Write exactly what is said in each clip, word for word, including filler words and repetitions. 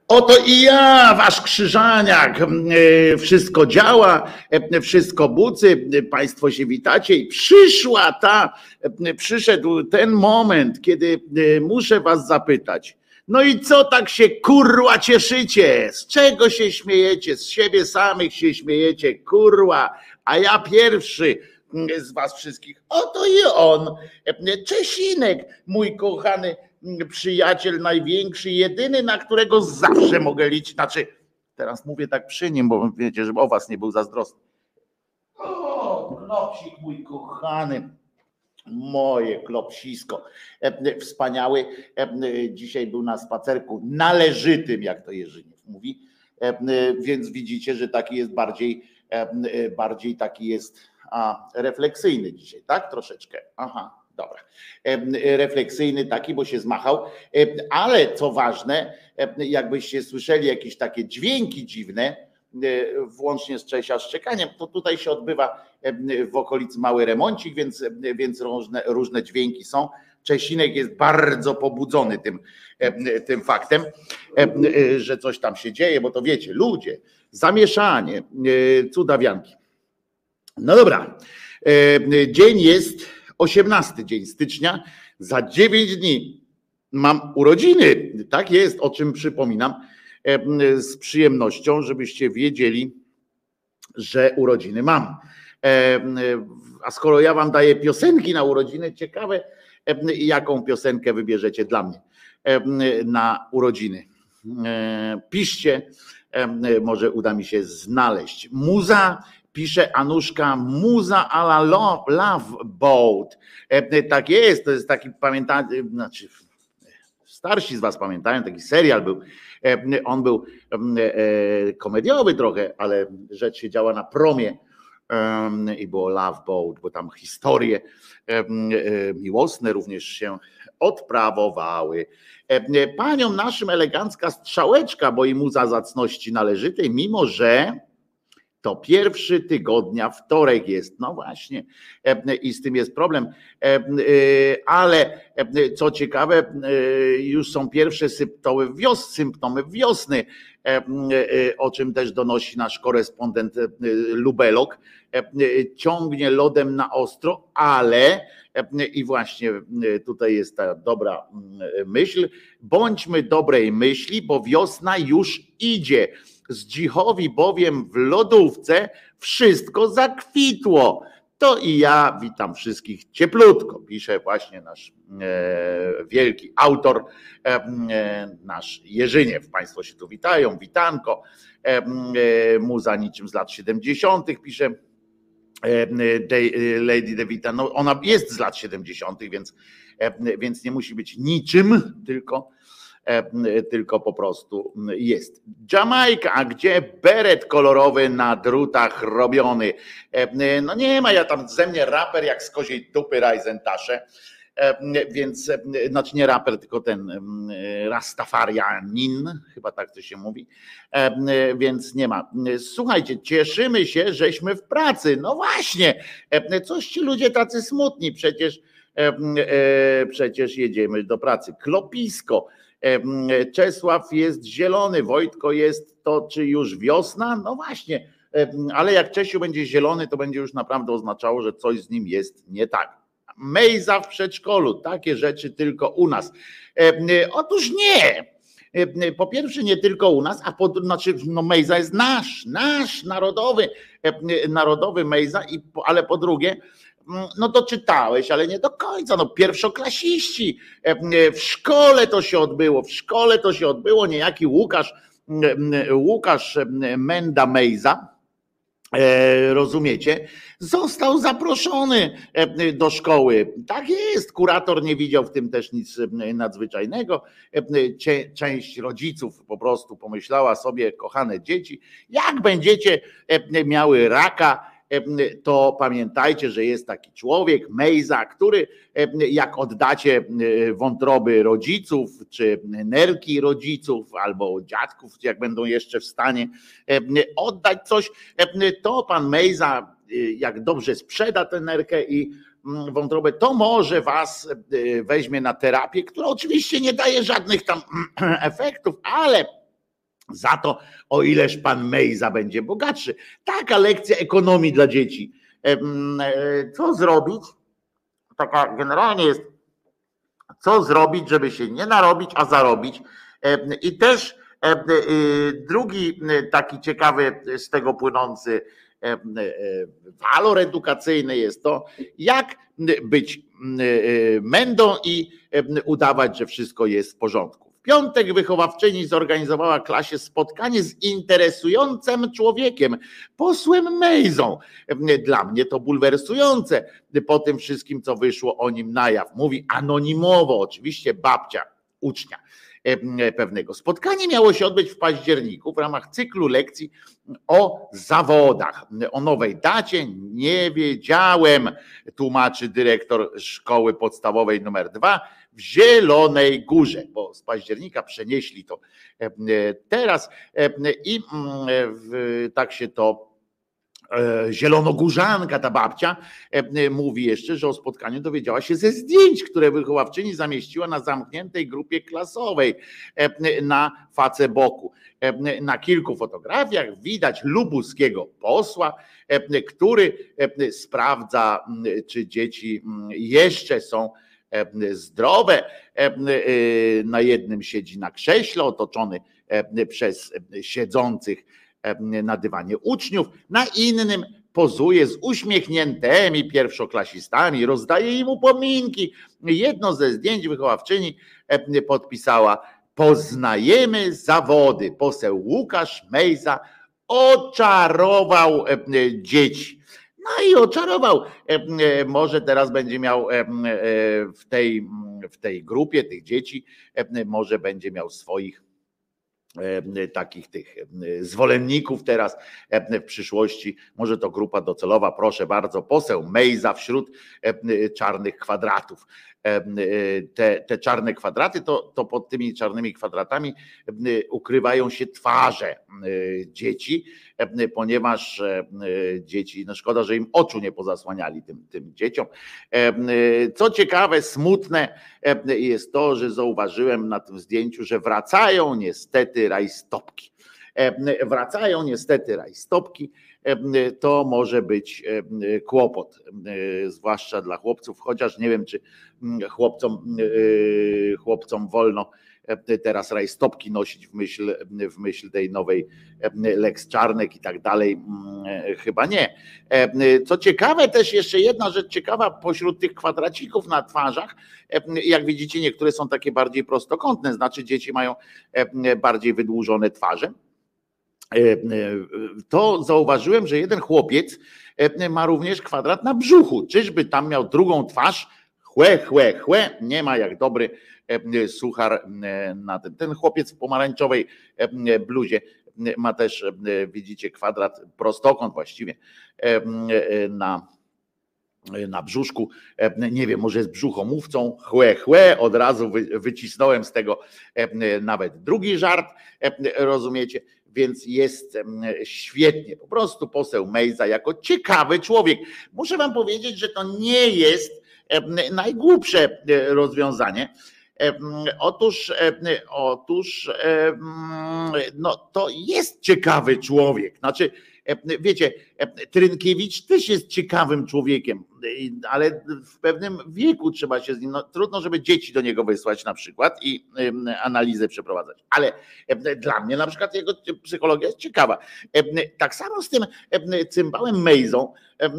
Oto i ja, wasz Krzyżaniak, wszystko działa, wszystko bucy, państwo się witacie i przyszła ta, przyszedł ten moment, kiedy muszę was zapytać, no i co tak się kurwa cieszycie, z czego się śmiejecie, z siebie samych się śmiejecie, kurwa, a ja pierwszy z was wszystkich, oto i on, Czesinek, mój kochany przyjaciel największy, jedyny, na którego zawsze mogę liczyć. Znaczy, teraz mówię tak przy nim, bo wiecie, żeby o was nie był zazdrosny. O, klopsik mój kochany, moje klopsisko. Wspaniały. Dzisiaj był na spacerku należytym, jak to Jerzyniew mówi. Więc widzicie, że taki jest bardziej, bardziej taki jest a, refleksyjny dzisiaj, tak? Troszeczkę. Aha. Dobra, refleksyjny taki, bo się zmachał, ale co ważne, jakbyście słyszeli jakieś takie dźwięki dziwne, włącznie z Czesia szczekaniem, to tutaj się odbywa w okolicy mały remoncik, więc, więc różne, różne dźwięki są. Czesinek jest bardzo pobudzony tym, tym faktem, że coś tam się dzieje, bo to wiecie, ludzie, zamieszanie, cudawianki. No dobra, dzień jest osiemnasty dzień stycznia, za dziewięć dni mam urodziny, tak jest, o czym przypominam z przyjemnością, żebyście wiedzieli, że urodziny mam. A skoro ja wam daję piosenki na urodziny, ciekawe, jaką piosenkę wybierzecie dla mnie na urodziny. Piszcie, może uda mi się znaleźć. Muza, pisze Anuszka, muza a la Love Boat. Tak jest, to jest taki, pamiętacie, znaczy starsi z was pamiętają, taki serial był. On był komediowy trochę, ale rzecz się działa na promie i było Love Boat, bo tam historie miłosne również się odprawowały. Paniom naszym elegancka strzałeczka, bo i muza zacności należytej, mimo że to pierwszy tygodnia, wtorek jest, no właśnie, i z tym jest problem, ale co ciekawe, już są pierwsze symptomy, wios, symptomy wiosny, o czym też donosi nasz korespondent Lubelok, ciągnie lodem na ostro, ale i właśnie tutaj jest ta dobra myśl, bądźmy dobrej myśli, bo wiosna już idzie. Zdzichowi bowiem w lodówce wszystko zakwitło. To i ja witam wszystkich cieplutko, pisze właśnie nasz e, wielki autor, e, nasz Jerzyniew. Państwo się tu witają, witanko. E, e, muza niczym z lat siedemdziesiątych pisze e, de, Lady DeVita. No ona jest z lat siedemdziesiątych, więc, e, więc nie musi być niczym, tylko tylko po prostu jest. Jamajka, a gdzie beret kolorowy na drutach robiony? No nie ma, ja tam ze mnie raper jak z koziej dupy Rajzentasze, więc, znaczy nie raper, tylko ten Rastafarianin, chyba tak to się mówi, więc nie ma. Słuchajcie, cieszymy się, żeśmy w pracy. No właśnie, coś ci ludzie tacy smutni, przecież, przecież jedziemy do pracy. Klopisko. Czesław jest zielony, Wojtko jest, to czy już wiosna? No właśnie, ale jak Czesiu będzie zielony, to będzie już naprawdę oznaczało, że coś z nim jest nie tak. Mejza w przedszkolu, takie rzeczy tylko u nas. Otóż nie. Po pierwsze nie tylko u nas, a po, znaczy no Mejza jest nasz, nasz narodowy, narodowy Mejza, i, ale po drugie, no to czytałeś, ale nie do końca, no pierwszoklasiści, w szkole to się odbyło, w szkole to się odbyło, niejaki Łukasz, Łukasz Menda Mejza, rozumiecie, został zaproszony do szkoły. Tak jest, kurator nie widział w tym też nic nadzwyczajnego. Część rodziców po prostu pomyślała sobie, kochane dzieci, jak będziecie miały raka, to pamiętajcie, że jest taki człowiek, Mejza, który jak oddacie wątroby rodziców, czy nerki rodziców, albo dziadków, jak będą jeszcze w stanie oddać coś, to pan Mejza, jak dobrze sprzeda tę nerkę i wątrobę, to może was weźmie na terapię, która oczywiście nie daje żadnych tam efektów, ale za to, o ileż pan Mejza będzie bogatszy. Taka lekcja ekonomii dla dzieci. Co zrobić? Taka generalnie jest, co zrobić, żeby się nie narobić, a zarobić. I też drugi taki ciekawy z tego płynący walor edukacyjny jest to, jak być mędą i udawać, że wszystko jest w porządku. W piątek wychowawczyni zorganizowała klasie spotkanie z interesującym człowiekiem, posłem Mejzą. Dla mnie to bulwersujące po tym wszystkim, co wyszło o nim na jaw. Mówi anonimowo, oczywiście babcia ucznia pewnego. Spotkanie miało się odbyć w październiku w ramach cyklu lekcji o zawodach. O nowej dacie nie wiedziałem, tłumaczy dyrektor szkoły podstawowej numer dwa w Zielonej Górze, bo z października przenieśli to teraz i tak się to zielonogórzanka, ta babcia, mówi jeszcze, że o spotkaniu dowiedziała się ze zdjęć, które wychowawczyni zamieściła na zamkniętej grupie klasowej na Facebooku. Na kilku fotografiach widać lubuskiego posła, który sprawdza, czy dzieci jeszcze są zdrowe. Na jednym siedzi na krześle, otoczony przez siedzących na dywanie uczniów, na innym pozuje z uśmiechniętymi pierwszoklasistami, rozdaje im upominki. Jedno ze zdjęć wychowawczyni podpisała: poznajemy zawody. Poseł Łukasz Mejza oczarował dzieci. No i oczarował. Może teraz będzie miał w tej, w tej grupie tych dzieci, może będzie miał swoich takich tych zwolenników teraz w przyszłości, może to grupa docelowa, proszę bardzo, poseł Mejza wśród czarnych kwadratów. Te, te czarne kwadraty, to, to pod tymi czarnymi kwadratami ukrywają się twarze dzieci, ponieważ dzieci, no szkoda, że im oczu nie pozasłaniali tym, tym dzieciom. Co ciekawe, smutne jest to, że zauważyłem na tym zdjęciu, że wracają niestety rajstopki. Wracają niestety rajstopki. To może być kłopot, zwłaszcza dla chłopców, chociaż nie wiem, czy chłopcom, chłopcom wolno teraz rajstopki nosić w myśl, w myśl tej nowej Lex Czarnek i tak dalej, chyba nie. Co ciekawe, też jeszcze jedna rzecz ciekawa, pośród tych kwadracików na twarzach, jak widzicie, niektóre są takie bardziej prostokątne, znaczy dzieci mają bardziej wydłużone twarze. To zauważyłem, że jeden chłopiec ma również kwadrat na brzuchu. Czyżby tam miał drugą twarz? Chłe, chłe, chłe. Nie ma jak dobry suchar na ten. Ten chłopiec w pomarańczowej bluzie ma też, widzicie, kwadrat, prostokąt właściwie na, na brzuszku. Nie wiem, może jest brzuchomówcą. Chłe, chłe. Od razu wycisnąłem z tego nawet drugi żart. Rozumiecie? Więc jest świetnie. Po prostu poseł Mejza jako ciekawy człowiek. Muszę wam powiedzieć, że to nie jest najgłupsze rozwiązanie. Otóż, otóż no, to jest ciekawy człowiek. Znaczy, wiecie, Trynkiewicz też jest ciekawym człowiekiem, ale w pewnym wieku trzeba się z nim, no, trudno, żeby dzieci do niego wysłać na przykład i analizę przeprowadzać, ale dla mnie na przykład jego psychologia jest ciekawa. Tak samo z tym cymbałem Mejzą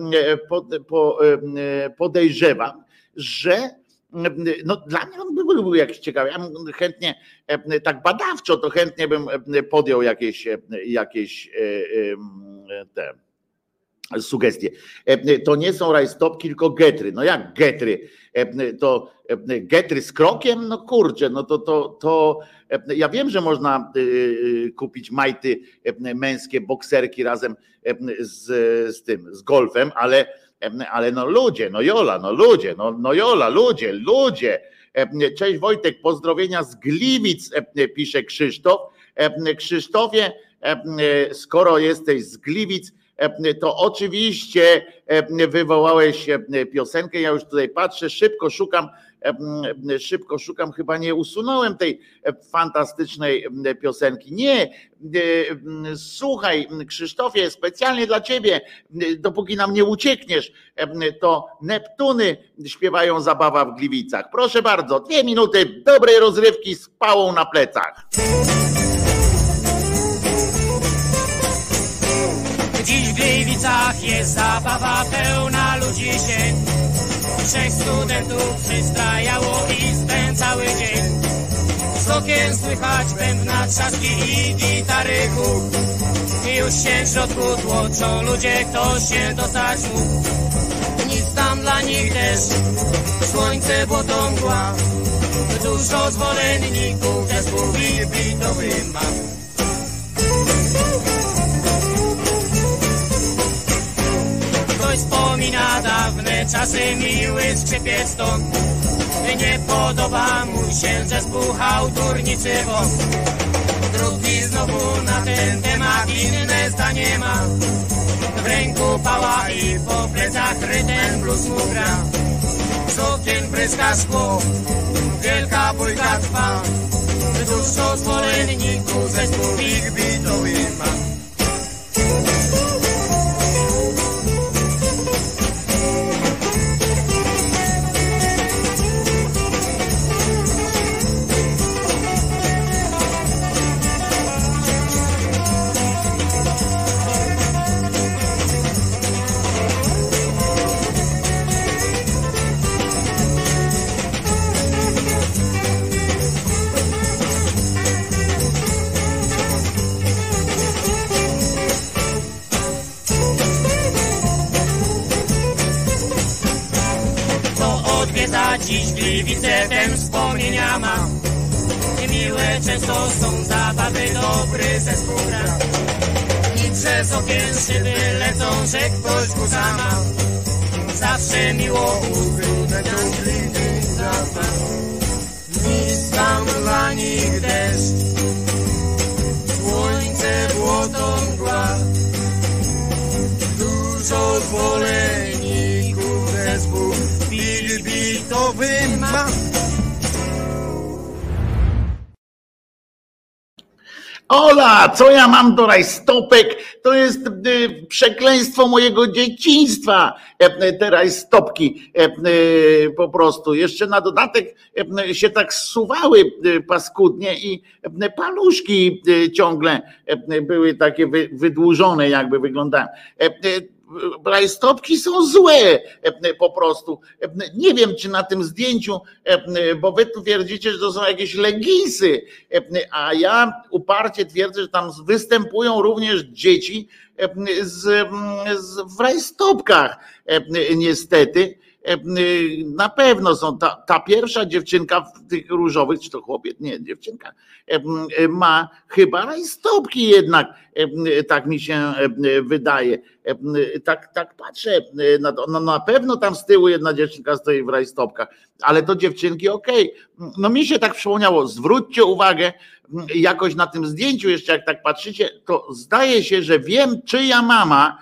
podejrzewam, że no dla mnie on by był jakiś ciekawy. Ja bym chętnie, tak badawczo, to chętnie bym podjął jakieś, jakieś te sugestie. To nie są rajstopki, tylko getry. No jak getry? To getry z krokiem? No kurczę, no to, to, to ja wiem, że można kupić majty męskie, bokserki razem z, z tym, z golfem, ale ale no ludzie, no Jola, no ludzie, no, no Jola, ludzie, ludzie. Cześć Wojtek, pozdrowienia z Gliwic, pisze Krzysztof. Krzysztofie, skoro jesteś z Gliwic, to oczywiście wywołałeś piosenkę, ja już tutaj patrzę, szybko szukam szybko szukam, chyba nie usunąłem tej fantastycznej piosenki. Nie, słuchaj Krzysztofie, specjalnie dla ciebie, dopóki nam nie uciekniesz, to Neptuny śpiewają Zabawa w Gliwicach. Proszę bardzo, dwie minuty dobrej rozrywki z pałą na plecach. Dziś w Gliwicach jest zabawa pełna ludzi się. Trzech studentów przystrajało i spędzały dzień. Z okien słychać bębna trzaski i gitary huk. Już się w środku tłoczą ludzie, kto się dostać mógł. Nic tam dla nich deszcz, słońce, błoto, mgła. Dużo zwolenników zespół bitowy ma. Ktoś wspomina dawne czasy, miły skrzypiec ton. Nie podoba mu się zespół chałturnicy wąs. Drugi znowu na ten temat inne zdanie ma. W ręku pała i po plecach rytm blues mu gra. Z okien pryska szkło, wielka bójka trwa. Dużo zwolenników zespół ich bitowy ma. Dziś Gliwice ten wspomnienia ma. Miłe często są zabawy, dobry zespół gra. I przez okien szyby lecą, że ktoś guza ma. Zawsze miło utrudnią Gliwica. Nic tam dla nich deszcz, słońce, błoto, mgła. Dużo zwolenników zespół bitowy ma. Ola, co ja mam do rajstopek? To jest y, przekleństwo mojego dzieciństwa, e, te rajstopki e, e, po prostu. Jeszcze na dodatek e, się tak zsuwały e, paskudnie i e, paluszki e, ciągle e, były takie wy, wydłużone, jakby wyglądały. E, e, Rajstopki są złe po prostu. Nie wiem, czy na tym zdjęciu, bo wy tu twierdzicie, że to są jakieś leginsy, a ja uparcie twierdzę, że tam występują również dzieci z, z, w rajstopkach niestety. Na pewno są ta, ta pierwsza dziewczynka w tych różowych, czy to chłopiec, nie, dziewczynka, ma chyba rajstopki jednak, tak mi się wydaje. Tak, tak patrzę na to. No na pewno tam z tyłu jedna dziewczynka stoi w rajstopkach, ale to dziewczynki okej. Okay. No mi się tak przypomniało, zwróćcie uwagę jakoś na tym zdjęciu, jeszcze jak tak patrzycie, to zdaje się, że wiem, czyja mama,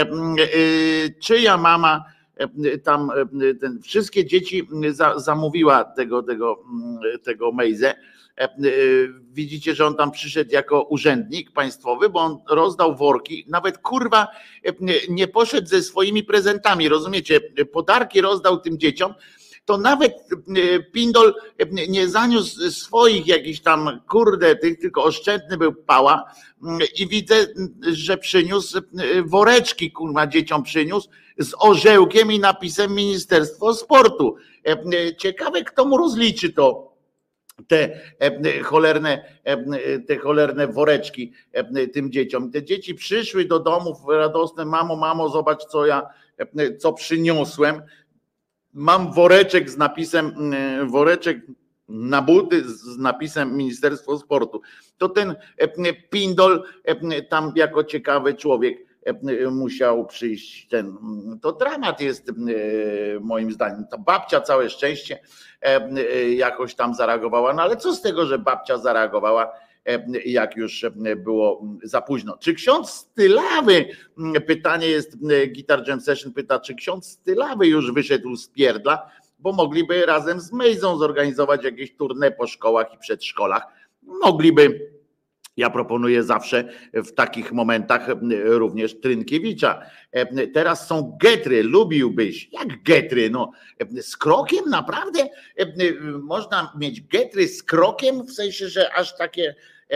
czyja mama tam ten, wszystkie dzieci za, zamówiła tego, tego, tego Mejzę. Widzicie, że on tam przyszedł jako urzędnik państwowy, bo on rozdał worki, nawet kurwa nie poszedł ze swoimi prezentami, rozumiecie, podarki rozdał tym dzieciom, to nawet Pindol nie zaniósł swoich jakichś tam, kurde, tych, tylko oszczędny był pała i widzę, że przyniósł woreczki, kurwa, dzieciom przyniósł z orzełkiem i napisem Ministerstwo Sportu. Ciekawe, kto mu rozliczy to, te cholerne, te cholerne woreczki tym dzieciom. Te dzieci przyszły do domów radosne, mamo, mamo, zobacz, co ja, co przyniosłem. Mam woreczek z napisem, woreczek na buty z napisem Ministerstwo Sportu. To ten Pindol tam jako ciekawy człowiek musiał przyjść. Ten, to dramat jest moim zdaniem. Ta babcia, całe szczęście, jakoś tam zareagowała. No ale co z tego, że babcia zareagowała, jak już było za późno. Czy ksiądz Stylawy, pytanie jest, Guitar Jam Session pyta, czy ksiądz Stylawy już wyszedł z pierdla? bo mogliby razem z Mejzą zorganizować jakieś tournée po szkołach i przedszkolach. Mogliby. Ja proponuję zawsze w takich momentach również Trynkiewicza. Teraz są getry, lubiłbyś. Jak getry? No, z krokiem naprawdę można mieć getry z krokiem, w sensie, że aż takie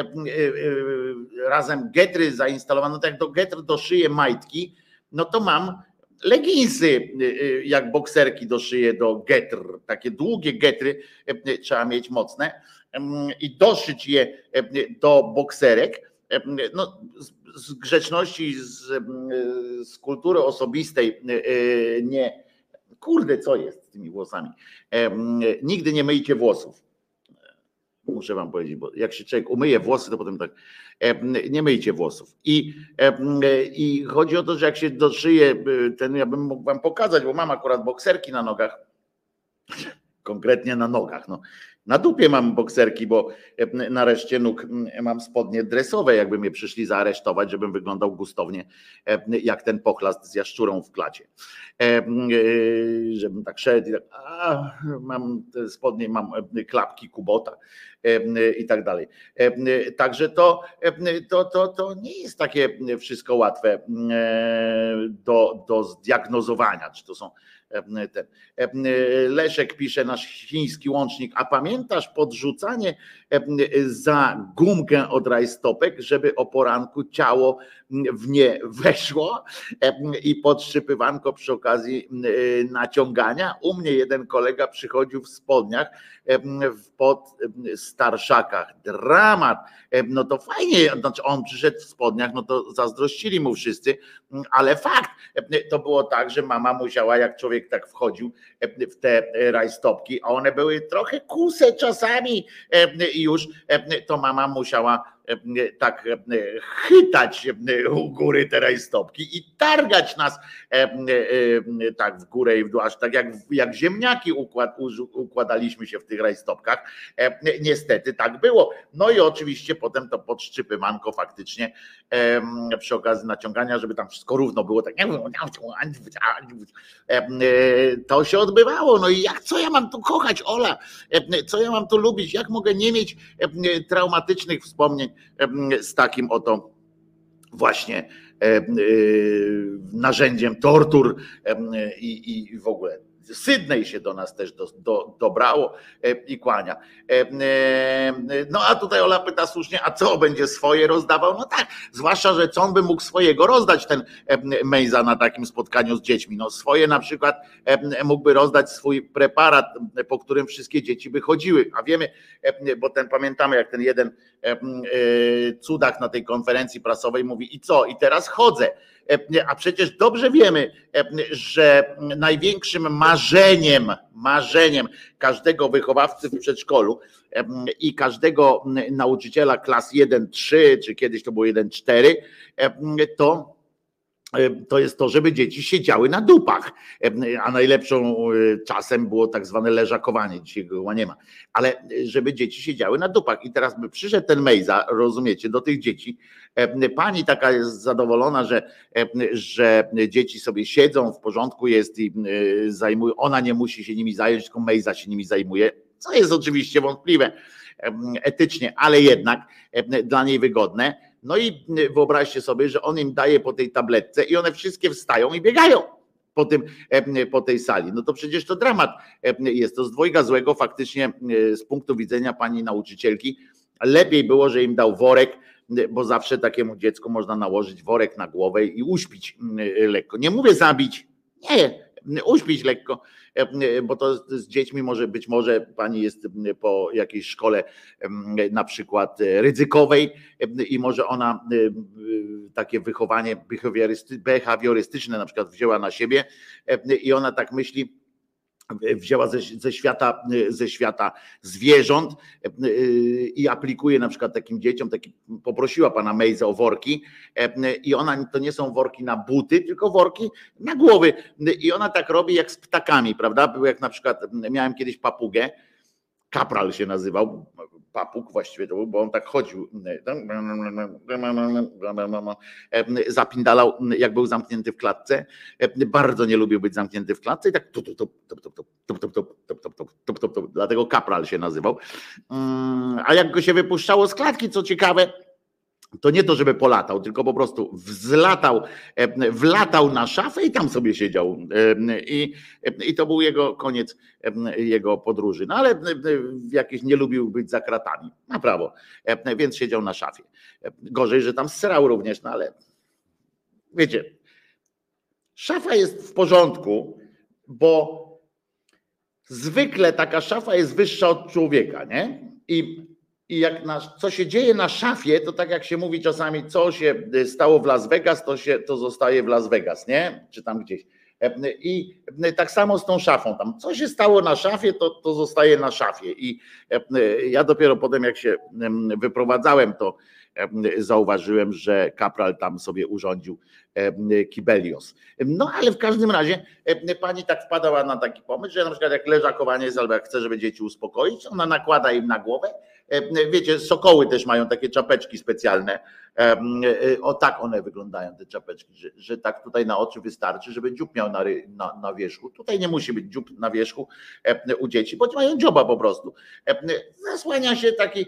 razem getry zainstalowane, no tak jak do getr doszyję majtki, no to mam leginsy, jak bokserki doszyję do getr, takie długie getry trzeba mieć mocne i doszyć je do bokserek. No, z grzeczności, z, z kultury osobistej nie, kurde, co jest z tymi włosami? Nigdy nie myjcie włosów. Muszę wam powiedzieć, bo jak się człowiek umyje włosy, to potem tak, nie myjcie włosów. I, i chodzi o to, że jak się doszyje ten, ja bym mógł wam pokazać, bo mam akurat bokserki na nogach, konkretnie na nogach, no. Na dupie mam bokserki, bo na reszcie nóg mam spodnie dresowe, jakby mnie przyszli zaaresztować, żebym wyglądał gustownie jak ten pochlast z jaszczurą w klacie. Żebym tak szedł i tak, a, mam te spodnie, mam klapki Kubota i tak dalej. Także to, to, to, to nie jest takie wszystko łatwe do, do zdiagnozowania, czy to są ten. Leszek pisze, nasz chiński łącznik, a pamiętasz podrzucanie za gumkę od rajstopek, żeby o poranku ciało w nie weszło i podszypywanko przy okazji naciągania? U mnie jeden kolega przychodził w spodniach pod starszakach. Dramat. No to fajnie, znaczy on przyszedł w spodniach, no to zazdrościli mu wszyscy, ale fakt, to było tak, że mama musiała, jak człowiek tak wchodził w te rajstopki, a one były trochę kuse czasami i już to mama musiała tak chytać u góry te rajstopki i targać nas tak w górę i w dół, aż tak jak, jak ziemniaki układ, układaliśmy się w tych rajstopkach. Niestety tak było. No i oczywiście potem to podszczypywanko faktycznie przy okazji naciągania, żeby tam wszystko równo było, tak to się odbywało. No i jak, co ja mam tu kochać, Ola? Co ja mam tu lubić? Jak mogę nie mieć traumatycznych wspomnień z takim oto właśnie narzędziem tortur i, i w ogóle. Sydney się do nas też do, do, dobrało i kłania. No a tutaj Ola pyta słusznie, a co, będzie swoje rozdawał? No tak, zwłaszcza, że co on by mógł swojego rozdać, ten Mejza, na takim spotkaniu z dziećmi. No swoje na przykład mógłby rozdać swój preparat, po którym wszystkie dzieci by chodziły. A wiemy, bo ten pamiętamy, jak ten jeden cudak na tej konferencji prasowej mówi, i co, i teraz chodzę. A przecież dobrze wiemy, że największym marzeniem, marzeniem każdego wychowawcy w przedszkolu i każdego nauczyciela klas jeden trzy, czy kiedyś to było jeden cztery, to to jest to, żeby dzieci siedziały na dupach, a najlepszą czasem było tak zwane leżakowanie, dzisiaj go chyba nie ma, ale żeby dzieci siedziały na dupach. I teraz by przyszedł ten Mejza, rozumiecie, do tych dzieci, pani taka jest zadowolona, że, że dzieci sobie siedzą, w porządku jest i zajmują, ona nie musi się nimi zająć, tylko Mejza się nimi zajmuje, co jest oczywiście wątpliwe etycznie, ale jednak dla niej wygodne. No i wyobraźcie sobie, że on im daje po tej tabletce i one wszystkie wstają i biegają po, tym, po tej sali. No to przecież to dramat jest. To z dwojga złego faktycznie z punktu widzenia pani nauczycielki. Lepiej było, że im dał worek, bo zawsze takiemu dziecku można nałożyć worek na głowę i uśpić lekko. Nie mówię zabić, nie, uśpić lekko, bo to z dziećmi może być może pani jest po jakiejś szkole na przykład ryzykowej i może ona takie wychowanie behawiorystyczne na przykład wzięła na siebie i ona tak myśli, wzięła ze, ze, świata, ze świata zwierząt i aplikuje na przykład takim dzieciom, taki, poprosiła pana Mejza o worki i ona, to nie są worki na buty, tylko worki na głowy i ona tak robi jak z ptakami, prawda? Było jak na przykład, miałem kiedyś papugę Kapral się nazywał, Papuk właściwie to był, bo on tak chodził, zapindalał, jak był zamknięty w klatce. Bardzo nie lubił być zamknięty w klatce i tak tup, tup, tup, tup, tup, tup, tup, tup, tup, tup, tup, tup, tup, tup. Dlatego Kapral się nazywał. A jak go się wypuszczało z klatki, co ciekawe, to nie to, żeby polatał, tylko po prostu wzlatał, wlatał na szafę i tam sobie siedział. I, i to był jego koniec jego podróży. No ale jakiś nie lubił być za kratami. Na prawo. Więc siedział na szafie. Gorzej, że tam srał również, no ale wiecie, szafa jest w porządku, bo zwykle taka szafa jest wyższa od człowieka, nie? I I jak na, co się dzieje na szafie, to tak jak się mówi czasami, co się stało w Las Vegas, to się to zostaje w Las Vegas, nie? Czy tam gdzieś. I tak samo z tą szafą. Tam, co się stało na szafie, to, to zostaje na szafie. I ja dopiero potem, jak się wyprowadzałem, to zauważyłem, że Kapral tam sobie urządził kibelios. No ale w każdym razie pani tak wpadała na taki pomysł, że na przykład jak leżakowanie jest, albo jak chce, żeby dzieci uspokoić, ona nakłada im na głowę. Wiecie, sokoły też mają takie czapeczki specjalne. O tak one wyglądają, te czapeczki, że, że tak tutaj na oczy wystarczy, żeby dziób miał na, na, na wierzchu. Tutaj nie musi być dziób na wierzchu u dzieci, bo mają dzioba po prostu. Zasłania się taki,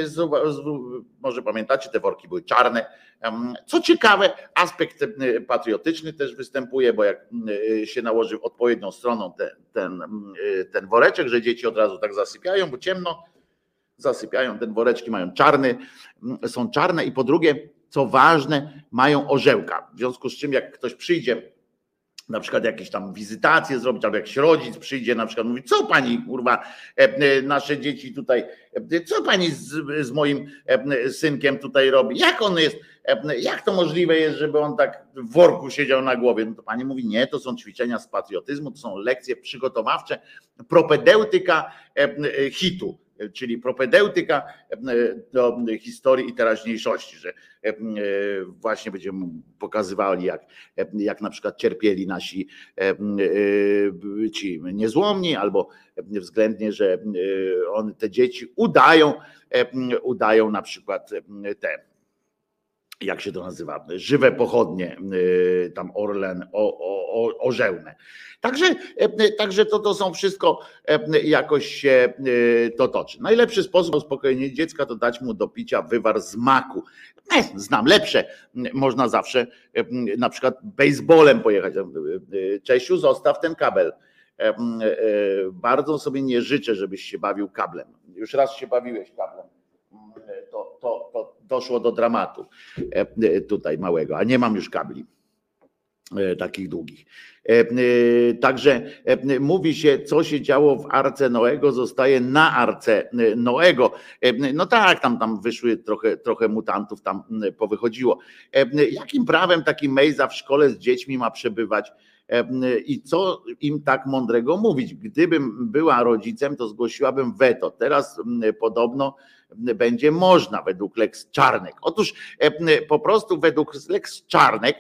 może pamiętacie, te worki były czarne. Co ciekawe, aspekt patriotyczny też występuje, bo jak się nałoży odpowiednią stroną ten, ten, ten woreczek, że dzieci od razu tak zasypiają, bo ciemno, zasypiają, ten woreczki mają czarny, są czarne i po drugie, co ważne, mają orzełka. W związku z czym jak ktoś przyjdzie, na przykład jakieś tam wizytacje zrobić, albo jakiś rodzic przyjdzie, na przykład mówi, co pani, kurwa, nasze dzieci tutaj, co pani z, z moim synkiem tutaj robi, jak on jest, jak to możliwe jest, żeby on tak w worku siedział na głowie? No to pani mówi, nie, to są ćwiczenia z patriotyzmu, to są lekcje przygotowawcze, propedeutyka hitu, czyli propedeutyka do historii i teraźniejszości, że właśnie będziemy pokazywali, jak, jak na przykład cierpieli nasi ci niezłomni, albo względnie, że on, te dzieci udają, udają na przykład te, jak się to nazywa, żywe pochodnie, tam Orlen, o, o, orzełne. Także, także to, to są wszystko, jakoś się to toczy. Najlepszy sposób na uspokojenie dziecka to dać mu do picia wywar z maku. Znam lepsze, można zawsze na przykład baseballem pojechać. Czesiu, zostaw ten kabel. Bardzo sobie nie życzę, żebyś się bawił kablem. Już raz się bawiłeś kablem. To, to, to doszło do dramatu tutaj małego, a nie mam już kabli takich długich. Także mówi się, co się działo w Arce Noego, zostaje na Arce Noego. No tak, tam, tam wyszły trochę, trochę mutantów, tam powychodziło. Jakim prawem taki Mejza w szkole z dziećmi ma przebywać i co im tak mądrego mówić? Gdybym była rodzicem, to zgłosiłabym weto. Teraz podobno będzie można według Lex Czarnek. Otóż po prostu według Lex Czarnek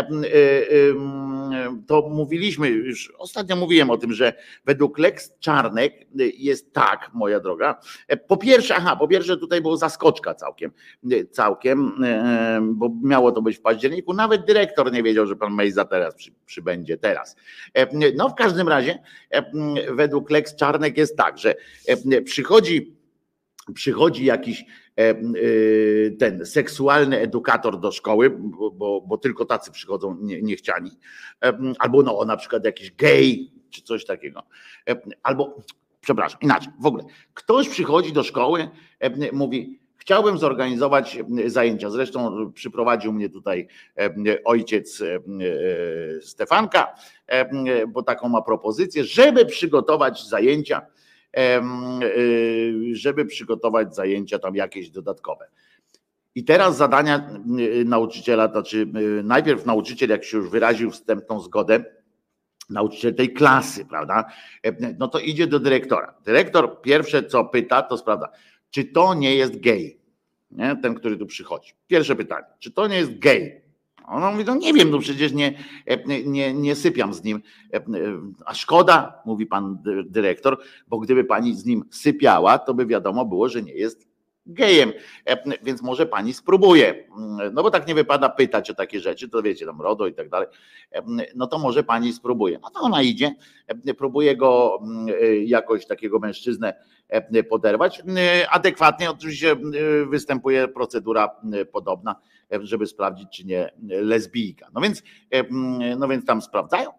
to mówiliśmy już, ostatnio mówiłem o tym, że według Lex Czarnek jest tak, moja droga. Po pierwsze, aha, po pierwsze tutaj było zaskoczka całkiem, całkiem, bo miało to być w październiku. Nawet dyrektor nie wiedział, że pan Mejza teraz przy, przybędzie teraz. No w każdym razie według Lex Czarnek jest tak, że przychodzi Przychodzi jakiś ten seksualny edukator do szkoły, bo, bo tylko tacy przychodzą nie, niechciani, albo no na przykład jakiś gej, czy coś takiego, albo, przepraszam, inaczej, w ogóle, ktoś przychodzi do szkoły, mówi, chciałbym zorganizować zajęcia, zresztą przyprowadził mnie tutaj ojciec Stefanka, bo taką ma propozycję, żeby przygotować zajęcia, żeby przygotować zajęcia tam jakieś dodatkowe. I teraz zadania nauczyciela, to czy najpierw nauczyciel, jak się już wyraził wstępną zgodę, nauczyciel tej klasy, prawda, no to idzie do dyrektora. Dyrektor pierwsze co pyta, to sprawdza, czy to nie jest gej, nie? Ten, który tu przychodzi. Pierwsze pytanie, czy to nie jest gej? Ona mówi, no nie wiem, no przecież nie, nie, nie sypiam z nim. A szkoda, mówi pan dyrektor, bo gdyby pani z nim sypiała, to by wiadomo było, że nie jest gejem, więc może pani spróbuje. No bo tak nie wypada pytać o takie rzeczy, to wiecie, tam RODO i tak dalej. No to może pani spróbuje. No to ona idzie, próbuje go jakoś takiego mężczyznę poderwać. Adekwatnie oczywiście występuje procedura podobna, żeby sprawdzić, czy nie lesbijka. No więc, no więc tam sprawdzają.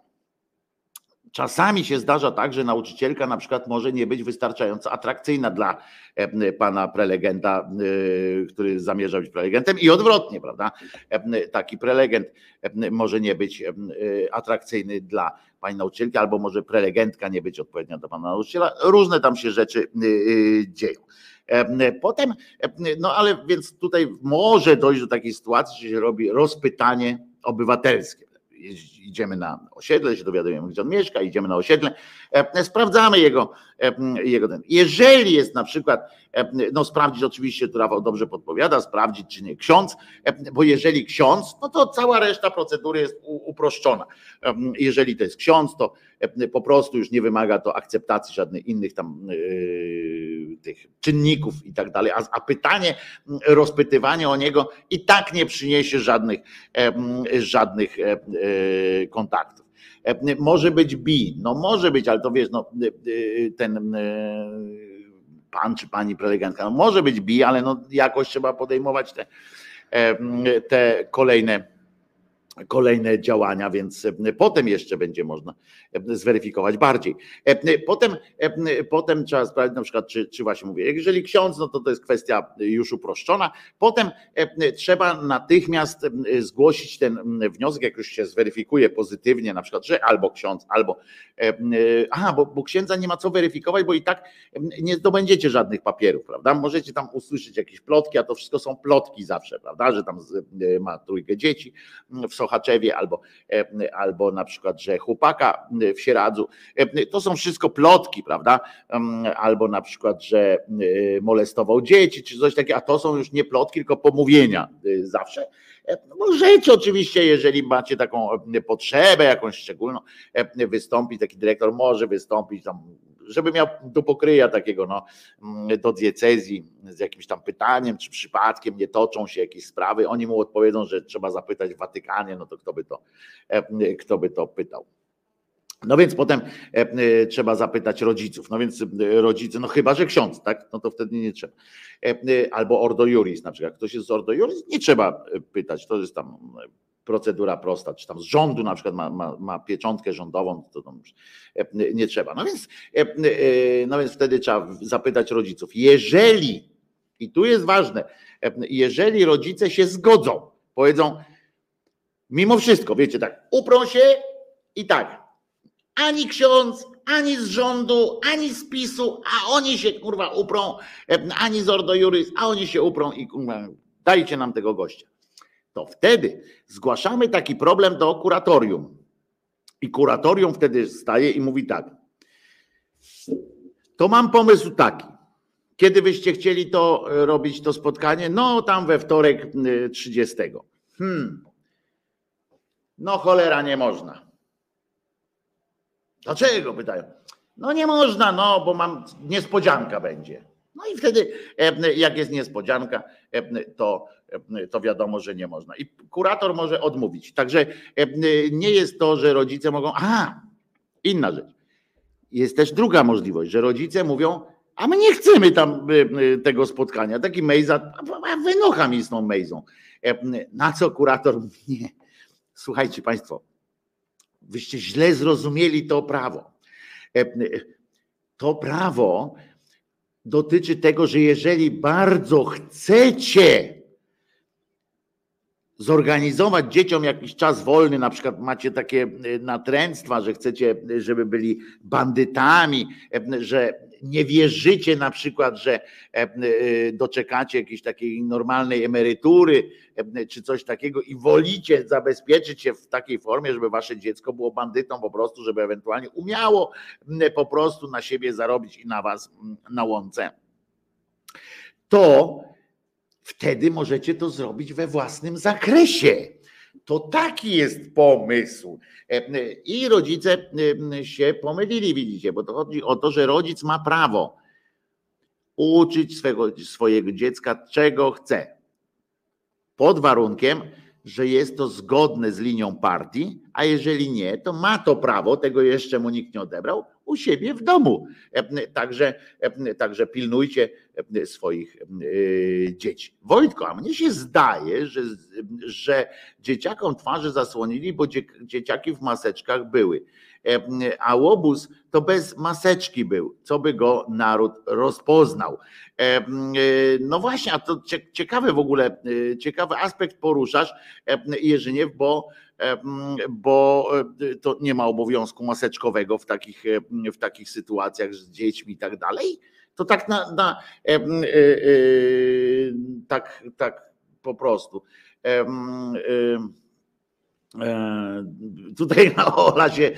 Czasami się zdarza tak, że nauczycielka na przykład może nie być wystarczająco atrakcyjna dla pana prelegenta, który zamierza być prelegentem i odwrotnie, prawda? Taki prelegent może nie być atrakcyjny dla pani nauczycielki, albo może prelegentka nie być odpowiednia dla pana nauczyciela. Różne tam się rzeczy dzieją. Potem, no ale więc tutaj może dojść do takiej sytuacji, że się robi rozpytanie obywatelskie. Idziemy na osiedle, się dowiadujemy, gdzie on mieszka, idziemy na osiedle, sprawdzamy jego, jego ten. Jeżeli jest na przykład, no sprawdzić oczywiście, tu Rafał dobrze podpowiada, sprawdzić, czy nie ksiądz, bo jeżeli ksiądz, no to cała reszta procedury jest uproszczona. Jeżeli to jest ksiądz, to po prostu już nie wymaga to akceptacji żadnych innych tam yy, tych czynników i tak dalej, a, a pytanie, rozpytywanie o niego i tak nie przyniesie żadnych, yy, żadnych yy, kontaktów. Może być bi, no może być, ale to wiesz, no ten pan czy pani prelegentka, no może być bi, ale no jakoś trzeba podejmować te, te kolejne kolejne działania, więc potem jeszcze będzie można zweryfikować bardziej. Potem, potem trzeba sprawdzić na przykład, czy, czy właśnie mówię, jeżeli ksiądz, no to to jest kwestia już uproszczona. Potem trzeba natychmiast zgłosić ten wniosek, jak już się zweryfikuje pozytywnie, na przykład, że albo ksiądz, albo aha, bo, bo księdza nie ma co weryfikować, bo i tak nie zdobędziecie żadnych papierów, prawda? Możecie tam usłyszeć jakieś plotki, a to wszystko są plotki zawsze, prawda? Że tam ma trójkę dzieci w Sochaczewie, albo, albo na przykład, że chłopaka w Sieradzu. To są wszystko plotki, prawda? Albo na przykład, że molestował dzieci, czy coś takiego, a to są już nie plotki, tylko pomówienia zawsze. Możecie oczywiście, jeżeli macie taką potrzebę jakąś szczególną, wystąpić, taki dyrektor może wystąpić tam, żeby miał do pokryja takiego, no, do diecezji z jakimś tam pytaniem, czy przypadkiem nie toczą się jakieś sprawy, oni mu odpowiedzą, że trzeba zapytać w Watykanie, no to kto by to, kto by to pytał. No więc potem trzeba zapytać rodziców, no więc rodzice, no chyba, że ksiądz, tak, no to wtedy nie trzeba. Albo Ordo Iuris na przykład, ktoś jest z Ordo Iuris, nie trzeba pytać, to jest tam procedura prosta, czy tam z rządu na przykład ma, ma, ma pieczątkę rządową, to tam już nie trzeba. No więc, no więc wtedy trzeba zapytać rodziców. Jeżeli, i tu jest ważne, jeżeli rodzice się zgodzą, powiedzą, mimo wszystko, wiecie tak, uprą się i tak, ani ksiądz, ani z rządu, ani z PiSu, a oni się kurwa uprą, ani z Ordo Iuris, a oni się uprą i kurwa, dajcie nam tego gościa. To wtedy zgłaszamy taki problem do kuratorium. I kuratorium wtedy staje i mówi tak. To mam pomysł taki. Kiedy byście chcieli to robić, to spotkanie? No tam we wtorek trzydziestego. Hmm. No cholera, nie można. Dlaczego? Pytają. No nie można, no bo mam, niespodzianka będzie. No i wtedy, jak jest niespodzianka, to, to wiadomo, że nie można. I kurator może odmówić. Także nie jest to, że rodzice mogą... A, inna rzecz. Jest też druga możliwość, że rodzice mówią, a my nie chcemy tam tego spotkania. Taki mejza, a wynocha mi z tą mejzą. Na co kurator mówi, nie. Słuchajcie państwo, wyście źle zrozumieli to prawo. To prawo dotyczy tego, że jeżeli bardzo chcecie zorganizować dzieciom jakiś czas wolny, na przykład macie takie natręctwa, że chcecie, żeby byli bandytami, że nie wierzycie na przykład, że doczekacie jakiejś takiej normalnej emerytury czy coś takiego i wolicie zabezpieczyć się w takiej formie, żeby wasze dziecko było bandytą po prostu, żeby ewentualnie umiało po prostu na siebie zarobić i na was na łące, to wtedy możecie to zrobić we własnym zakresie. To taki jest pomysł. I rodzice się pomylili, widzicie, bo to chodzi o to, że rodzic ma prawo uczyć swego, swojego dziecka czego chce. Pod warunkiem, że jest to zgodne z linią partii, a jeżeli nie, to ma to prawo, tego jeszcze mu nikt nie odebrał, u siebie w domu. Także, także pilnujcie swoich dzieci. Wojtko, a mnie się zdaje, że, że dzieciakom twarzy zasłonili, bo dzieciaki w maseczkach były. A łobuz to bez maseczki był, co by go naród rozpoznał. No właśnie, a to ciekawy w ogóle, ciekawy aspekt poruszasz, Jerzyniew, bo, bo to nie ma obowiązku maseczkowego w takich, w takich sytuacjach z dziećmi i tak dalej. To tak na, na tak, tak po prostu. Tutaj Ola się,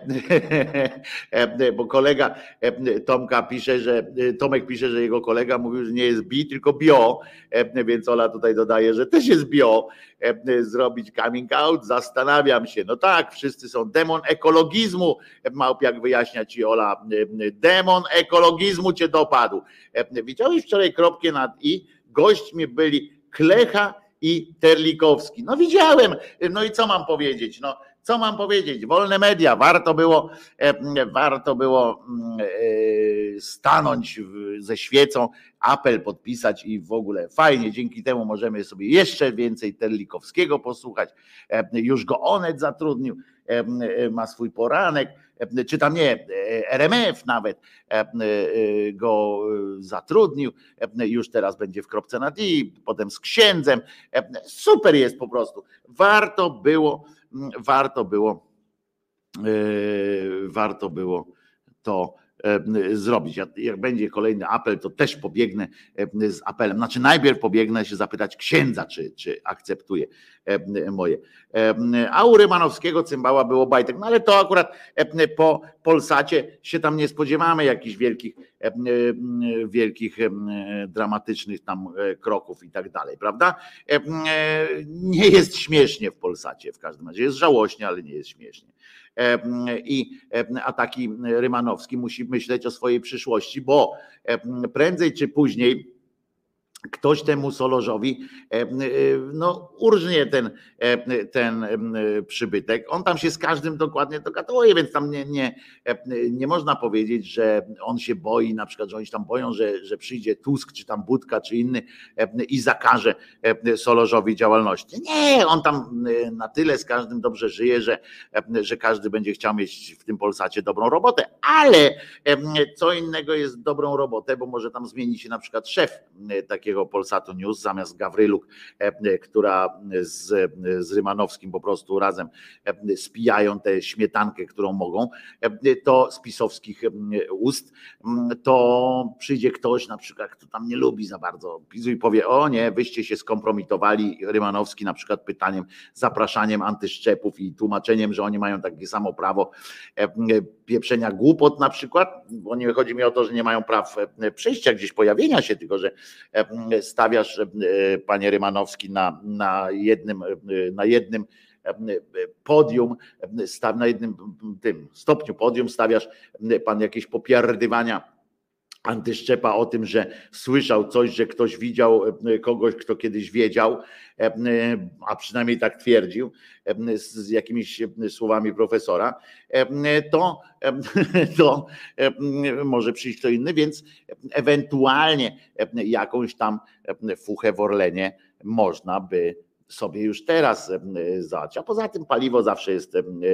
bo kolega Tomka pisze, że Tomek pisze, że jego kolega mówił, że nie jest bi, tylko bio, więc Ola tutaj dodaje, że też jest bio, zrobić coming out, zastanawiam się. No tak, wszyscy są demon ekologizmu, Małpiak wyjaśnia ci Ola, demon ekologizmu cię dopadł. Widziałeś wczoraj kropkę nad i? Gośćmi byli Klecha i Terlikowski. No widziałem, no i co mam powiedzieć? No co mam powiedzieć? Wolne media, warto było, warto było stanąć ze świecą, apel podpisać i w ogóle fajnie, dzięki temu możemy sobie jeszcze więcej Terlikowskiego posłuchać. Już go Onet zatrudnił, ma swój poranek, czy tam nie, R M F nawet go zatrudnił, już teraz będzie w kropce nad i, potem z księdzem. Super jest po prostu. Warto było, warto było, warto było to zrobić. Jak będzie kolejny apel, to też pobiegnę z apelem. Znaczy najpierw pobiegnę się zapytać księdza, czy, czy akceptuje moje. A u Rymanowskiego cymbała było bajtek. No ale to akurat po Polsacie się tam nie spodziewamy jakichś wielkich, wielkich dramatycznych tam kroków i tak dalej, prawda? Nie jest śmiesznie w Polsacie w każdym razie. Jest żałośnie, ale nie jest śmiesznie. I a taki Rymanowski musi myśleć o swojej przyszłości, bo prędzej czy później ktoś temu Solorzowi no, urżnie ten, ten przybytek. On tam się z każdym dokładnie dogaduje, więc tam nie, nie, nie można powiedzieć, że on się boi, na przykład, że oni się tam boją, że, że przyjdzie Tusk, czy tam Budka, czy inny i zakaże Solorzowi działalności. Nie, on tam na tyle z każdym dobrze żyje, że, że każdy będzie chciał mieć w tym Polsacie dobrą robotę, ale co innego jest dobrą robotę, bo może tam zmieni się na przykład szef takiego Polsatu News, zamiast Gawryluk, która z, z Rymanowskim po prostu razem spijają tę śmietankę, którą mogą, to z pisowskich ust, to przyjdzie ktoś na przykład, kto tam nie lubi za bardzo PiSu i powie, o nie, wyście się skompromitowali, Rymanowski na przykład pytaniem, zapraszaniem antyszczepów i tłumaczeniem, że oni mają takie samo prawo pieprzenia głupot na przykład, bo nie chodzi mi o to, że nie mają praw przyjścia gdzieś, pojawienia się, tylko że stawiasz, panie Rymanowski, na, na jednym, na jednym podium, na jednym tym stopniu podium stawiasz pan jakieś popierdywania antyszczepa o tym, że słyszał coś, że ktoś widział kogoś, kto kiedyś wiedział, a przynajmniej tak twierdził, z jakimiś słowami profesora, to, to może przyjść kto inny, więc ewentualnie jakąś tam fuchę w Orlenie można by sobie już teraz zdać, a poza tym paliwo zawsze jest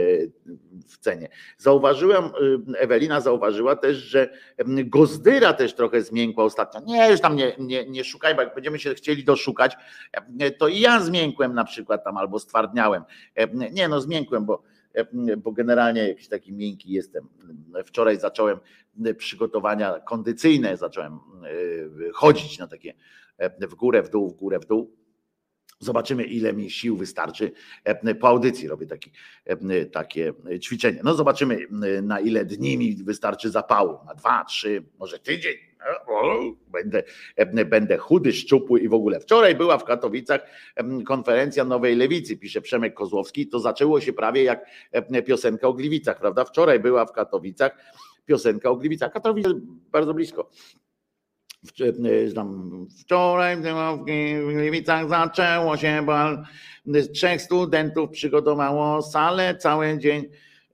w cenie. Zauważyłem, Ewelina zauważyła też, że Gozdyra też trochę zmiękła ostatnio. Nie, już tam nie, nie, nie szukaj, bo jak będziemy się chcieli doszukać, to i ja zmiękłem na przykład tam albo stwardniałem. Nie no, zmiękłem, bo, bo generalnie jakiś taki miękki jestem. Wczoraj zacząłem przygotowania kondycyjne, zacząłem chodzić na takie w górę, w dół, w górę, w dół. Zobaczymy, ile mi sił wystarczy. Po audycji robię taki, takie ćwiczenie. No zobaczymy, na ile dni mi wystarczy zapału. Na dwa, trzy, może tydzień. Będę, będę chudy, szczupły i w ogóle. Wczoraj była w Katowicach konferencja Nowej Lewicy, pisze Przemek Kozłowski. To zaczęło się prawie jak piosenka o Gliwicach, prawda? Wczoraj była w Katowicach piosenka o Gliwicach. Katowice bardzo blisko. Wczoraj w Gliwicach zaczęło się bal. Trzech studentów przygotowało salę cały dzień.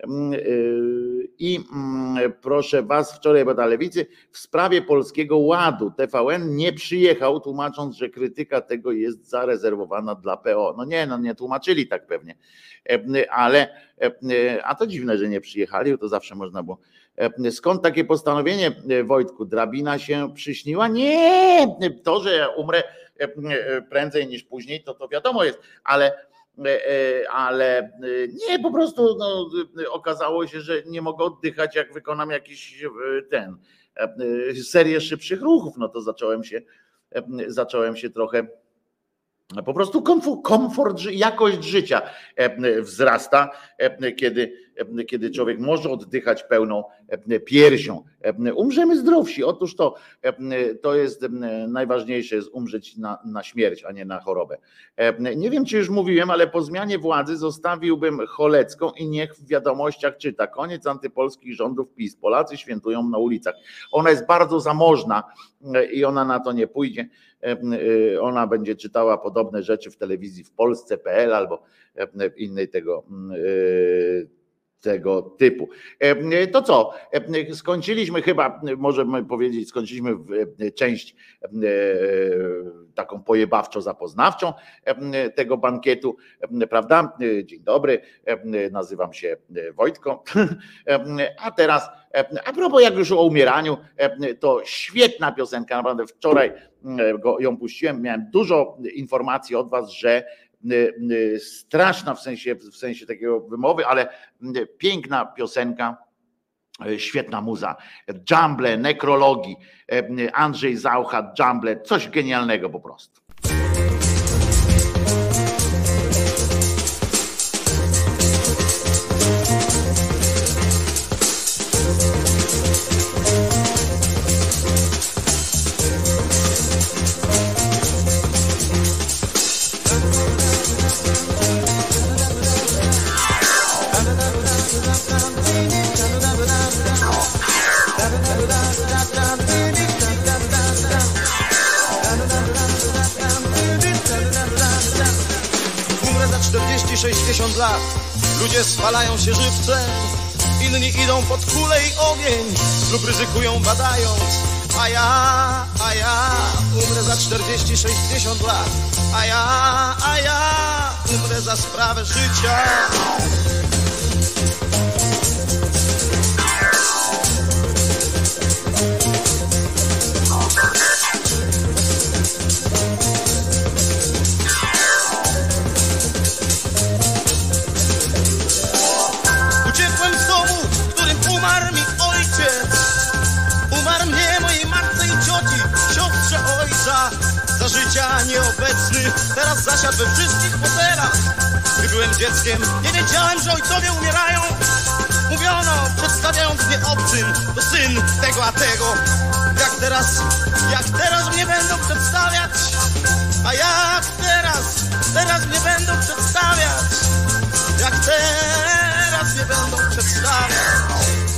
I proszę was, wczoraj była Lewicy w sprawie Polskiego Ładu. T V N nie przyjechał, tłumacząc, że krytyka tego jest zarezerwowana dla P O. No nie, no nie tłumaczyli tak pewnie, ale a to dziwne, że nie przyjechali, bo to zawsze można było. Skąd takie postanowienie, Wojtku? Drabina się przyśniła? Nie, to, że ja umrę prędzej niż później, to to wiadomo jest, ale ale nie, po prostu no, okazało się, że nie mogę oddychać, jak wykonam jakiś ten serię szybszych ruchów, no to zacząłem się zacząłem się trochę po prostu komfort, komfort, jakość życia wzrasta, kiedy, kiedy człowiek może oddychać pełną piersią. Umrzemy zdrowsi. Otóż to, to jest najważniejsze, jest umrzeć na, na śmierć, a nie na chorobę. Nie wiem, czy już mówiłem, ale po zmianie władzy zostawiłbym Cholecką i niech w wiadomościach czyta. Koniec antypolskich rządów PiS. Polacy świętują na ulicach. Ona jest bardzo zamożna i ona na to nie pójdzie. Ona będzie czytała podobne rzeczy w telewizji w Polsce kropka p l albo innej tego, tego typu. To co? Skończyliśmy chyba, możemy powiedzieć, skończyliśmy część taką pojebawczo-zapoznawczą tego bankietu, prawda? Dzień dobry, nazywam się Wojtko. A teraz, a propos jak już o umieraniu, to świetna piosenka, naprawdę wczoraj ją puściłem, miałem dużo informacji od was, że straszna w sensie, w sensie takiego wymowy, ale piękna piosenka, świetna muza. Dżamble, nekrologii, Andrzej Zaucha, Dżamble, coś genialnego po prostu. czterdzieści sześćdziesiąt lat, ludzie spalają się żywcem, inni idą pod kulę i ogień lub ryzykują badając, a ja, a ja umrę za czterdzieści sześćdziesiąt lat, a ja, a ja umrę za sprawę życia. Uciekłem z domu, w którym umarł mi ojciec. Umarł mnie, mojej matce i cioci, siostrze ojca. Za życia nieobecny, teraz zasiadł we wszystkich fotelach. Gdy byłem dzieckiem, nie wiedziałem, że ojcowie umierają. Mówiono, przedstawiając mnie obcym, to syn tego a tego. Jak teraz, jak teraz mnie będą przedstawiać? A jak teraz, teraz mnie będą przedstawiać? Jak teraz mnie będą przedstawiać?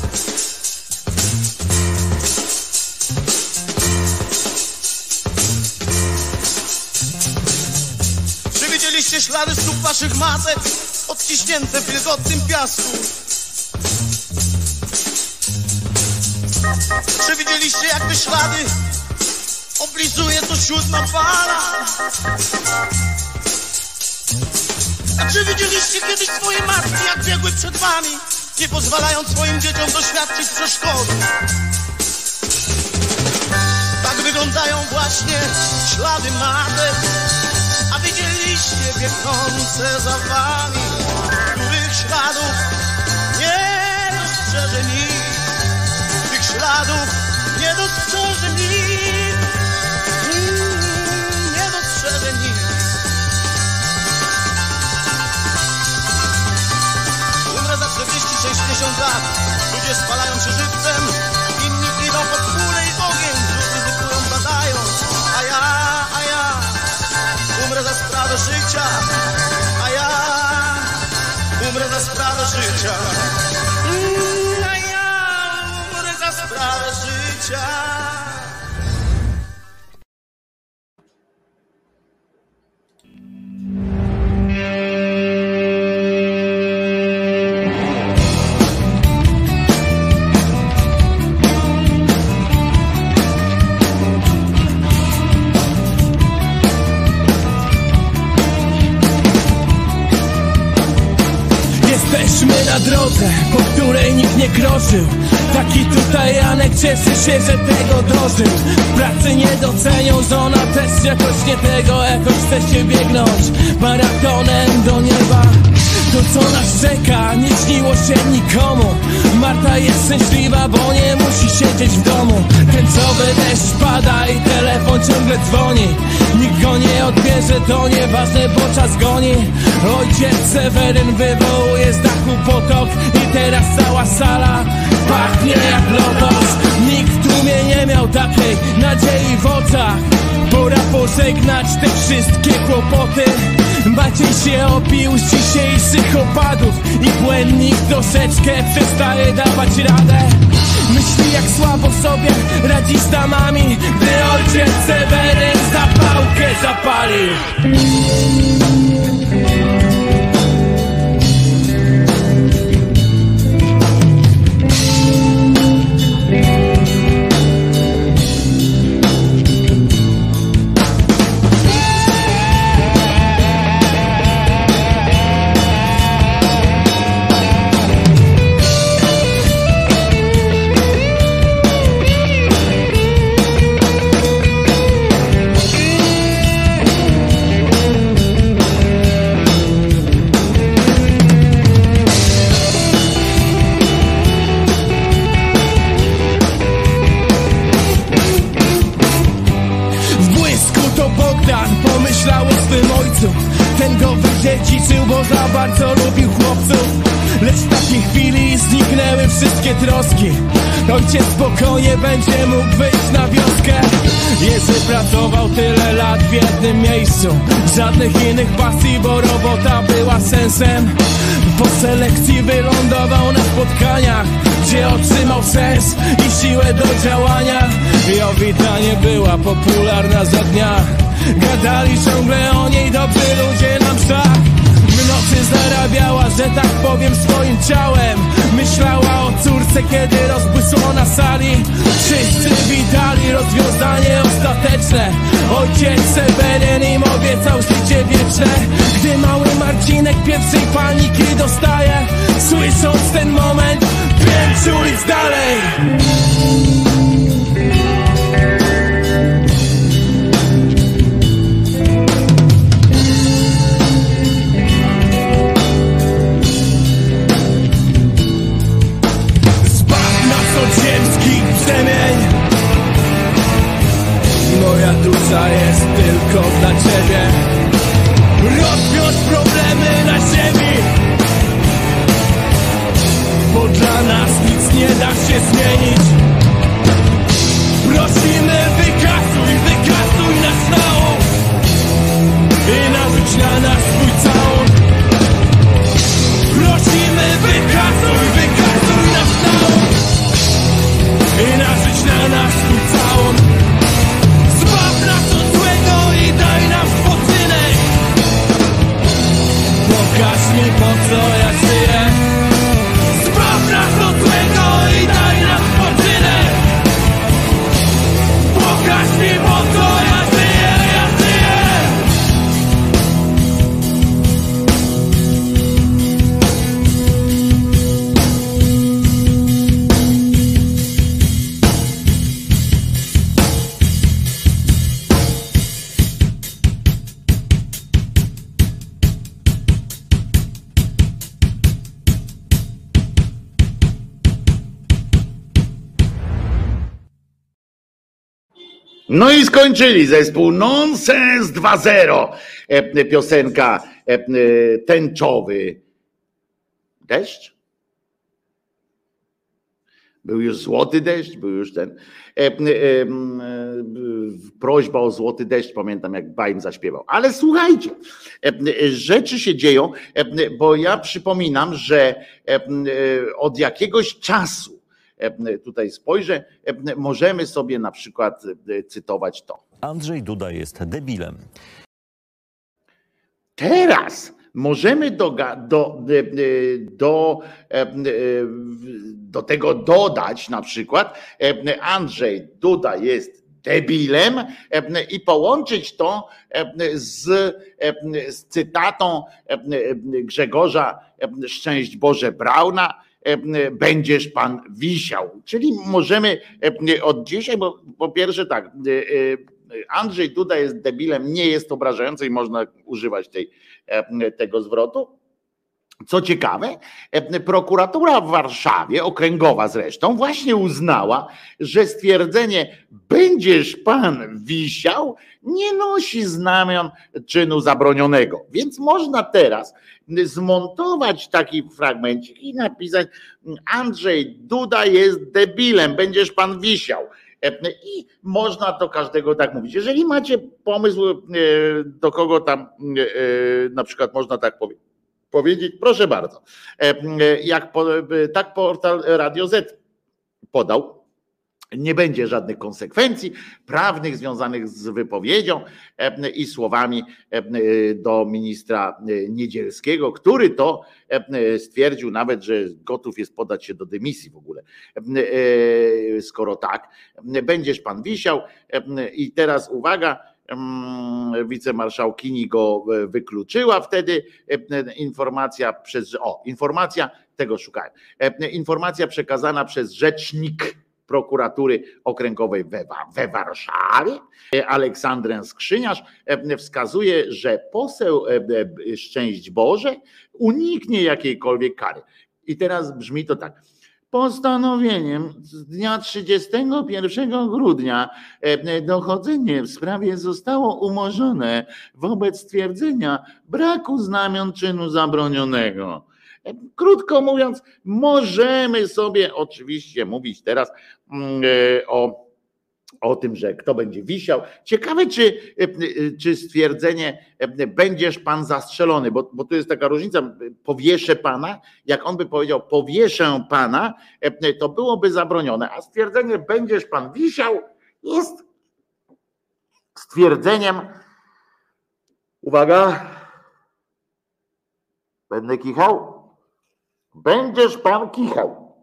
Czy widzieliście ślady stóp waszych matek odciśnięte w wilgotnym piasku? Czy widzieliście, jak te ślady oblizuje to siódma fala? A czy widzieliście kiedyś swoje matki, jak biegły przed wami, nie pozwalając swoim dzieciom doświadczyć przeszkody? Tak wyglądają właśnie ślady matek. A widzieliście biegnące za wami, których śladów nie dostrzeże nikt. Tych śladów nie dostrzeże nikt. Mm, nie dostrzeże nikt. Umrę za czterdzieści sześćdziesiąt lat. Ludzie spalają się żywcem, inni idą pod kulę i ogień. sprawę życia, a ja umrę za sprawę życia. A ja umrę za sprawę życia. Jesteśmy na drodze, po której nikt nie krążył. Taki tutaj Janek cieszy się, że tego dożył. W pracy nie docenią, że ona też jakoś nie tego, jakoś chce się biegnąć maratonem do nieba. To co nas czeka, nie śniło się nikomu. Marta jest szczęśliwa, bo nie musi siedzieć w domu. Tęczowy deszcz pada i telefon ciągle dzwoni. Nikt go nie odbierze, to nieważne, bo czas goni. Ojciec Seweryn wywołuje z dachu potok i teraz cała sala pachnie jak lotos. Nikt w tłumie nie miał takiej nadziei w oczach. Pora pożegnać te wszystkie kłopoty. Maciej się opił z dzisiejszych opadów i błędnik troszeczkę przestaje dawać radę. Myśli jak słabo sobie radzi z damami, gdy ojciec Seweryn zapałkę zapalił. Pomyślał o swym ojcu. Ten go wydziedziczył, bo za bardzo lubił chłopców. Lecz w takiej chwili zniknęły wszystkie troski. Ojciec spokojnie będzie mógł wyjść na wioskę. Jerzy pracował tyle lat w jednym miejscu. Żadnych innych pasji, bo robota była sensem. Po selekcji wylądował na spotkaniach, gdzie otrzymał sens i siłę do działania. Jowita nie była popularna za dnia. Gadali ciągle o niej dobrzy ludzie na mszach. W nocy zarabiała, że tak powiem, swoim ciałem. Myślała o córce, kiedy rozbłysło na sali. Wszyscy witali rozwiązanie ostateczne. Ojciec Seweryn im obiecał życie wieczne. Gdy mały Marcinek pierwszej paniki dostaje, słysząc ten moment pięć ulic dalej. Ziemski brzemień. Moja dusza jest tylko dla ciebie. Rozwiąż problemy na ziemi, bo dla nas nic nie da się zmienić. Prosimy, wykasuj, wykasuj nas nauk i narzuć na nas swój całun. Prosimy, wykasuj, wykasuj nas nauk i narzuć na nas swój całun. Zbaw nas od złego i daj nam spoczynek. Pokaż mi, po co ja żyję. Zbaw nas od złego i daj nam spoczynek. Pokaż mi, po co ja żyję, ja żyję. No i skończyli zespół Nonsens dwa zero. Piosenka Tęczowy deszcz. Był już złoty deszcz, był już ten. E, e, e, prośba o złoty deszcz, pamiętam jak Bajm zaśpiewał. Ale słuchajcie, e, rzeczy się dzieją, e, bo ja przypominam, że e, od jakiegoś czasu, e, tutaj spojrzę, e, możemy sobie na przykład cytować to. Andrzej Duda jest debilem. Teraz możemy do, do, do, do tego dodać na przykład Andrzej Duda jest debilem i połączyć to z, z cytatą Grzegorza Szczęść Boże Brauna, będziesz pan wisiał. Czyli możemy od dzisiaj, bo po pierwsze tak, Andrzej Duda jest debilem, nie jest obrażający i można używać tej, tego zwrotu. Co ciekawe, prokuratura w Warszawie, okręgowa zresztą, właśnie uznała, że stwierdzenie będziesz pan wisiał nie nosi znamion czynu zabronionego. Więc można teraz zmontować taki fragmencik i napisać Andrzej Duda jest debilem, będziesz pan wisiał. I można do każdego tak mówić. Jeżeli macie pomysł, do kogo tam na przykład można tak powiedzieć, proszę bardzo. Jak tak portal Radio Z podał, nie będzie żadnych konsekwencji prawnych związanych z wypowiedzią i słowami do ministra Niedzielskiego, który to stwierdził nawet, że gotów jest podać się do dymisji w ogóle. Skoro tak, będziesz pan wisiał i teraz uwaga, wicemarszałkini go wykluczyła wtedy, informacja przez, o, informacja, tego szukałem, informacja przekazana przez rzecznik prokuratury okręgowej we, we Warszawie, Aleksandrę Skrzyniarz, wskazuje, że poseł Szczęść Boże uniknie jakiejkolwiek kary. I teraz brzmi to tak. Postanowieniem z dnia trzydziestego pierwszego grudnia dochodzenie w sprawie zostało umorzone wobec stwierdzenia braku znamion czynu zabronionego. Krótko mówiąc, możemy sobie oczywiście mówić teraz o, o tym, że kto będzie wisiał. Ciekawe, czy, czy stwierdzenie będziesz pan zastrzelony, bo, bo tu jest taka różnica, powieszę pana, jak on by powiedział powieszę pana, to byłoby zabronione, a stwierdzenie będziesz pan wisiał jest stwierdzeniem, uwaga, będę kichał, będziesz pan kichał.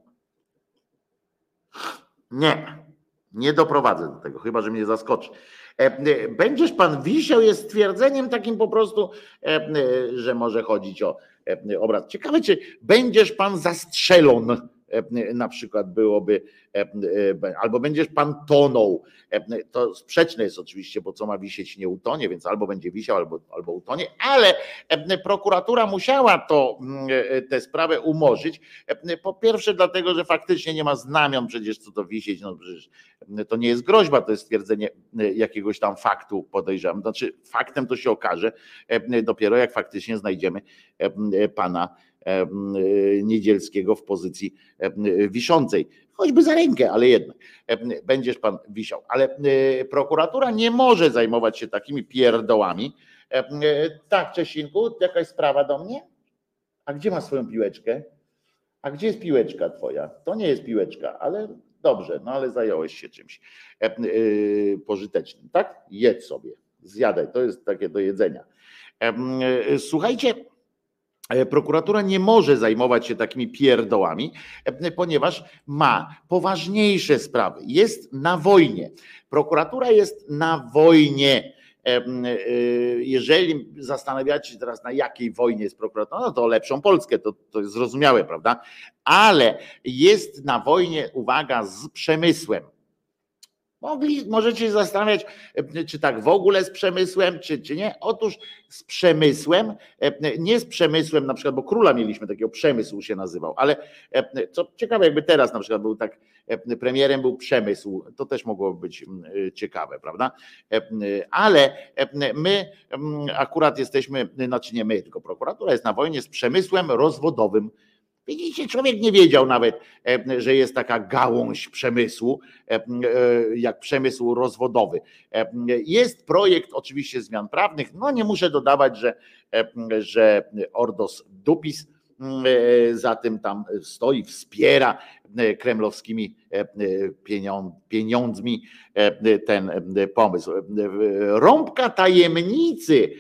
Nie, nie doprowadzę do tego, chyba że mnie zaskoczy. Będziesz pan wisiał jest stwierdzeniem takim po prostu, że może chodzić o obraz. Ciekawe, czy będziesz pan zastrzelon, na przykład byłoby, albo będziesz pan tonął. To sprzeczne jest oczywiście, bo co ma wisieć nie utonie, więc albo będzie wisiał, albo, albo utonie, ale prokuratura musiała to, tę sprawę umorzyć. Po pierwsze dlatego, że faktycznie nie ma znamion przecież co to wisieć, no przecież to nie jest groźba, to jest stwierdzenie jakiegoś tam faktu, podejrzewam. Znaczy faktem to się okaże dopiero jak faktycznie znajdziemy pana Niedzielskiego w pozycji wiszącej, choćby za rękę, ale jednak będziesz pan wisiał. Ale prokuratura nie może zajmować się takimi pierdołami. Tak, Czesinku, jakaś sprawa do mnie? A gdzie masz swoją piłeczkę? A gdzie jest piłeczka twoja? To nie jest piłeczka, ale dobrze, no ale zająłeś się czymś pożytecznym, tak? Jedz sobie, zjadaj, to jest takie do jedzenia. Słuchajcie, prokuratura nie może zajmować się takimi pierdołami, ponieważ ma poważniejsze sprawy. Jest na wojnie. Prokuratura jest na wojnie. Jeżeli zastanawiacie się teraz, na jakiej wojnie jest prokuratura, no to o lepszą Polskę, to, to jest zrozumiałe, prawda? Ale jest na wojnie, uwaga, z przemysłem. Mogli, możecie się zastanawiać, czy tak w ogóle z przemysłem, czy, czy nie. Otóż z przemysłem, nie z przemysłem na przykład, bo króla mieliśmy takiego, przemysł się nazywał, ale co ciekawe, jakby teraz na przykład był tak, premierem był przemysł, to też mogłoby być ciekawe, prawda? Ale my akurat jesteśmy, znaczy nie my, tylko prokuratura jest na wojnie z przemysłem rozwodowym. Widzicie, człowiek nie wiedział nawet, że jest taka gałąź przemysłu, jak przemysł rozwodowy. Jest projekt oczywiście zmian prawnych, no nie muszę dodawać, że, że Ordos Dupis za tym tam stoi, wspiera kremlowskimi pieniądzmi ten pomysł. Rąbka tajemnicy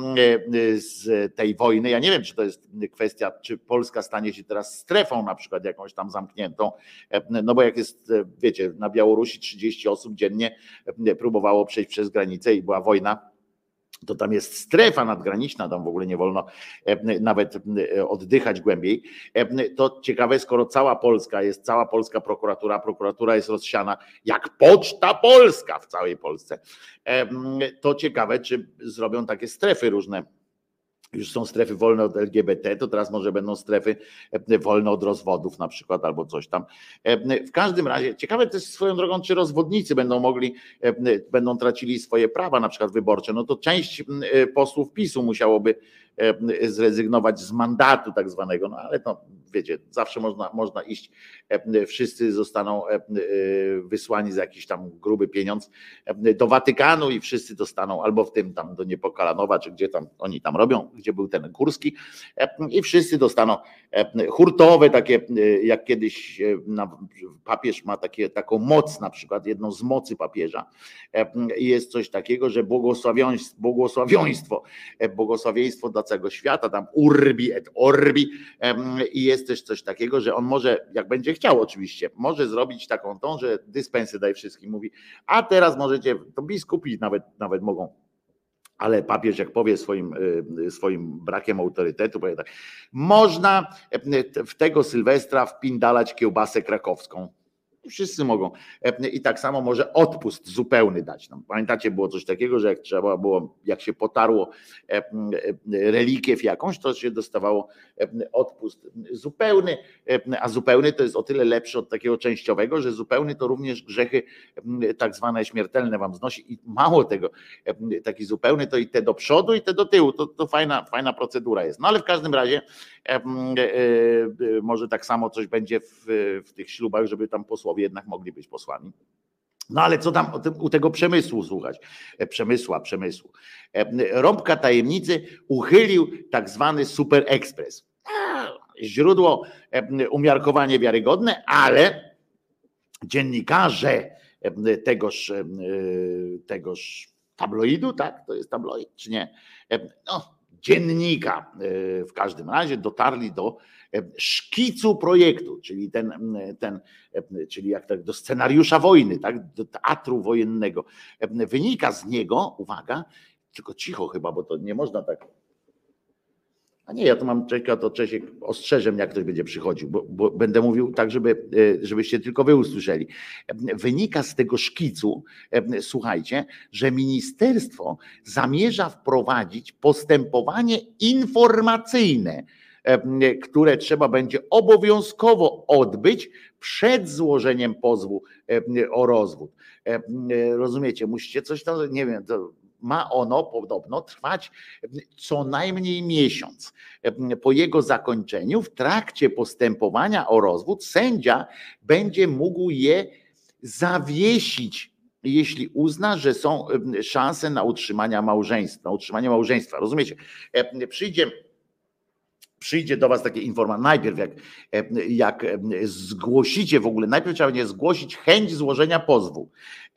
z tej wojny, ja nie wiem, czy to jest kwestia, czy Polska stanie się teraz strefą na przykład jakąś tam zamkniętą, no bo jak jest, wiecie, na Białorusi trzydzieści osób dziennie próbowało przejść przez granicę i była wojna, to tam jest strefa nadgraniczna, tam w ogóle nie wolno nawet oddychać głębiej. To ciekawe, skoro cała Polska jest, cała polska prokuratura, prokuratura jest rozsiana jak Poczta Polska w całej Polsce, to ciekawe, czy zrobią takie strefy różne. Już są strefy wolne od L G B T, to teraz może będą strefy wolne od rozwodów na przykład albo coś tam. W każdym razie ciekawe też swoją drogą, czy rozwodnicy będą mogli, będą tracili swoje prawa na przykład wyborcze. No to część posłów PiSu musiałoby zrezygnować z mandatu tak zwanego, no ale to wiecie, zawsze można, można iść, wszyscy zostaną wysłani za jakiś tam gruby pieniądz do Watykanu i wszyscy dostaną albo w tym tam do Niepokalanowa, czy gdzie tam oni tam robią, gdzie był ten Kurski, i wszyscy dostaną hurtowe takie, jak kiedyś papież ma takie, taką moc, na przykład jedną z mocy papieża jest coś takiego, że błogosławieństwo, błogosławieństwo, błogosławieństwo dla całego świata, tam urbi et orbi, i jest też coś takiego, że on może, jak będzie chciał oczywiście, może zrobić taką tą, że dyspensy daj wszystkim, mówi, a teraz możecie, to biskupi nawet, nawet mogą, ale papież jak powie swoim, swoim brakiem autorytetu, powie tak, można w tego Sylwestra wpindalać kiełbasę krakowską. Wszyscy mogą. I tak samo może odpust zupełny dać nam. Pamiętacie, było coś takiego, że jak trzeba było, jak się potarło relikiew jakąś, to się dostawało odpust zupełny, a zupełny to jest o tyle lepszy od takiego częściowego, że zupełny to również grzechy tak zwane śmiertelne wam znosi i mało tego, taki zupełny to i te do przodu i te do tyłu, to, to fajna, fajna procedura jest. No ale w każdym razie może tak samo coś będzie w, w tych ślubach, żeby tam posłowie jednak mogli być posłami. No ale co tam u tego przemysłu słuchać? Przemysła, przemysłu. Rąbka tajemnicy uchylił tak zwany super ekspres. Źródło umiarkowanie wiarygodne, ale dziennikarze tegoż, tegoż tabloidu, tak? To jest tabloid, czy nie? No, dziennika w każdym razie dotarli do szkicu projektu, czyli ten, ten czyli jak tak do scenariusza wojny, tak, do teatru wojennego. Wynika z niego, uwaga, tylko cicho chyba, bo to nie można tak. A nie, ja to mam czeka, to Czesiek ostrzeże mnie, jak ktoś będzie przychodził, bo, bo będę mówił tak, żeby, żebyście tylko wy usłyszeli. Wynika z tego szkicu, słuchajcie, że ministerstwo zamierza wprowadzić postępowanie informacyjne, które trzeba będzie obowiązkowo odbyć przed złożeniem pozwu o rozwód. Rozumiecie, musicie coś tam, nie wiem, to ma ono podobno trwać co najmniej miesiąc. Po jego zakończeniu, w trakcie postępowania o rozwód, sędzia będzie mógł je zawiesić, jeśli uzna, że są szanse na utrzymanie małżeństwa, na utrzymanie małżeństwa. Rozumiecie? Przyjdzie Przyjdzie do was takie informacje, najpierw jak, jak zgłosicie w ogóle, najpierw trzeba będzie zgłosić chęć złożenia pozwu.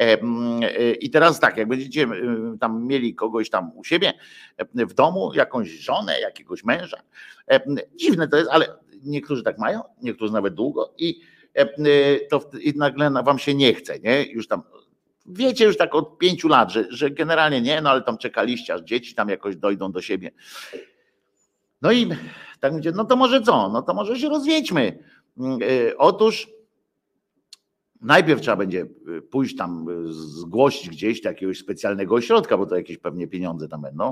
I teraz tak, jak będziecie tam mieli kogoś tam u siebie w domu, jakąś żonę, jakiegoś męża, dziwne to jest, ale niektórzy tak mają, niektórzy nawet długo i to i nagle wam się nie chce, nie? Już tam wiecie już tak od pięciu lat, że, że generalnie nie, no ale tam czekaliście, aż dzieci tam jakoś dojdą do siebie. No i tak mówię, no to może co? No to może się rozwiedźmy. Otóż najpierw trzeba będzie pójść tam, zgłosić gdzieś do jakiegoś specjalnego ośrodka, bo to jakieś pewnie pieniądze tam będą.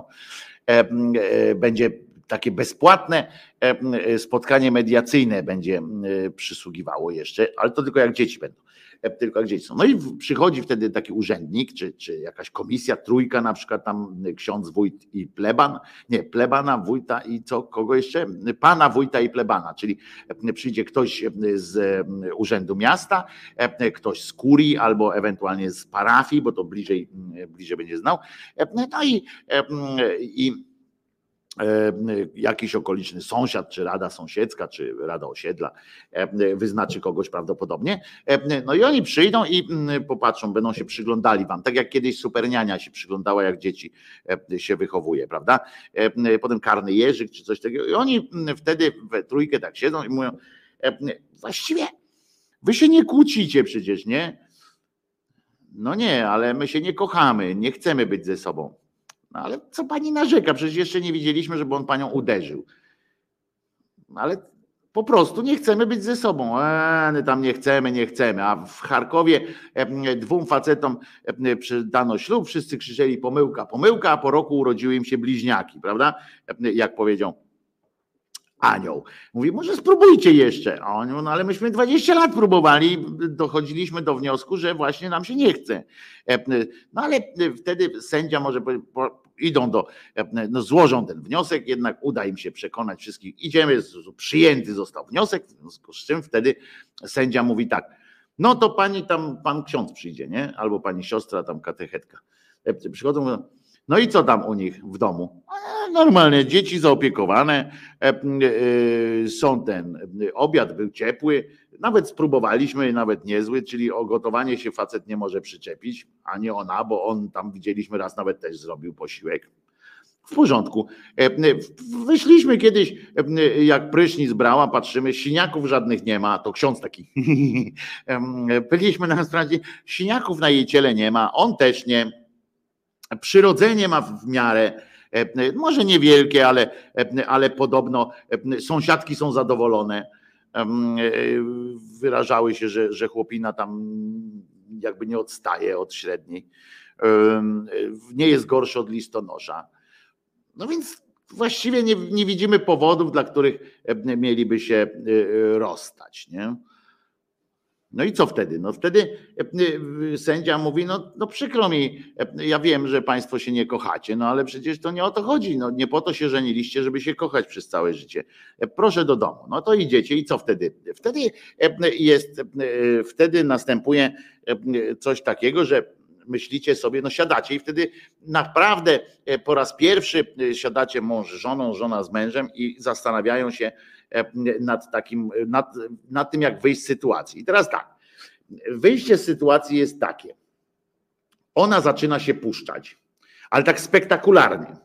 Będzie takie bezpłatne spotkanie mediacyjne będzie przysługiwało jeszcze, ale to tylko jak dzieci będą. tylko jak dzieci są. No i przychodzi wtedy taki urzędnik, czy, czy jakaś komisja, trójka na przykład tam ksiądz, wójt i pleban, nie, plebana, wójta i co, kogo jeszcze? Pana, wójta i plebana, czyli przyjdzie ktoś z urzędu miasta, ktoś z kurii albo ewentualnie z parafii, bo to bliżej, bliżej będzie znał. No i, i jakiś okoliczny sąsiad, czy rada sąsiedzka, czy rada osiedla wyznaczy kogoś prawdopodobnie. No i oni przyjdą i popatrzą, będą się przyglądali wam, tak jak kiedyś superniania się przyglądała, jak dzieci się wychowuje, prawda? Potem Karny Jerzyk, czy coś takiego. I oni wtedy we trójkę tak siedzą i mówią, właściwie wy się nie kłócicie przecież, nie? No nie, ale my się nie kochamy, nie chcemy być ze sobą. No ale co pani narzeka? Przecież jeszcze nie widzieliśmy, żeby on panią uderzył. Ale po prostu nie chcemy być ze sobą. Eee, tam nie chcemy, nie chcemy. A w Charkowie dwóm facetom dano ślub, wszyscy krzyczeli pomyłka, pomyłka, a po roku urodziły im się bliźniaki, prawda? Jak powiedział anioł. Mówi, może spróbujcie jeszcze. A on, no ale myśmy dwadzieścia lat próbowali, dochodziliśmy do wniosku, że właśnie nam się nie chce. No ale wtedy sędzia może idą do, no złożą ten wniosek, jednak uda im się przekonać wszystkich. Idziemy, przyjęty został wniosek, w związku z czym wtedy sędzia mówi tak, no to pani tam, pan ksiądz przyjdzie, nie? Albo pani siostra, tam katechetka. Przychodzą, mówią, no i co tam u nich w domu? Normalnie, dzieci zaopiekowane, są ten, obiad był ciepły, nawet spróbowaliśmy, nawet niezły, czyli o gotowanie się facet nie może przyczepić, a nie ona, bo on tam widzieliśmy raz nawet też zrobił posiłek. W porządku. Wyszliśmy kiedyś, jak prysznic brała, patrzymy, siniaków żadnych nie ma, to ksiądz taki. Byliśmy na stracie, siniaków na jej ciele nie ma, on też nie. Przyrodzenie ma w miarę, może niewielkie, ale, ale podobno sąsiadki są zadowolone. Wyrażały się, że, że chłopina tam jakby nie odstaje od średniej. Nie jest gorszy od listonosza. No więc właściwie nie, nie widzimy powodów, dla których mieliby się rozstać, nie? No i co wtedy? No wtedy sędzia mówi, no, no przykro mi, ja wiem, że państwo się nie kochacie, no ale przecież to nie o to chodzi, no nie po to się żeniliście, żeby się kochać przez całe życie. Proszę do domu. No to idziecie i co wtedy? Wtedy jest, wtedy następuje coś takiego, że myślicie sobie, no siadacie i wtedy naprawdę po raz pierwszy siadacie mąż z żoną, żona z mężem i zastanawiają się nad takim, nad, nad tym, jak wyjść z sytuacji. I teraz tak, wyjście z sytuacji jest takie. Ona zaczyna się puszczać, ale tak spektakularnie.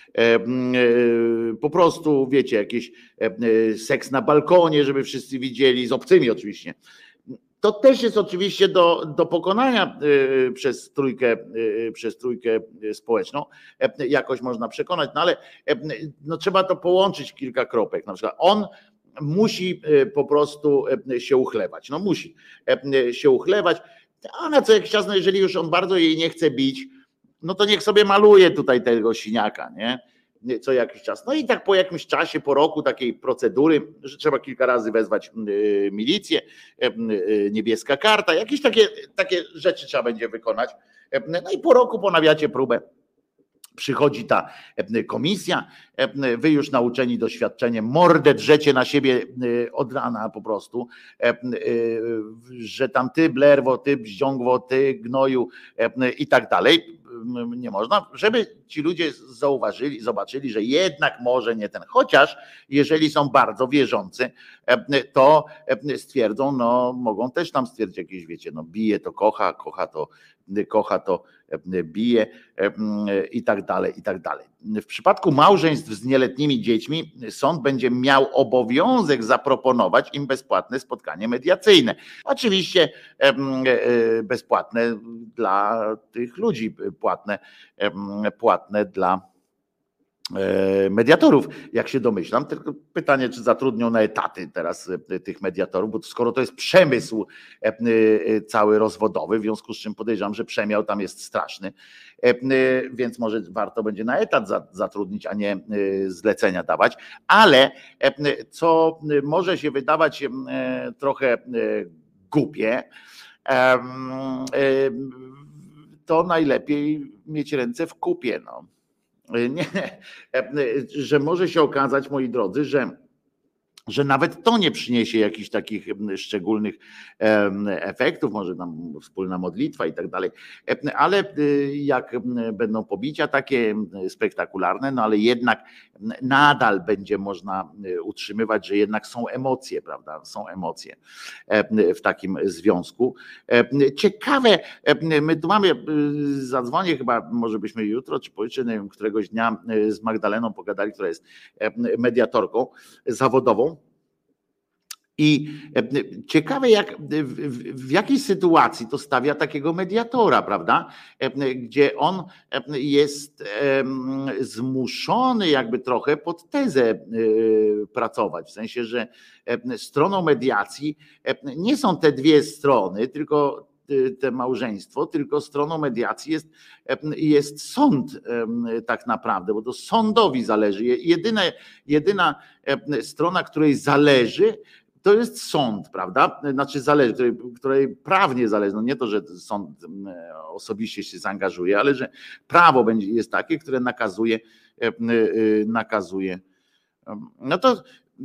Po prostu, wiecie, jakiś seks na balkonie, żeby wszyscy widzieli, z obcymi oczywiście. To też jest oczywiście do, do pokonania przez trójkę, przez trójkę społeczną. Jakoś można przekonać, no ale no trzeba to połączyć kilka kropek. Na przykład on musi po prostu się uchlewać. No musi się uchlewać. A na co jakiś czas, no jeżeli już on bardzo jej nie chce bić, no to niech sobie maluje tutaj tego siniaka, nie? Co jakiś czas. No i tak po jakimś czasie, po roku takiej procedury, że trzeba kilka razy wezwać milicję, niebieska karta, jakieś takie, takie rzeczy trzeba będzie wykonać. No i po roku ponawiacie próbę. Przychodzi ta komisja, wy już nauczeni doświadczeniem, mordę drzecie na siebie od rana po prostu, że tam ty blerwo, ty bździągwo, ty gnoju i tak dalej. Nie można, żeby ci ludzie zauważyli, zobaczyli, że jednak może nie ten, chociaż jeżeli są bardzo wierzący, to stwierdzą, no mogą też tam stwierdzić jakieś, wiecie, no bije to kocha, kocha to kocha to bije i tak dalej, i tak dalej. W przypadku małżeństw z nieletnimi dziećmi sąd będzie miał obowiązek zaproponować im bezpłatne spotkanie mediacyjne. Oczywiście bezpłatne dla tych ludzi, płatne, płatne dla mediatorów, jak się domyślam. Tylko pytanie, czy zatrudnią na etaty teraz tych mediatorów, bo skoro to jest przemysł cały rozwodowy, w związku z czym podejrzewam, że przemiał tam jest straszny, więc może warto będzie na etat zatrudnić, a nie zlecenia dawać, ale co może się wydawać trochę głupie, to najlepiej mieć ręce w kupie. No. Nie, że może się okazać, moi drodzy, że że nawet to nie przyniesie jakichś takich szczególnych efektów, może tam wspólna modlitwa i tak dalej, ale jak będą pobicia takie spektakularne, no ale jednak nadal będzie można utrzymywać, że jednak są emocje, prawda, są emocje w takim związku. Ciekawe, my tu mamy, zadzwonię chyba, może byśmy jutro, czy pojutrze, nie wiem, któregoś dnia z Magdaleną pogadali, która jest mediatorką zawodową. I ciekawe, jak, w, w jakiej sytuacji to stawia takiego mediatora, prawda? Gdzie on jest zmuszony jakby trochę pod tezę pracować. W sensie, że stroną mediacji nie są te dwie strony, tylko te małżeństwo, tylko stroną mediacji jest, jest sąd tak naprawdę, bo to sądowi zależy. Jedyna, jedyna strona, której zależy, to jest sąd, prawda? Znaczy zależy, której, której prawnie zależy. No nie to, że sąd osobiście się zaangażuje, ale że prawo będzie, jest takie, które nakazuje, nakazuje. No to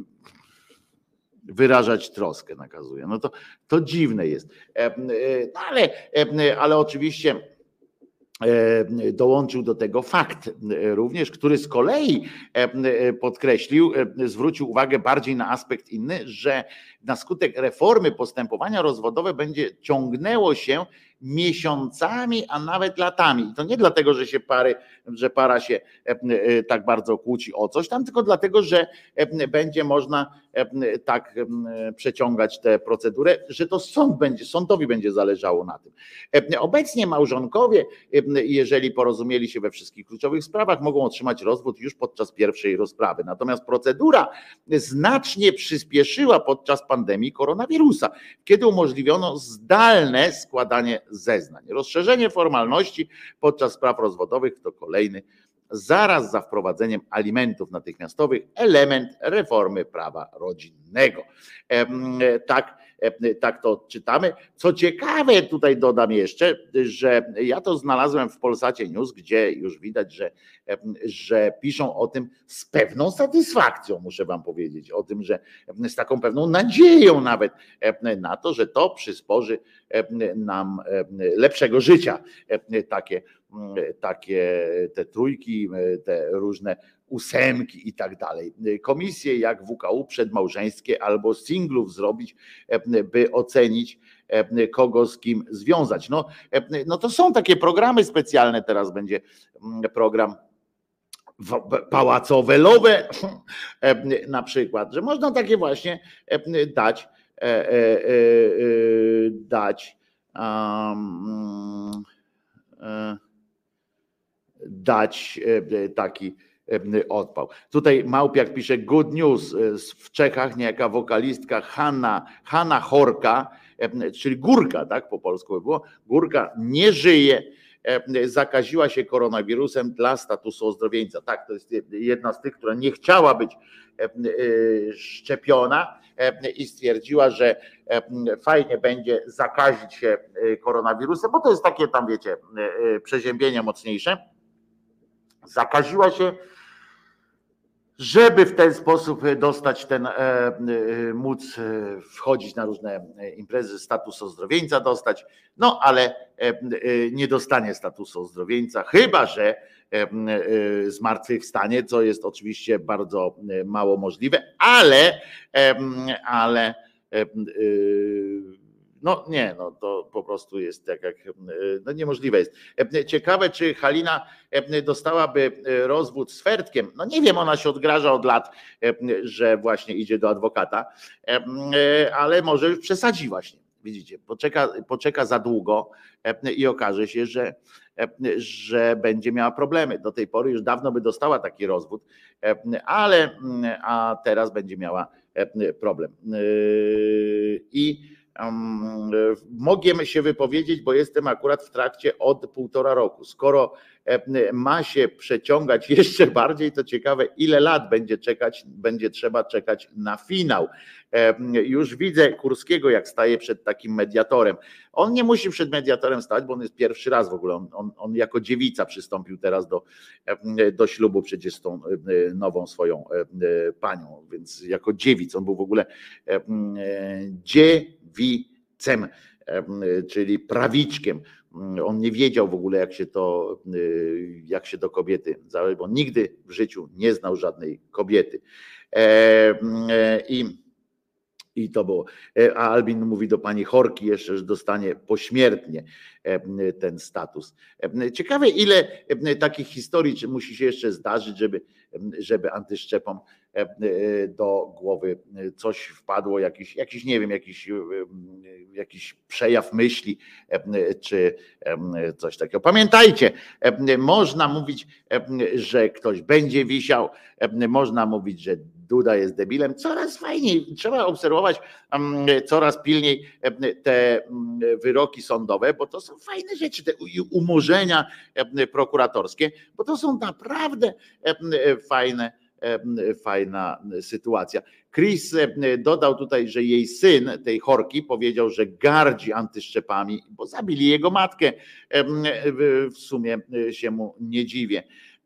wyrażać troskę nakazuje. No to, to dziwne jest. No ale, ale oczywiście dołączył do tego fakt również, który z kolei podkreślił, zwrócił uwagę bardziej na aspekt inny, że na skutek reformy postępowania rozwodowe będzie ciągnęło się miesiącami, a nawet latami. I to nie dlatego, że się pary, że para się tak bardzo kłóci o coś tam, tylko dlatego, że będzie można tak przeciągać tę procedurę, że to sąd będzie, sądowi będzie zależało na tym. Obecnie małżonkowie, jeżeli porozumieli się we wszystkich kluczowych sprawach, mogą otrzymać rozwód już podczas pierwszej rozprawy. Natomiast procedura znacznie przyspieszyła podczas pandemii koronawirusa, kiedy umożliwiono zdalne składanie zeznań. Rozszerzenie formalności podczas spraw rozwodowych to kolejny, zaraz za wprowadzeniem alimentów natychmiastowych, element reformy prawa rodzinnego. Tak, tak to czytamy. Co ciekawe, tutaj dodam jeszcze, że ja to znalazłem w Polsacie News, gdzie już widać, że, że piszą o tym z pewną satysfakcją, muszę wam powiedzieć, o tym, że z taką pewną nadzieją nawet na to, że to przysporzy nam lepszego życia. Takie, takie te trójki, te różne ósemki i tak dalej. Komisje jak W K U przedmałżeńskie albo singlów zrobić, by ocenić, kogo z kim związać. No, no to są takie programy specjalne, teraz będzie program pałacowelowe na przykład, że można takie właśnie dać dać um, dać taki odpał. Tutaj Małpiak pisze good news, w Czechach niejaka wokalistka Hanna, Hanna Horka, czyli Górka, tak po polsku by było, Górka nie żyje, zakaziła się koronawirusem dla statusu ozdrowieńca. Tak, to jest jedna z tych, która nie chciała być szczepiona i stwierdziła, że fajnie będzie zakazić się koronawirusem, bo to jest takie tam, wiecie, przeziębienie mocniejsze. Zakaziła się, żeby w ten sposób dostać ten, móc wchodzić na różne imprezy, status ozdrowieńca dostać, no ale nie dostanie statusu ozdrowieńca, chyba że zmartwychwstanie, co jest oczywiście bardzo mało możliwe, ale, ale no nie, no to po prostu jest tak jak, no niemożliwe jest. Ciekawe, czy Halina dostałaby rozwód z Fertkiem. No nie wiem, ona się odgraża od lat, że właśnie idzie do adwokata, ale może już przesadzi właśnie. Widzicie, poczeka, poczeka za długo i okaże się, że, że będzie miała problemy. Do tej pory już dawno by dostała taki rozwód, ale a teraz będzie miała problem. I mogę się wypowiedzieć, bo jestem akurat w trakcie od półtora roku. Skoro ma się przeciągać jeszcze bardziej, to ciekawe, ile lat będzie czekać, będzie trzeba czekać na finał. Już widzę Kurskiego, jak staje przed takim mediatorem. On nie musi przed mediatorem stać, bo on jest pierwszy raz w ogóle. On, on, on jako dziewica przystąpił teraz do, do ślubu przecież z tą nową swoją panią, więc jako dziewic. On był w ogóle dziewicem, czyli prawiczkiem. On nie wiedział w ogóle, jak się to, jak się do kobiety zależy, bo nigdy w życiu nie znał żadnej kobiety. I I to było. A Albin mówi do pani Horki jeszcze, że dostanie pośmiertnie ten status. Ciekawe, ile takich historii czy musi się jeszcze zdarzyć, żeby, żeby antyszczepom do głowy coś wpadło, jakiś, jakiś nie wiem, jakiś, jakiś przejaw myśli, czy coś takiego. Pamiętajcie, można mówić, że ktoś będzie wisiał, można mówić, że Duda jest debilem. Coraz fajniej, trzeba obserwować coraz pilniej te wyroki sądowe, bo to są fajne rzeczy, te umorzenia prokuratorskie, bo to są naprawdę fajne, fajna sytuacja. Chris dodał tutaj, że jej syn, tej Horki, powiedział, że gardzi antyszczepami, bo zabili jego matkę. W sumie się mu nie dziwię.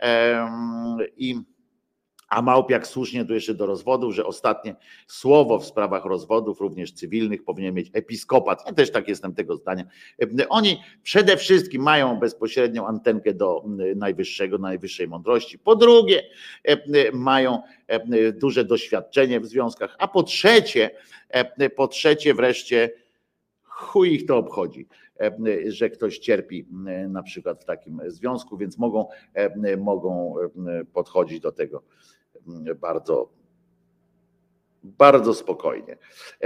I A Małpiak słusznie tu jeszcze do rozwodów, że ostatnie słowo w sprawach rozwodów, również cywilnych, powinien mieć episkopat. Ja też tak jestem tego zdania. Oni przede wszystkim mają bezpośrednią antenkę do najwyższego, najwyższej mądrości. Po drugie, mają duże doświadczenie w związkach, a po trzecie, po trzecie wreszcie chuj ich to obchodzi, że ktoś cierpi na przykład w takim związku, więc mogą, mogą podchodzić do tego bardzo, bardzo spokojnie.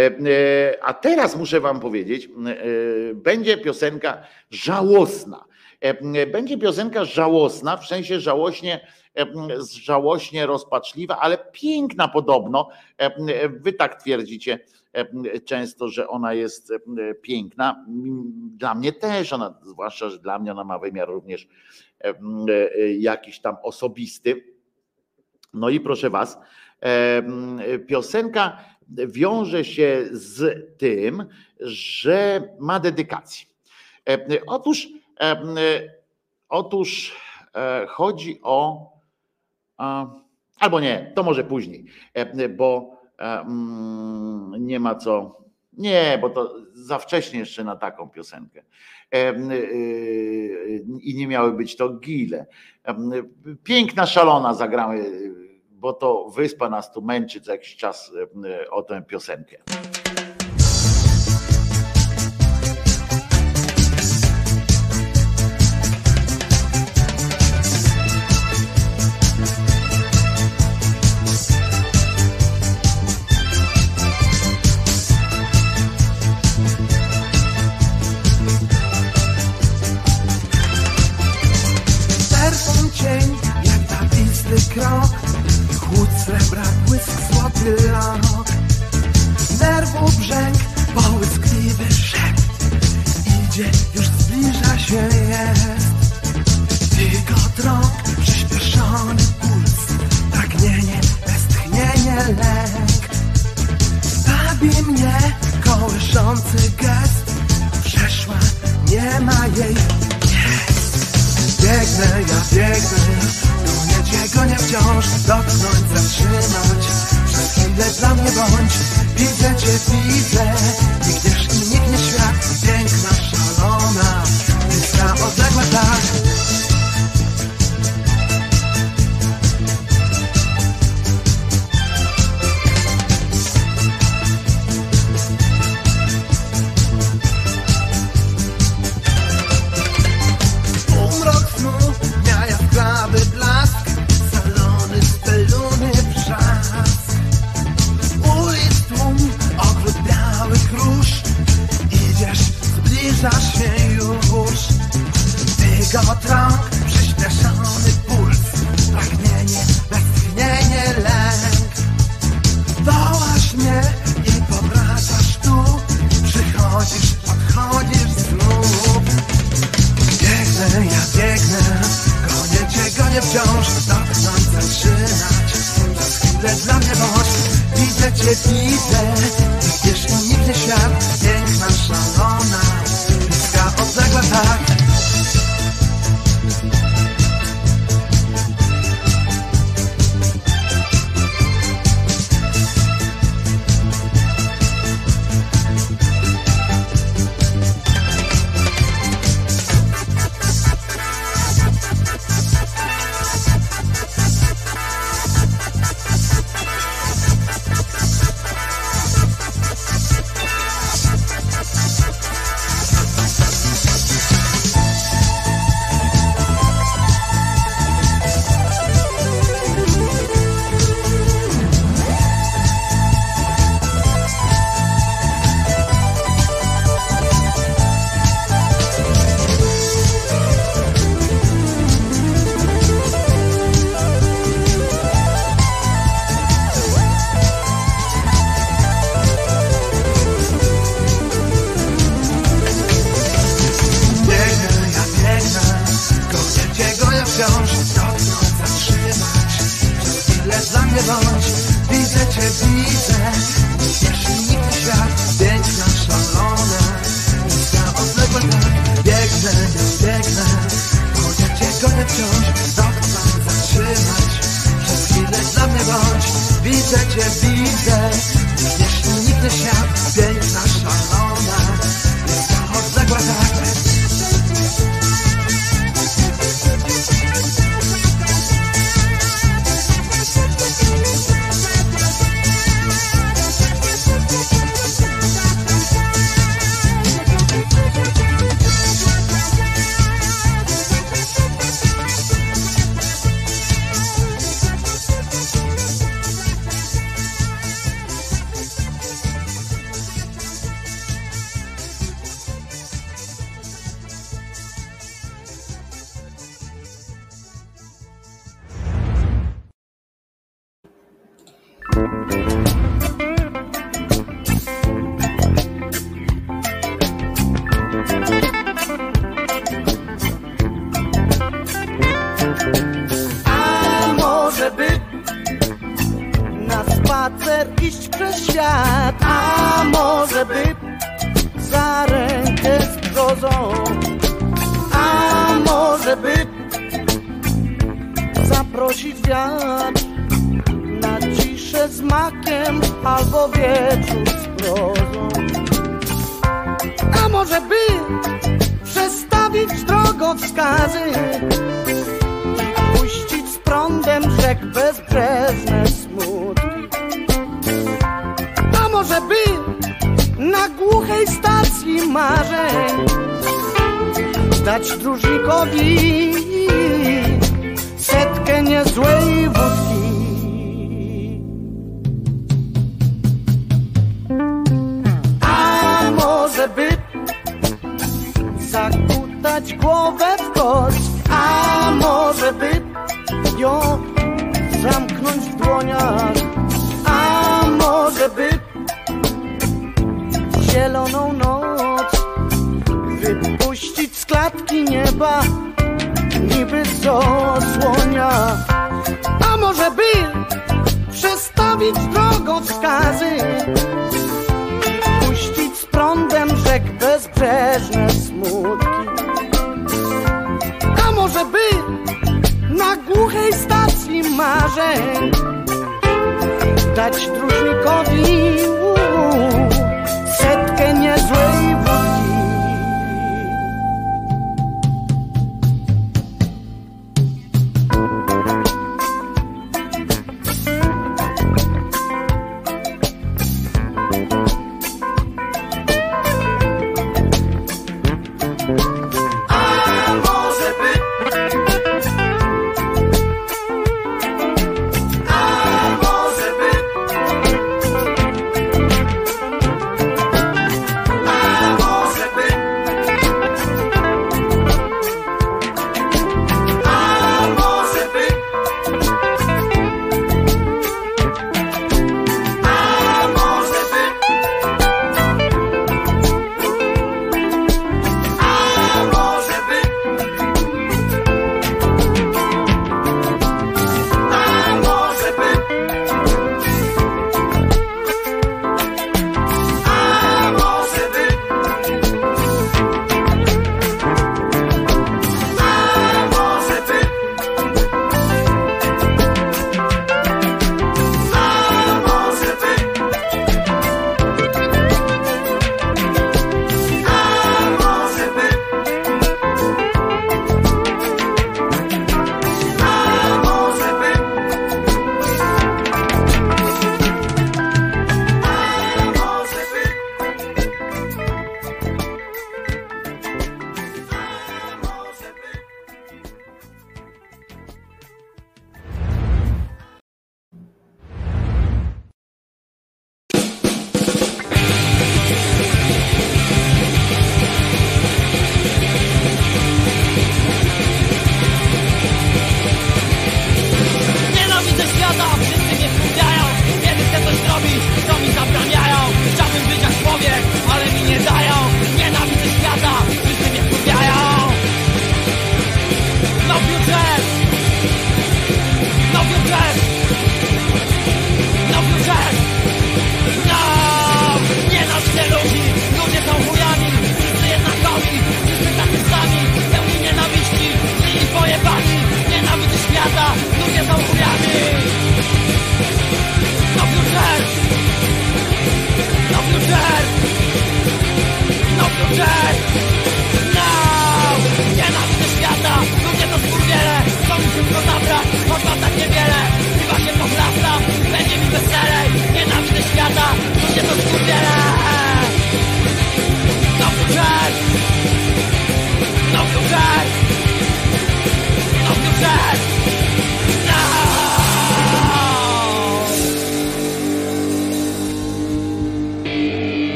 A teraz muszę wam powiedzieć, będzie piosenka żałosna. Będzie piosenka żałosna, w sensie żałośnie, żałośnie rozpaczliwa, ale piękna podobno. Wy tak twierdzicie często, że ona jest piękna. Dla mnie też, ona, zwłaszcza, że dla mnie ona ma wymiar również jakiś tam osobisty. No i proszę was, piosenka wiąże się z tym, że ma dedykację. Otóż, otóż chodzi o, albo nie, to może później, bo nie ma co, nie, bo to za wcześnie jeszcze na taką piosenkę. I nie miały być to gile. Piękna szalona zagramy, bo to wyspa nas tu męczy co jakiś czas o tę piosenkę. Krok, chłód srebra, błysk, złoty lok, nerwów brzęk, połyskliwy szept, idzie, już zbliża się jest. Tylko trąg, przyspieszony puls, pragnienie, westchnienie, lęk. Bawi mnie kołyszący gest, przeszła, nie ma jej, jest. Biegnę, ja biegnę, gonię wciąż, dotknąć, zatrzymać. Przez chwilę dla mnie bądź. Widzę cię, widzę. Nigdzież i niknie świat. Piękna, szalona, bliska, odległa tak. Umrok snu, dnia jaskrawy blask. widzę cię, widzę. Wiesz, i nigdy świat, piękna, szalona, bliska, odległa tak.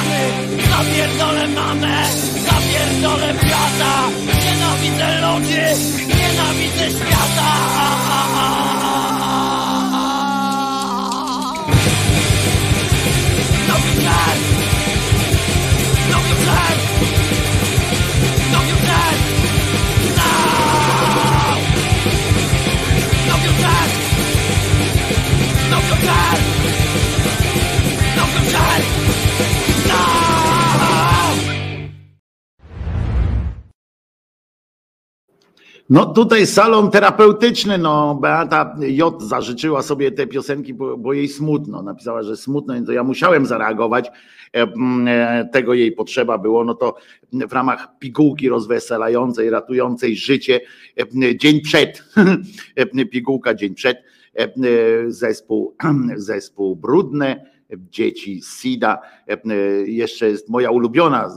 kochany, zapierdolę mamę, zapierdolę brata. Nienawidzę ludzi, nienawidzę świata. No you can, no you can, no you can, no, no you can, no you can, no you can, no. No tutaj salon terapeutyczny, no Beata J. zażyczyła sobie te piosenki, bo, bo jej smutno, napisała, że smutno, to ja musiałem zareagować, tego jej potrzeba było, no to w ramach pigułki rozweselającej, ratującej życie, dzień przed, pigułka dzień przed, zespół, zespół Brudne, dzieci SIDA, jeszcze jest moja ulubiona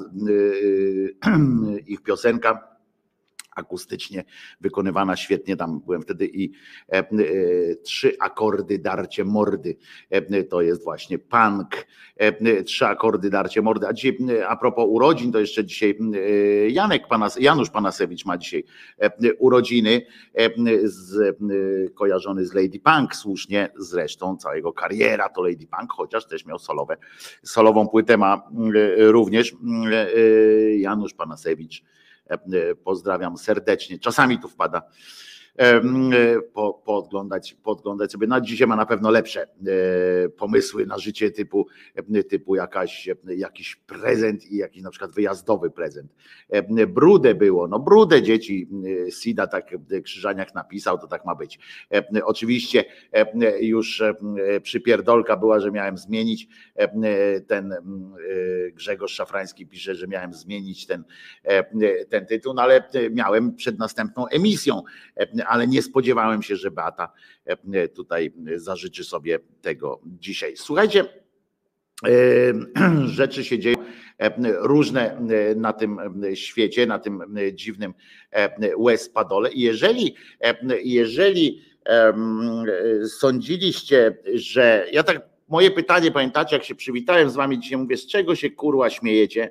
ich piosenka, akustycznie wykonywana świetnie, tam byłem wtedy i e, e, trzy akordy darcie mordy, e, to jest właśnie punk, e, trzy akordy darcie mordy, a dzisiaj a propos urodzin, to jeszcze dzisiaj e, Janek Panas, Janusz Panasewicz ma dzisiaj e, urodziny, e, z, e, kojarzony z Lady Punk, słusznie zresztą całego kariera to Lady Punk, chociaż też miał solowe, solową płytę ma e, również e, Janusz Panasewicz. Pozdrawiam serdecznie. Czasami tu wpada po, podglądać, podglądać sobie. No dzisiaj ma na pewno lepsze pomysły na życie typu, typu jakaś, jakiś prezent i jakiś na przykład wyjazdowy prezent. Brudę było, no brudę dzieci SIDA, tak Krzyżaniak napisał, to tak ma być. Oczywiście już przypierdolka była, że miałem zmienić ten, Grzegorz Szafrański pisze, że miałem zmienić ten, ten tytuł, no ale miałem przed następną emisją, ale nie spodziewałem się, że Beata tutaj zażyczy sobie tego dzisiaj. Słuchajcie, rzeczy się dzieją różne na tym świecie, na tym dziwnym West Padole. I jeżeli, jeżeli sądziliście, że ja tak, moje pytanie, pamiętacie, jak się przywitałem z wami dzisiaj, mówię, z czego się kurwa śmiejecie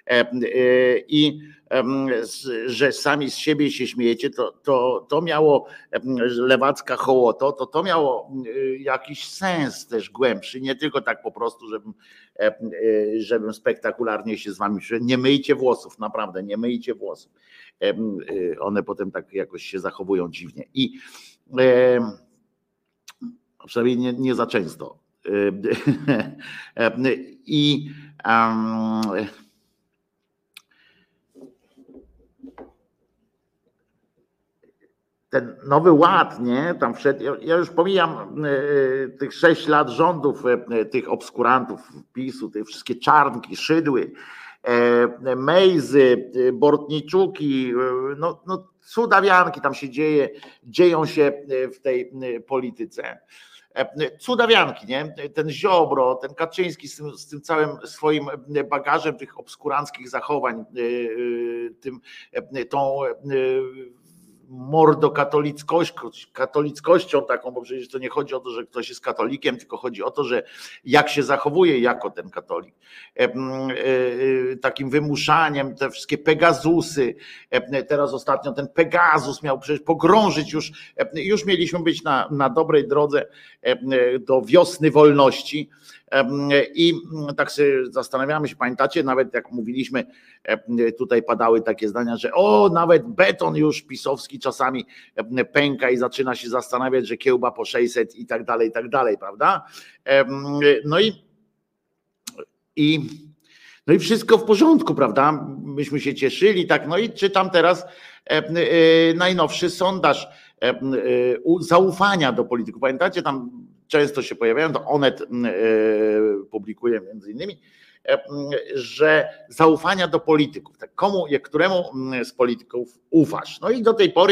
i że sami z siebie się śmiejecie, to, to, to miało lewacka hołoto, to to miało jakiś sens też głębszy, nie tylko tak po prostu, żebym, żebym spektakularnie się z wami, nie myjcie włosów, naprawdę nie myjcie włosów. One potem tak jakoś się zachowują dziwnie i przynajmniej nie, nie za często. I um, ten nowy ład, nie? Tam wszedł, ja już pomijam y, tych sześć lat rządów, y, tych obskurantów PiSu, te wszystkie czarnki, szydły, y, Mejzy, y, Bortniczuki, y, no, no cudawianki tam się dzieje, dzieją się w tej y, polityce. Cudawianki, nie? Ten Ziobro, ten Kaczyński z tym, z tym całym swoim bagażem tych obskuranckich zachowań, tym, tą mordo-katolickością taką, bo przecież to nie chodzi o to, że ktoś jest katolikiem, tylko chodzi o to, że jak się zachowuje jako ten katolik. Takim wymuszaniem, te wszystkie Pegazusy, teraz ostatnio ten Pegasus miał przecież pogrążyć już, już mieliśmy być na, na dobrej drodze do wiosny wolności. I tak sobie zastanawiamy się, pamiętacie, nawet jak mówiliśmy, tutaj padały takie zdania, że o, nawet beton już pisowski czasami pęka i zaczyna się zastanawiać, że kiełba po sześćset i tak dalej, i tak dalej, prawda? No i, i, no i wszystko w porządku, prawda? Myśmy się cieszyli, tak, no i czytam teraz najnowszy sondaż zaufania do polityków. Pamiętacie, tam często się pojawiają, to Onet publikuje między innymi, że zaufania do polityków, tak komu, któremu z polityków ufasz. No i do tej pory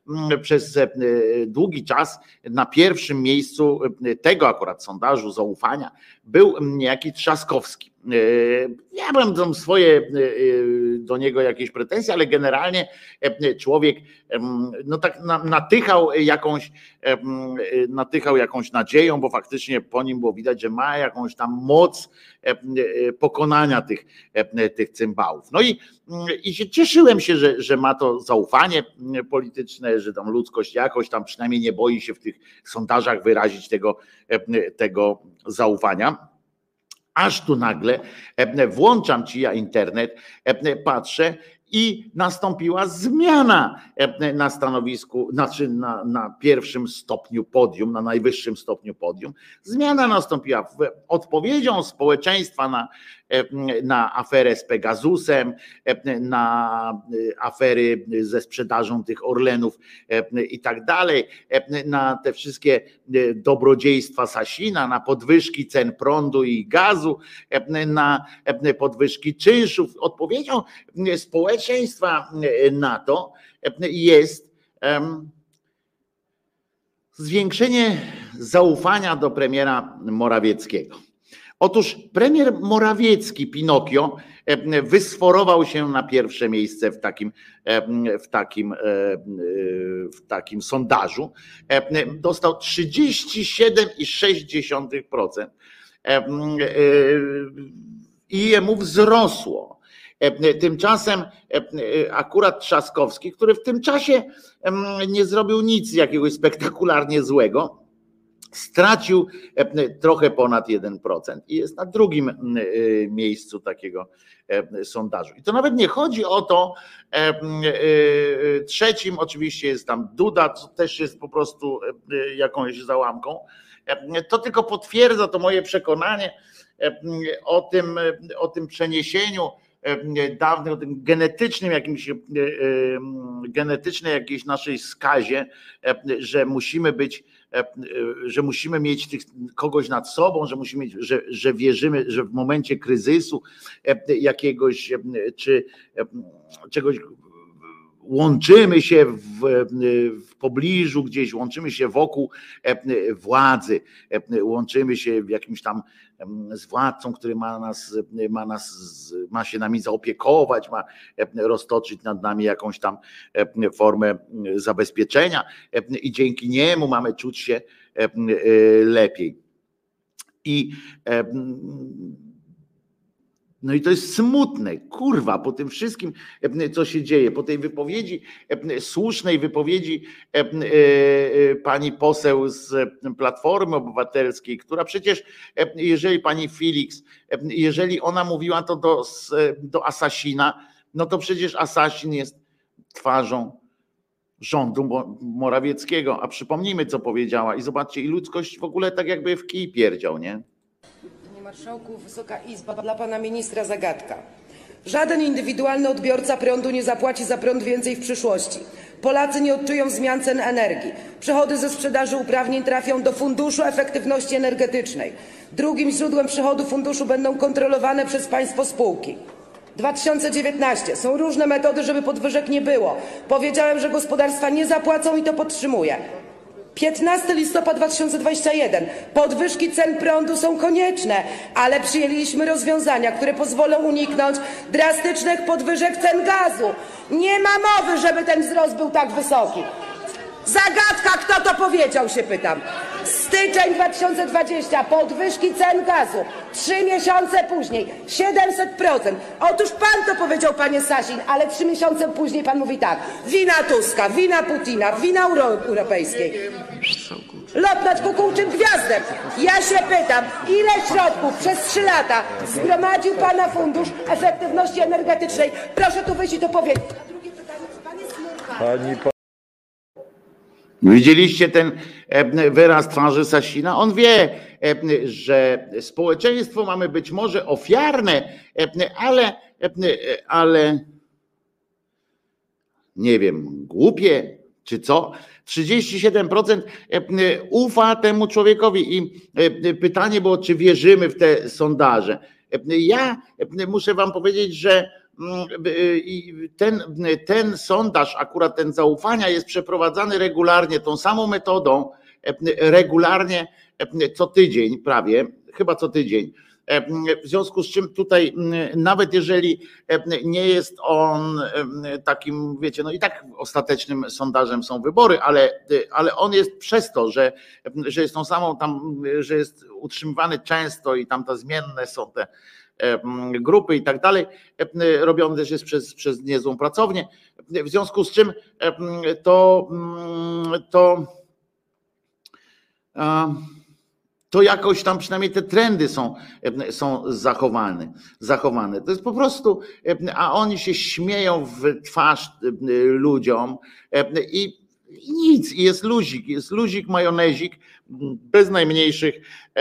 przez długi czas na pierwszym miejscu tego akurat sondażu zaufania był niejaki Trzaskowski. Ja mam tam swoje do niego jakieś pretensje, ale generalnie człowiek no tak natychał jakąś, natychał jakąś nadzieją, bo faktycznie po nim było widać, że ma jakąś tam moc pokonania tych, tych cymbałów. No i, i się cieszyłem się, że, że ma to zaufanie polityczne, że tam ludzkość jakoś tam przynajmniej nie boi się w tych sondażach wyrazić tego, tego zaufania. Aż tu nagle włączam ci ja internet, patrzę i nastąpiła zmiana na stanowisku, znaczy na, na pierwszym stopniu podium, na najwyższym stopniu podium. Zmiana nastąpiła w odpowiedzią społeczeństwa na, na aferę z Pegasusem, na afery ze sprzedażą tych Orlenów i tak dalej, na te wszystkie dobrodziejstwa Sasina, na podwyżki cen prądu i gazu, na podwyżki czynszów. Odpowiedzią społeczeństwa na to jest zwiększenie zaufania do premiera Morawieckiego. Otóż premier Morawiecki, Pinokio, wysforował się na pierwsze miejsce w takim, w takim, w takim sondażu. Dostał trzydzieści siedem i sześć dziesiątych procent i jemu wzrosło. Tymczasem akurat Trzaskowski, który w tym czasie nie zrobił nic jakiegoś spektakularnie złego, stracił trochę ponad jeden procent i jest na drugim miejscu takiego sondażu. I to nawet nie chodzi o to, trzecim oczywiście jest tam Duda, co też jest po prostu jakąś załamką. To tylko potwierdza to moje przekonanie o tym, o tym przeniesieniu dawnych, o tym genetycznym jakimś, genetycznej jakiejś naszej skazie, że musimy być, że musimy mieć tych, kogoś nad sobą, że musimy mieć, że, że wierzymy, że w momencie kryzysu jakiegoś czy czegoś łączymy się w, w pobliżu gdzieś, łączymy się wokół władzy, łączymy się w jakimś tam z władcą, który ma nas, ma nas, ma się nami zaopiekować, ma roztoczyć nad nami jakąś tam formę zabezpieczenia i dzięki niemu mamy czuć się lepiej. I no i to jest smutne, kurwa, po tym wszystkim, co się dzieje, po tej wypowiedzi, słusznej wypowiedzi pani poseł z Platformy Obywatelskiej, która przecież, jeżeli pani Felix, jeżeli ona mówiła to do, do Asasina, no to przecież Asasin jest twarzą rządu Morawieckiego, a przypomnijmy, co powiedziała i zobaczcie, i ludzkość w ogóle tak jakby w kij pierdział, nie? Marszałku, Wysoka Izba, dla pana ministra zagadka. Żaden indywidualny odbiorca prądu nie zapłaci za prąd więcej w przyszłości. Polacy nie odczują zmian cen energii. Przychody ze sprzedaży uprawnień trafią do Funduszu Efektywności Energetycznej. Drugim źródłem przychodu funduszu będą kontrolowane przez państwo spółki. dwa tysiące dziewiętnasty. Są różne metody, żeby podwyżek nie było. Powiedziałem, że gospodarstwa nie zapłacą i to podtrzymuję. piętnastego listopada dwa tysiące dwudziestego pierwszego. Podwyżki cen prądu są konieczne, ale przyjęliśmy rozwiązania, które pozwolą uniknąć drastycznych podwyżek cen gazu. Nie ma mowy, żeby ten wzrost był tak wysoki. Zagadka, kto to powiedział, się pytam. Styczeń dwa tysiące dwudziesty. Podwyżki cen gazu. Trzy miesiące później. siedemset procent. Otóż pan to powiedział, panie Sasin, ale trzy miesiące później pan mówi tak. Wina Tuska, wina Putina, wina Europejskiej. Lot nad kukułczym gwiazdem. Ja się pytam, ile środków przez trzy lata zgromadził pana Fundusz Efektywności Energetycznej? Proszę tu wyjść i to powiedzieć. A drugie pytanie, czy pan jest Pani Widzieliście ten wyraz twarzy Sasina? On wie, że społeczeństwo mamy być może ofiarne, ale, ale nie wiem, głupie czy co? trzydzieści siedem procent ufa temu człowiekowi i pytanie było, czy wierzymy w te sondaże. Ja muszę wam powiedzieć, że i ten, ten sondaż, akurat ten zaufania jest przeprowadzany regularnie, tą samą metodą, regularnie co tydzień prawie, chyba co tydzień. W związku z czym tutaj nawet jeżeli nie jest on takim, wiecie, no i tak ostatecznym sondażem są wybory, ale, ale on jest przez to, że, że jest tą samą tam, że jest utrzymywany często i tam te zmienne są te grupy i tak dalej, robiony też jest przez, przez niezłą pracownię. W związku z czym to to to jakoś tam przynajmniej te trendy są, są zachowane, zachowane. To jest po prostu, a oni się śmieją w twarz ludziom i nic, i jest luzik, jest luzik, majonezik, bez najmniejszych,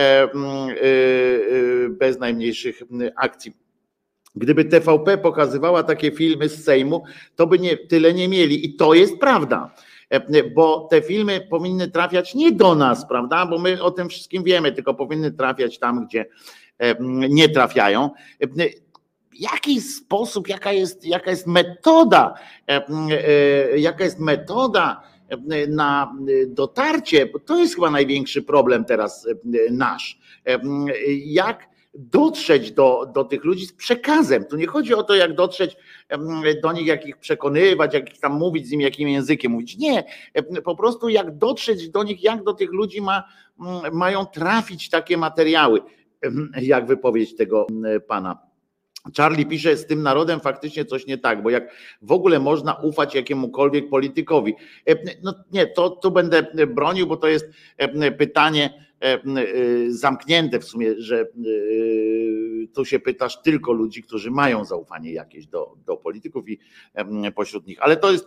bez najmniejszych akcji. Gdyby T V P pokazywała takie filmy z Sejmu, to by nie, tyle nie mieli i to jest prawda. Bo te filmy powinny trafiać nie do nas, prawda? Bo my o tym wszystkim wiemy, tylko powinny trafiać tam, gdzie nie trafiają. Jaki sposób, jaka jest, jaka jest metoda, jaka jest metoda na dotarcie, bo to jest chyba największy problem teraz nasz. Jak dotrzeć do, do tych ludzi z przekazem. Tu nie chodzi o to, jak dotrzeć do nich, jak ich przekonywać, jak ich tam mówić z nimi, jakim językiem mówić. Nie, po prostu jak dotrzeć do nich, jak do tych ludzi ma, mają trafić takie materiały, jak wypowiedź tego pana. Charlie pisze, z tym narodem faktycznie coś nie tak, bo jak w ogóle można ufać jakiemukolwiek politykowi. No nie, to tu będę bronił, bo to jest pytanie zamknięte w sumie, że tu się pytasz tylko ludzi, którzy mają zaufanie jakieś do, do polityków i pośród nich, ale to jest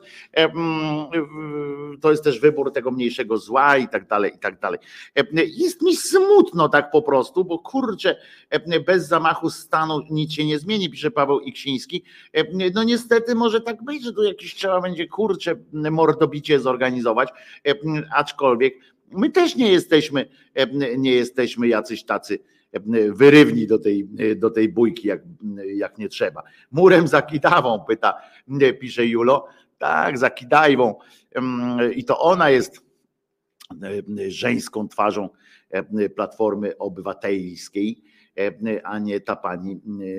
to jest też wybór tego mniejszego zła i tak dalej, i tak dalej. Jest mi smutno tak po prostu, bo kurczę, bez zamachu stanu nic się nie zmieni, pisze Paweł Iksiński. No niestety może tak być, że tu jakiś trzeba będzie kurczę mordobicie zorganizować, aczkolwiek my też nie jesteśmy, nie jesteśmy jacyś tacy wyrywni do tej, do tej bójki, jak, jak nie trzeba. Murem za Kidawą, pyta, pisze Julo. Tak, za Kidajwą. I to ona jest żeńską twarzą Platformy Obywatelskiej, a nie ta pani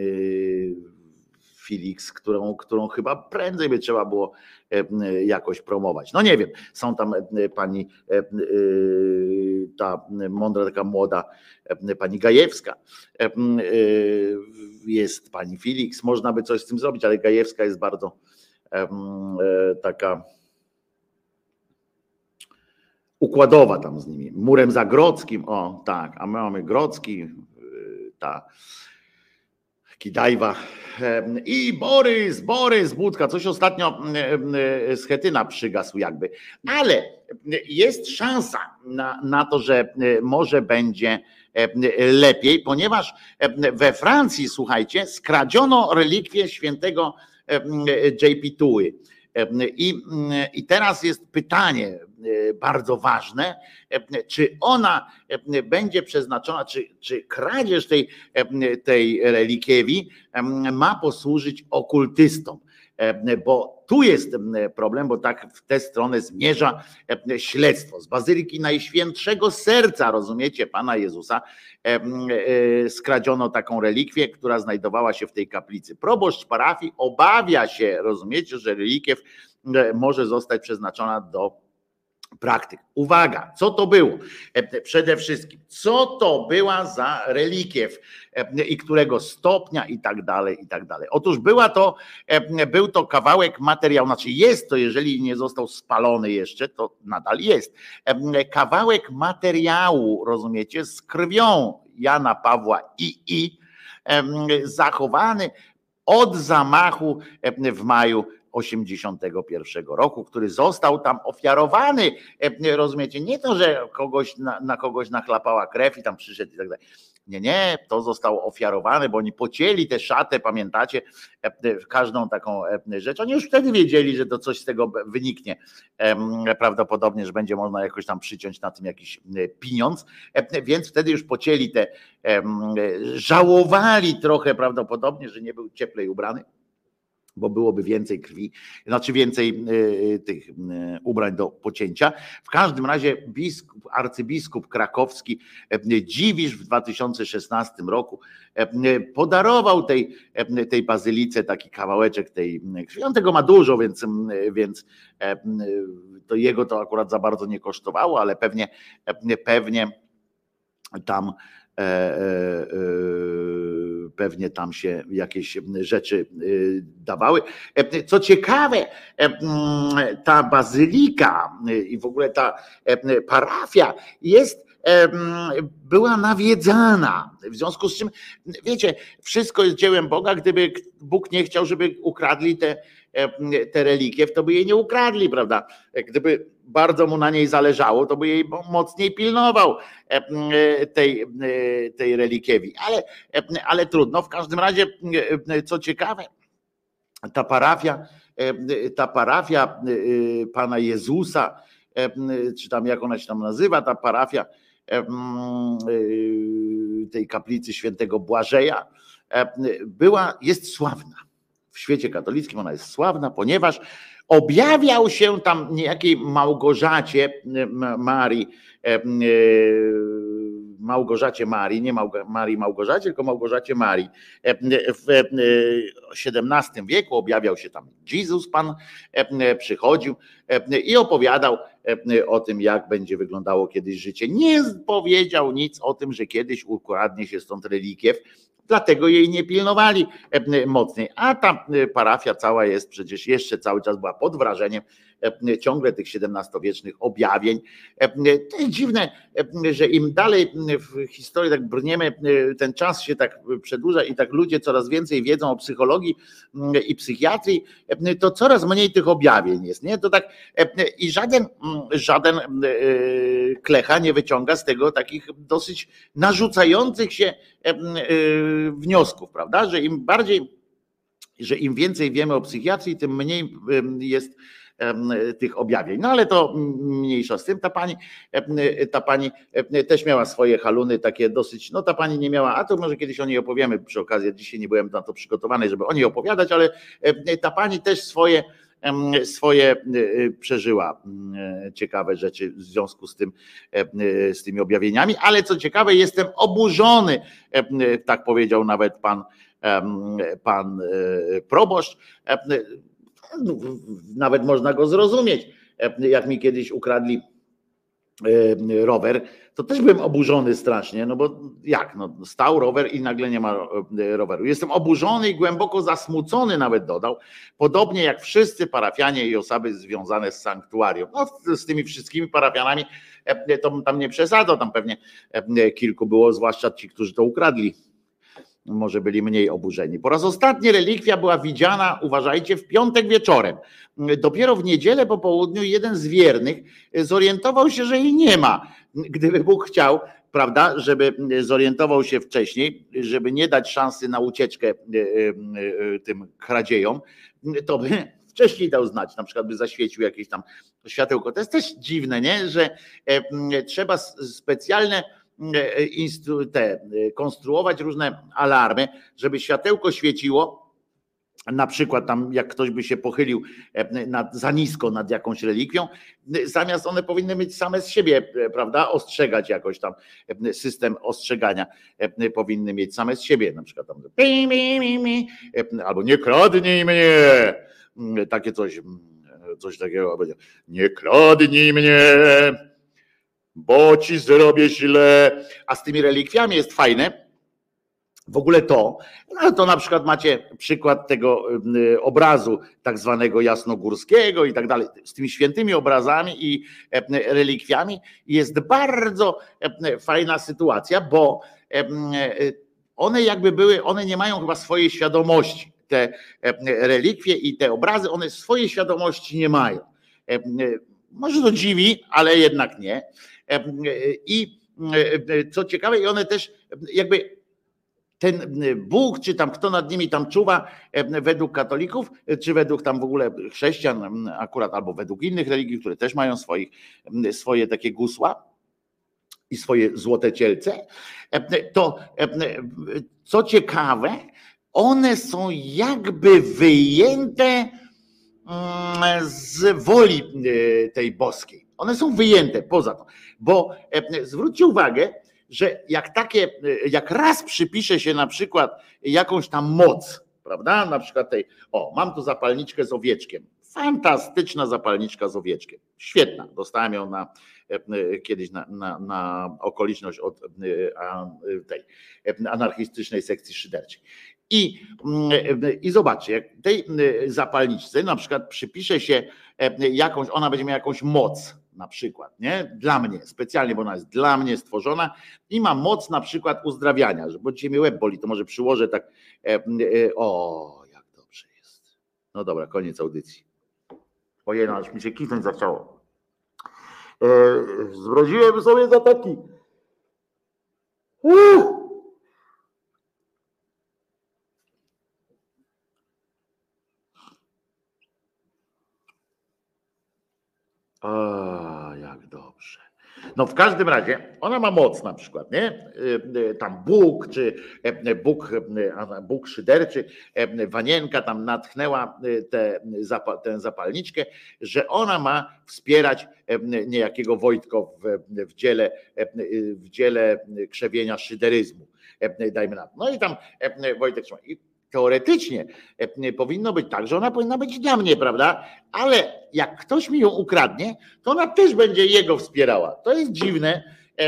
Felix, którą, którą chyba prędzej by trzeba było jakoś promować. No nie wiem, są tam pani ta mądra, taka młoda pani Gajewska, jest pani Felix, można by coś z tym zrobić, ale Gajewska jest bardzo taka układowa tam z nimi. Murem za Grodzkim, o tak, a my mamy Grodzki, ta Kidajwa i Borys, Borys Budka, coś ostatnio Schetyna przygasł jakby, ale jest szansa na, na to, że może będzie lepiej, ponieważ we Francji, słuchajcie, skradziono relikwię świętego J P Tuły. I, I teraz jest pytanie bardzo ważne, czy ona będzie przeznaczona, czy, czy kradzież tej, tej relikwi ma posłużyć okultystom, bo tu jest problem, bo tak w tę stronę zmierza śledztwo. Z Bazyliki Najświętszego Serca, rozumiecie, Pana Jezusa, skradziono taką relikwię, która znajdowała się w tej kaplicy. Proboszcz parafii obawia się, rozumiecie, że relikwia może zostać przeznaczona do praktyk. Uwaga, co to było? Przede wszystkim, co to była za relikiew i którego stopnia i tak dalej, i tak dalej. Otóż była to, był to kawałek materiału, znaczy jest to, jeżeli nie został spalony jeszcze, to nadal jest. Kawałek materiału, rozumiecie, z krwią Jana Pawła I I, zachowany od zamachu w maju osiemdziesiątego pierwszego roku, który został tam ofiarowany, rozumiecie, nie to, że kogoś na, na kogoś nachlapała krew i tam przyszedł i tak dalej. Nie, nie, to zostało ofiarowane, bo oni pocięli tę szatę, pamiętacie, każdą taką rzecz. Oni już wtedy wiedzieli, że to coś z tego wyniknie. Prawdopodobnie, że będzie można jakoś tam przyciąć na tym jakiś pieniądz, więc wtedy już pocięli te, żałowali trochę prawdopodobnie, że nie był cieplej ubrany. bo byłoby więcej krwi, znaczy więcej y, tych y, ubrań do pocięcia. W każdym razie biskup, arcybiskup krakowski y, Dziwisz w dwa tysiące szesnastym roku y, podarował tej, y, tej bazylice taki kawałeczek tej krwi. On tego ma dużo, więc, y, więc y, to jego to akurat za bardzo nie kosztowało, ale pewnie, y, pewnie tam E, e, pewnie tam się jakieś rzeczy dawały. Co ciekawe, ta bazylika i w ogóle ta parafia jest, była nawiedzana. W związku z czym, wiecie, wszystko jest dziełem Boga. Gdyby Bóg nie chciał, żeby ukradli te, te relikwie, to by jej nie ukradli, prawda? Gdyby bardzo mu na niej zależało, to by jej mocniej pilnował tej, tej relikiewi. Ale, ale trudno. W każdym razie, co ciekawe, ta parafia, ta parafia Pana Jezusa, czy tam jak ona się tam nazywa, ta parafia tej kaplicy świętego Błażeja, była, jest sławna. W świecie katolickim ona jest sławna, ponieważ objawiał się tam niejakiej Małgorzacie Marii, Małgorzacie Marii, nie Marii Małgorzacie, tylko Małgorzacie Marii. W siedemnastym wieku objawiał się tam Jezus Pan, przychodził i opowiadał o tym, jak będzie wyglądało kiedyś życie. Nie powiedział nic o tym, że kiedyś ukradnie się stąd relikiew, dlatego jej nie pilnowali mocniej. A ta parafia cała jest przecież jeszcze cały czas była pod wrażeniem ciągle tych siedemnastowiecznych objawień. To jest dziwne, że im dalej w historii tak brniemy, ten czas się tak przedłuża i tak ludzie coraz więcej wiedzą o psychologii i psychiatrii, to coraz mniej tych objawień jest. Nie? To tak, i żaden, żaden klecha nie wyciąga z tego takich dosyć narzucających się wniosków, prawda? Że im bardziej, że im więcej wiemy o psychiatrii, tym mniej jest tych objawień. No ale to mniejsza z tym. Ta pani, ta pani też miała swoje haluny takie dosyć, no ta pani nie miała, a to może kiedyś o niej opowiemy przy okazji, dzisiaj nie byłem na to przygotowany, żeby o niej opowiadać, ale ta pani też swoje swoje przeżyła ciekawe rzeczy w związku z tym, z tymi objawieniami, ale co ciekawe, jestem oburzony, tak powiedział nawet pan, pan proboszcz. Nawet można go zrozumieć. Jak mi kiedyś ukradli rower, to też byłem oburzony strasznie, no bo jak, no stał rower i nagle nie ma roweru. Jestem oburzony i głęboko zasmucony, nawet dodał, podobnie jak wszyscy parafianie i osoby związane z sanktuarium. No z tymi wszystkimi parafianami to tam nie przesadzą, tam pewnie kilku było, zwłaszcza ci, którzy to ukradli. Może byli mniej oburzeni. Po raz ostatni relikwia była widziana, uważajcie, w piątek wieczorem. Dopiero w niedzielę po południu jeden z wiernych zorientował się, że jej nie ma. Gdyby Bóg chciał, prawda, żeby zorientował się wcześniej, żeby nie dać szansy na ucieczkę tym kradziejom, to by wcześniej dał znać, na przykład by zaświecił jakieś tam światełko. To jest też dziwne, nie? Że trzeba specjalne te, konstruować różne alarmy, żeby światełko świeciło, na przykład tam jak ktoś by się pochylił nad, za nisko nad jakąś relikwią, zamiast one powinny mieć same z siebie, prawda, ostrzegać jakoś tam, system ostrzegania powinny mieć same z siebie, na przykład tam albo nie kradnij mnie, takie coś, coś takiego, nie kradnij mnie, bo ci zrobię źle. A z tymi relikwiami jest fajne, w ogóle to, no to na przykład macie przykład tego obrazu tak zwanego jasnogórskiego i tak dalej, z tymi świętymi obrazami i relikwiami jest bardzo fajna sytuacja, bo one jakby były, one nie mają chyba swojej świadomości, te relikwie i te obrazy, one swojej świadomości nie mają. Może to dziwi, ale jednak nie. I co ciekawe, i one też jakby ten Bóg, czy tam kto nad nimi tam czuwa, według katolików, czy według tam w ogóle chrześcijan akurat, albo według innych religii, które też mają swoich, swoje takie gusła i swoje złote cielce, to co ciekawe, one są jakby wyjęte z woli tej boskiej. One są wyjęte poza to, bo zwróćcie uwagę, że jak takie, jak raz przypisze się na przykład jakąś tam moc, prawda, na przykład tej, o, mam tu zapalniczkę z owieczkiem, fantastyczna zapalniczka z owieczkiem, świetna, dostałem ją na, kiedyś na, na, na okoliczność od tej anarchistycznej sekcji szyderczej. I, I zobaczcie, jak tej zapalniczce na przykład przypisze się jakąś, ona będzie miała jakąś moc, na przykład, nie? Dla mnie, specjalnie, bo ona jest dla mnie stworzona i ma moc na przykład uzdrawiania, że bo dzisiaj mi łeb boli, to może przyłożę tak, o, jak dobrze jest. No dobra, koniec audycji. Ojej, no aż mi się kisnąć zaczęło. Zwróciłem sobie za taki. Uff. O, jak dobrze. No w każdym razie ona ma moc na przykład, nie? Tam Bóg, czy Bóg, Bóg szyderczy, Wanienka tam natchnęła tę tę zapalniczkę, że ona ma wspierać niejakiego Wojtka w, w, dziele, w dziele krzewienia szyderyzmu. Dajmy na to. No i tam Wojtek trzyma. Teoretycznie powinno być tak, że ona powinna być dla mnie, prawda? Ale jak ktoś mi ją ukradnie, to ona też będzie jego wspierała. To jest dziwne.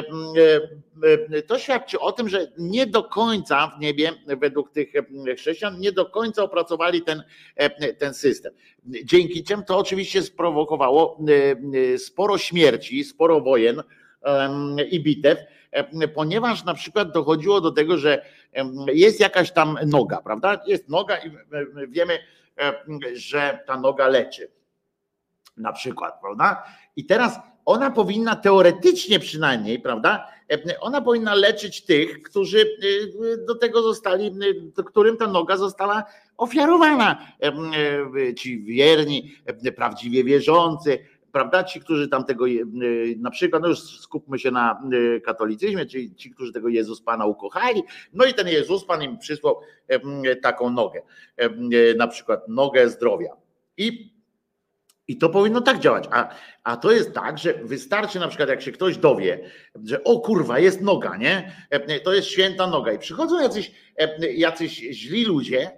To świadczy o tym, że nie do końca w niebie, według tych chrześcijan, nie do końca opracowali ten, ten system. Dzięki czemu to oczywiście sprowokowało sporo śmierci, sporo wojen i bitew, ponieważ na przykład dochodziło do tego, że jest jakaś tam noga, prawda? Jest noga i wiemy, że ta noga leczy. Na przykład, prawda? I teraz ona powinna teoretycznie przynajmniej, prawda? Ona powinna leczyć tych, którzy do tego zostali, którym ta noga została ofiarowana. Ci wierni, prawdziwie wierzący, prawda? Ci, którzy tam tego, na przykład, no już skupmy się na katolicyzmie, czyli ci, którzy tego Jezus Pana ukochali, no i ten Jezus Pan im przysłał taką nogę, na przykład nogę zdrowia. I, i to powinno tak działać. A, a to jest tak, że wystarczy na przykład, jak się ktoś dowie, że o kurwa, jest noga, nie? To jest święta noga. I przychodzą jacyś, jacyś źli ludzie,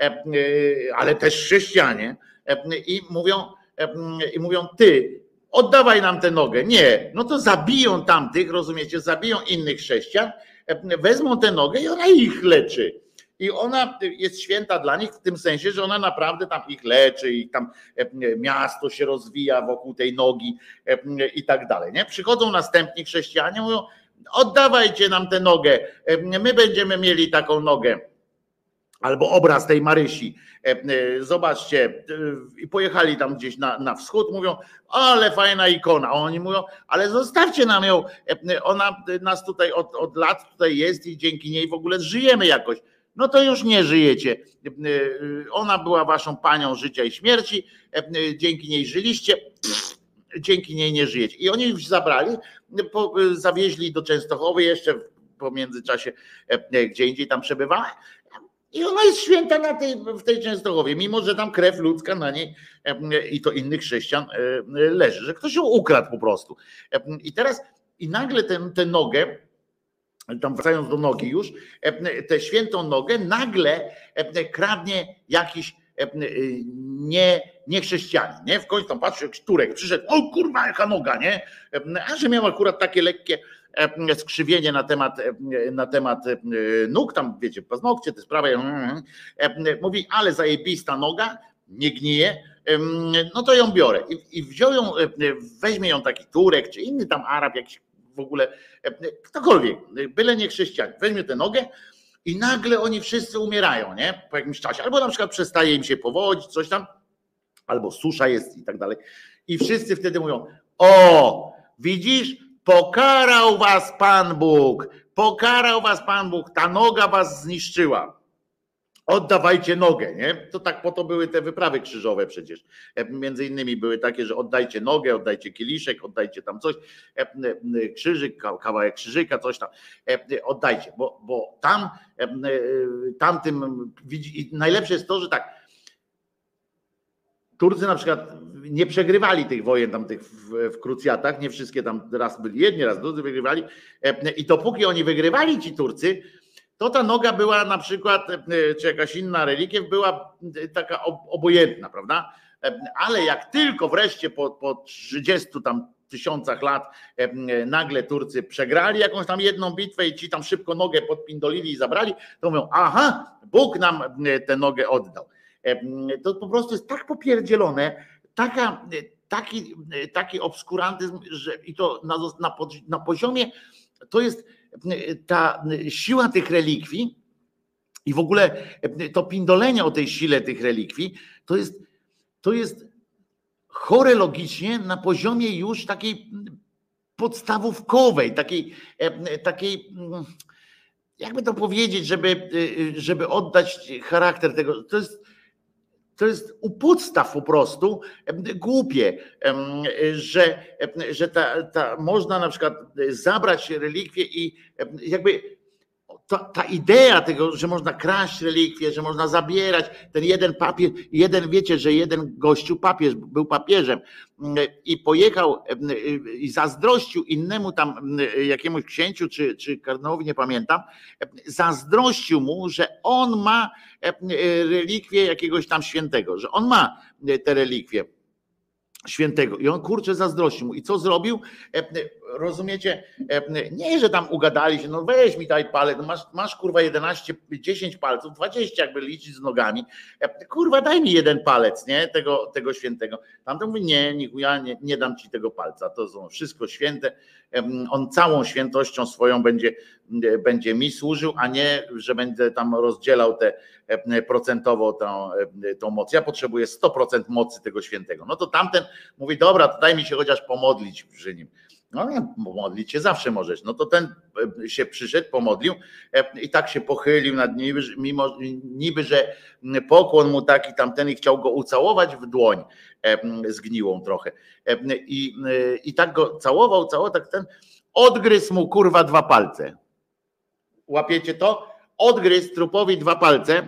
ale też chrześcijanie i mówią, i mówią, ty, oddawaj nam tę nogę. Nie, no to zabiją tamtych, rozumiecie, zabiją innych chrześcijan, wezmą tę nogę i ona ich leczy. I ona jest święta dla nich w tym sensie, że ona naprawdę tam ich leczy i tam miasto się rozwija wokół tej nogi i tak dalej. Nie? Przychodzą następni chrześcijanie, mówią, oddawajcie nam tę nogę, my będziemy mieli taką nogę. Albo obraz tej Marysi. Zobaczcie, i pojechali tam gdzieś na, na wschód, mówią, ale fajna ikona. A oni mówią, ale zostawcie nam ją, ona nas tutaj od, od lat tutaj jest i dzięki niej w ogóle żyjemy jakoś. No to już nie żyjecie. Ona była waszą panią życia i śmierci, dzięki niej żyliście, dzięki niej nie żyjecie. I oni już zabrali, zawieźli do Częstochowy jeszcze po międzyczasie, gdzie indziej tam przebywała. I ona jest święta na tej, w tej Częstochowie, mimo że tam krew ludzka na niej i to innych chrześcijan leży, że ktoś ją ukradł po prostu. I teraz, i nagle tę nogę, tam wracając do nogi już, tę świętą nogę nagle kradnie jakiś nie, nie chrześcijanin, nie? W końcu tam patrzy, jak Turek przyszedł, o kurwa, jaka noga, nie? A że miał akurat takie lekkie skrzywienie na temat, na temat nóg, tam wiecie, paznokcie, te sprawy, mówi, ale zajebista noga, nie gnije, no to ją biorę. I, i wziął ją, weźmie ją taki Turek, czy inny tam Arab, jakiś w ogóle, ktokolwiek, byle nie chrześcijanin, weźmie tę nogę i nagle oni wszyscy umierają, nie? Po jakimś czasie, albo na przykład przestaje im się powodzić, coś tam, albo susza jest i tak dalej. I wszyscy wtedy mówią, o, widzisz, pokarał was Pan Bóg, pokarał was Pan Bóg, ta noga was zniszczyła. oddawajcie nogę, nie? To tak po to były te wyprawy krzyżowe przecież. Między innymi były takie, że oddajcie nogę, oddajcie kieliszek, oddajcie tam coś, krzyżyk, kawałek krzyżyka, coś tam, oddajcie, bo, bo tam, tamtym, najlepsze jest to, że tak, Turcy na przykład nie przegrywali tych wojen tam tych w, w krucjatach, nie wszystkie tam, raz byli jedni, raz drudzy wygrywali i dopóki oni wygrywali ci Turcy, to ta noga była na przykład, czy jakaś inna relikiew była taka obojętna, prawda? Ale jak tylko wreszcie po, po trzydziestu tam tysiącach lat nagle Turcy przegrali jakąś tam jedną bitwę i ci tam szybko nogę podpindolili i zabrali, to mówią, aha, Bóg nam tę nogę oddał. To po prostu jest tak popierdzielone, taka, taki, taki obskurantyzm, że i to na, na, na poziomie, to jest ta siła tych relikwii i w ogóle to pindolenie o tej sile tych relikwii, to jest, to jest chore logicznie na poziomie już takiej podstawówkowej, takiej, takiej jakby to powiedzieć, żeby, żeby oddać charakter tego, to jest To jest u podstaw po prostu głupie, że, że ta, ta, można na przykład zabrać relikwie i jakby ta, ta idea tego, że można kraść relikwie, że można zabierać ten jeden papier, jeden wiecie, że jeden gościu papież był papieżem i pojechał i zazdrościł innemu tam jakiemuś księciu czy, czy kardynałowi, nie pamiętam, zazdrościł mu, że on ma relikwie jakiegoś tam świętego, że on ma te relikwie świętego i on kurczę zazdrościł mu i co zrobił? Rozumiecie? Nie, że tam ugadali się, no weź mi daj palec, no masz, masz kurwa jedenaście, dziesięć palców, dwadzieścia jakby liczyć z nogami, kurwa daj mi jeden palec, nie, tego, tego świętego. Tamten mówi nie, ja nie, nie dam ci tego palca, to są wszystko święte, on całą świętością swoją będzie, będzie mi służył, a nie, że będę tam rozdzielał te procentowo tą, tą moc. Ja potrzebuję sto procent mocy tego świętego. No to tamten mówi, dobra, to daj mi się chociaż pomodlić przy nim. No nie, pomodlić się zawsze możesz. No to ten się przyszedł, pomodlił i tak się pochylił nad nim, mimo niby, że pokłon mu taki tamten i chciał go ucałować w dłoń zgniłą trochę. I, i tak go całował, całował, tak ten odgryzł mu kurwa dwa palce. Łapiecie to? Odgryzł trupowi dwa palce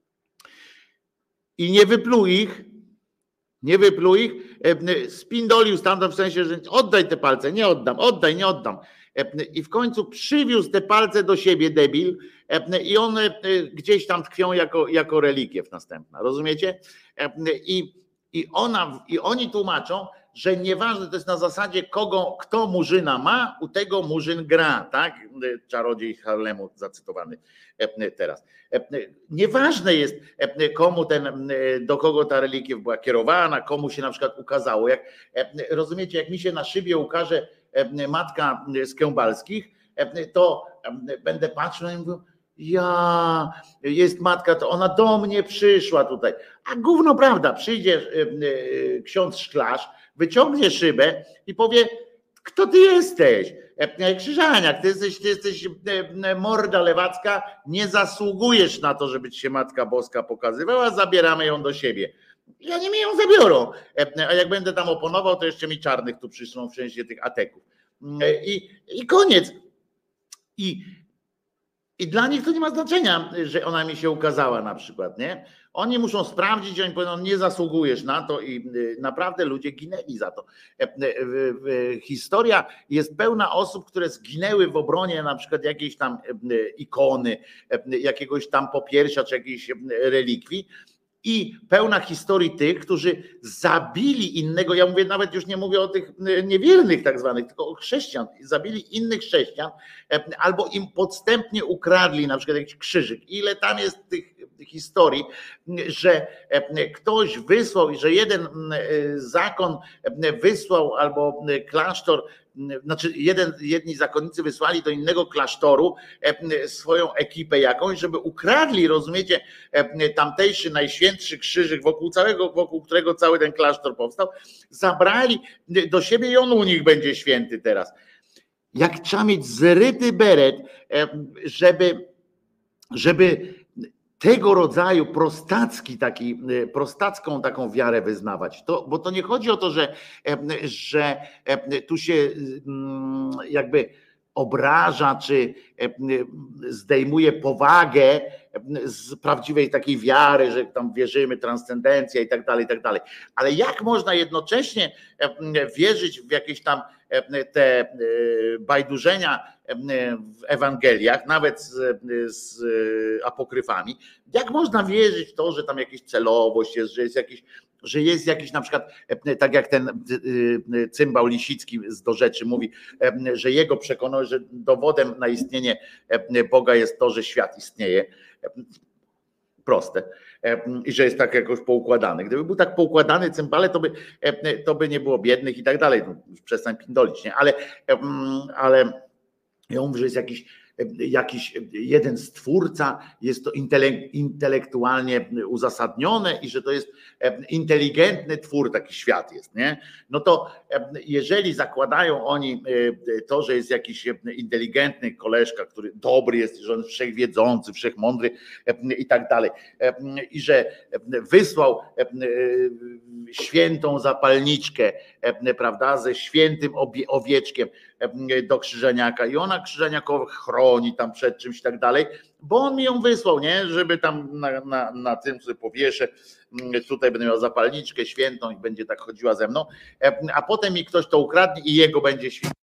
i nie wypluł ich, nie wypluł ich, spindolił stamtąd w sensie, że oddaj te palce, nie oddam, oddaj, nie oddam. I w końcu przywiózł te palce do siebie, debil, i one gdzieś tam tkwią jako, jako relikiew następna, rozumiecie? I, i, ona, i oni tłumaczą, że nieważne, to jest na zasadzie kogo, kto murzyna ma, u tego murzyn gra, tak? Czarodziej Harlemu zacytowany teraz. Nieważne jest komu ten, do kogo ta relikiew była kierowana, komu się na przykład ukazało. Jak, rozumiecie, jak mi się na szybie ukaże matka z Kębalskich, to będę patrzył i mówił, ja, jest matka, to ona do mnie przyszła tutaj. A gówno prawda, przyjdzie ksiądz Szklarz, wyciągnie szybę i powie, kto ty jesteś? Krzyżaniak, ty jesteś, ty jesteś morda lewacka, nie zasługujesz na to, żeby ci się Matka Boska pokazywała, zabieramy ją do siebie. I oni mi ją zabiorą. A jak będę tam oponował, to jeszcze mi czarnych tu przyszło w sensie tych ateków. I, i koniec. I, I dla nich to nie ma znaczenia, że ona mi się ukazała na przykład, nie? Oni muszą sprawdzić, oni powiedzą, nie zasługujesz na to i naprawdę ludzie ginęli za to. Historia jest pełna osób, które zginęły w obronie na przykład jakiejś tam ikony, jakiegoś tam popiersia czy jakiejś relikwii. I pełna historii tych, którzy zabili innego, ja mówię, nawet już nie mówię o tych niewiernych tak zwanych, tylko o chrześcijan, zabili innych chrześcijan albo im podstępnie ukradli na przykład jakiś krzyżyk. Ile tam jest tych historii, że ktoś wysłał, że jeden zakon wysłał albo klasztor, znaczy jeden, jedni zakonnicy wysłali do innego klasztoru swoją ekipę jakąś, żeby ukradli, rozumiecie, tamtejszy najświętszy krzyżyk, wokół całego, wokół którego cały ten klasztor powstał, zabrali do siebie i on u nich będzie święty teraz. Jak trzeba mieć zryty beret, żeby, żeby tego rodzaju prostacki taki, prostacką taką wiarę wyznawać. To, bo to nie chodzi o to, że, że tu się jakby obraża, czy zdejmuje powagę z prawdziwej takiej wiary, że tam wierzymy, transcendencja i tak dalej, i tak dalej. Ale jak można jednocześnie wierzyć w jakieś tam te bajdurzenia w Ewangeliach, nawet z, z apokryfami, jak można wierzyć w to, że tam jakaś celowość jest, że jest jakiś, że jest jakiś na przykład, tak jak ten cymbał Lisicki z Do Rzeczy mówi, że jego przekonał, że dowodem na istnienie Boga jest to, że świat istnieje. Proste. I że jest tak jakoś poukładany. Gdyby był tak poukładany cymbale, to by, to by nie było biednych i tak dalej. No, przestań pindolić, nie? Ale, ale ja mówię, że jest jakiś jakiś jeden stwórca, jest to intelektualnie uzasadnione i że to jest inteligentny twór, taki świat jest, nie? No to jeżeli zakładają oni to, że jest jakiś inteligentny koleżka, który dobry jest, że on jest wszechwiedzący, wszechmądry i tak dalej, i że wysłał świętą zapalniczkę, prawda, ze świętym owieczkiem do Krzyżaniaka i ona Krzyżaniakowi chroni tam przed czymś i tak dalej, bo on mi ją wysłał, nie, żeby tam na, na, na tym sobie powieszę, tutaj będę miał zapalniczkę świętą i będzie tak chodziła ze mną, a potem mi ktoś to ukradnie i jego będzie święty.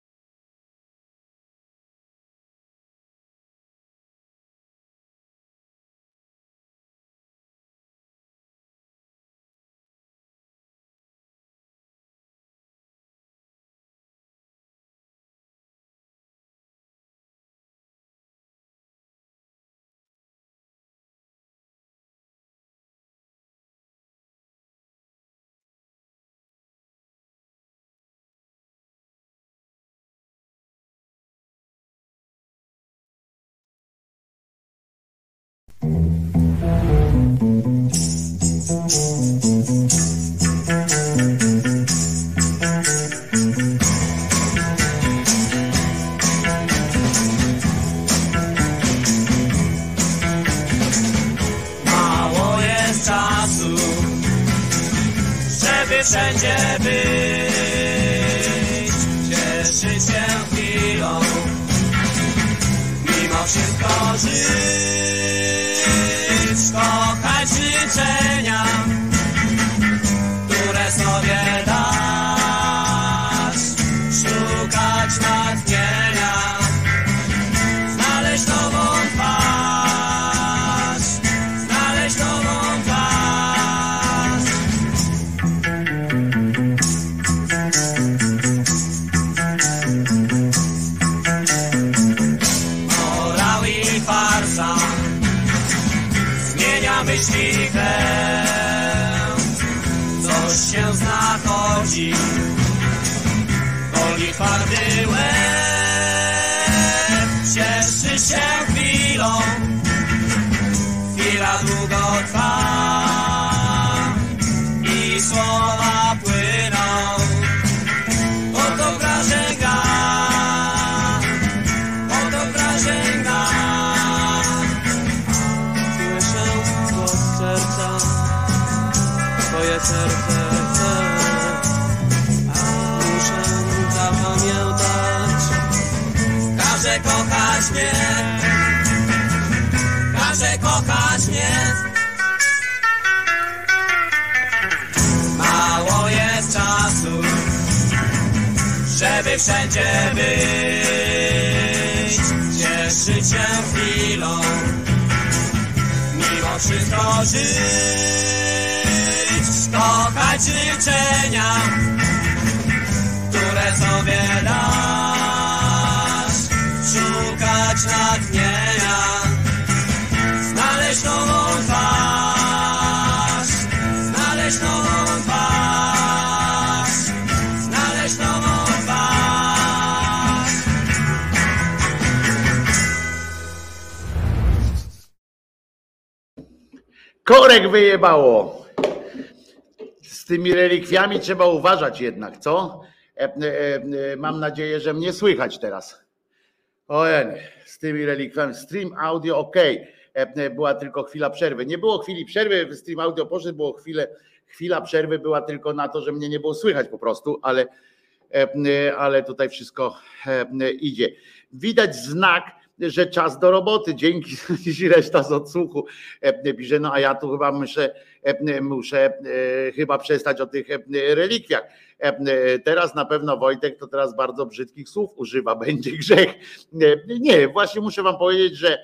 Mało jest czasu, żeby wszędzie być, cieszyć się chwilą, mimo wszystko żyć, kochać życzenia, które sobie dasz, szukać natchnienia, znaleźć nową twarz, znaleźć nową twarz. Morał i farsa zmienia myśli kręg, coś się znachodzi, boli twardy łeb, cieszy się chwilą, chwila długo trwa i słowa płyną, oto wrażenia, oto wrażenia. Słyszę głos serca, twoje serce chce, muszę zapamiętać, każe kochać mnie, każe kochać mnie. Mało jest czasu, żeby wszędzie być, cieszyć się chwilą, mimo wszystko żyć, kochać życzenia, które sobie dasz, szukać natchnienia, znaleźć nową twarz, znaleźć nową twarz, znaleźć nową twarz. Korek wyjebało. Z tymi relikwiami trzeba uważać jednak, co? E, e, e, mam nadzieję, że mnie słychać teraz. Ojej, z tymi relikwiami. Stream audio, ok. była tylko chwila przerwy. Nie było chwili przerwy, stream audio poszedł, było chwilę, chwila przerwy była tylko na to, że mnie nie było słychać po prostu, ale, ale tutaj wszystko idzie. Widać znak, że czas do roboty, dzięki reszta z odsłuchu pisze, no a ja tu chyba muszę, muszę chyba przestać o tych relikwiach. Teraz na pewno Wojtek to teraz bardzo brzydkich słów używa, będzie grzech. Nie, właśnie muszę wam powiedzieć, że,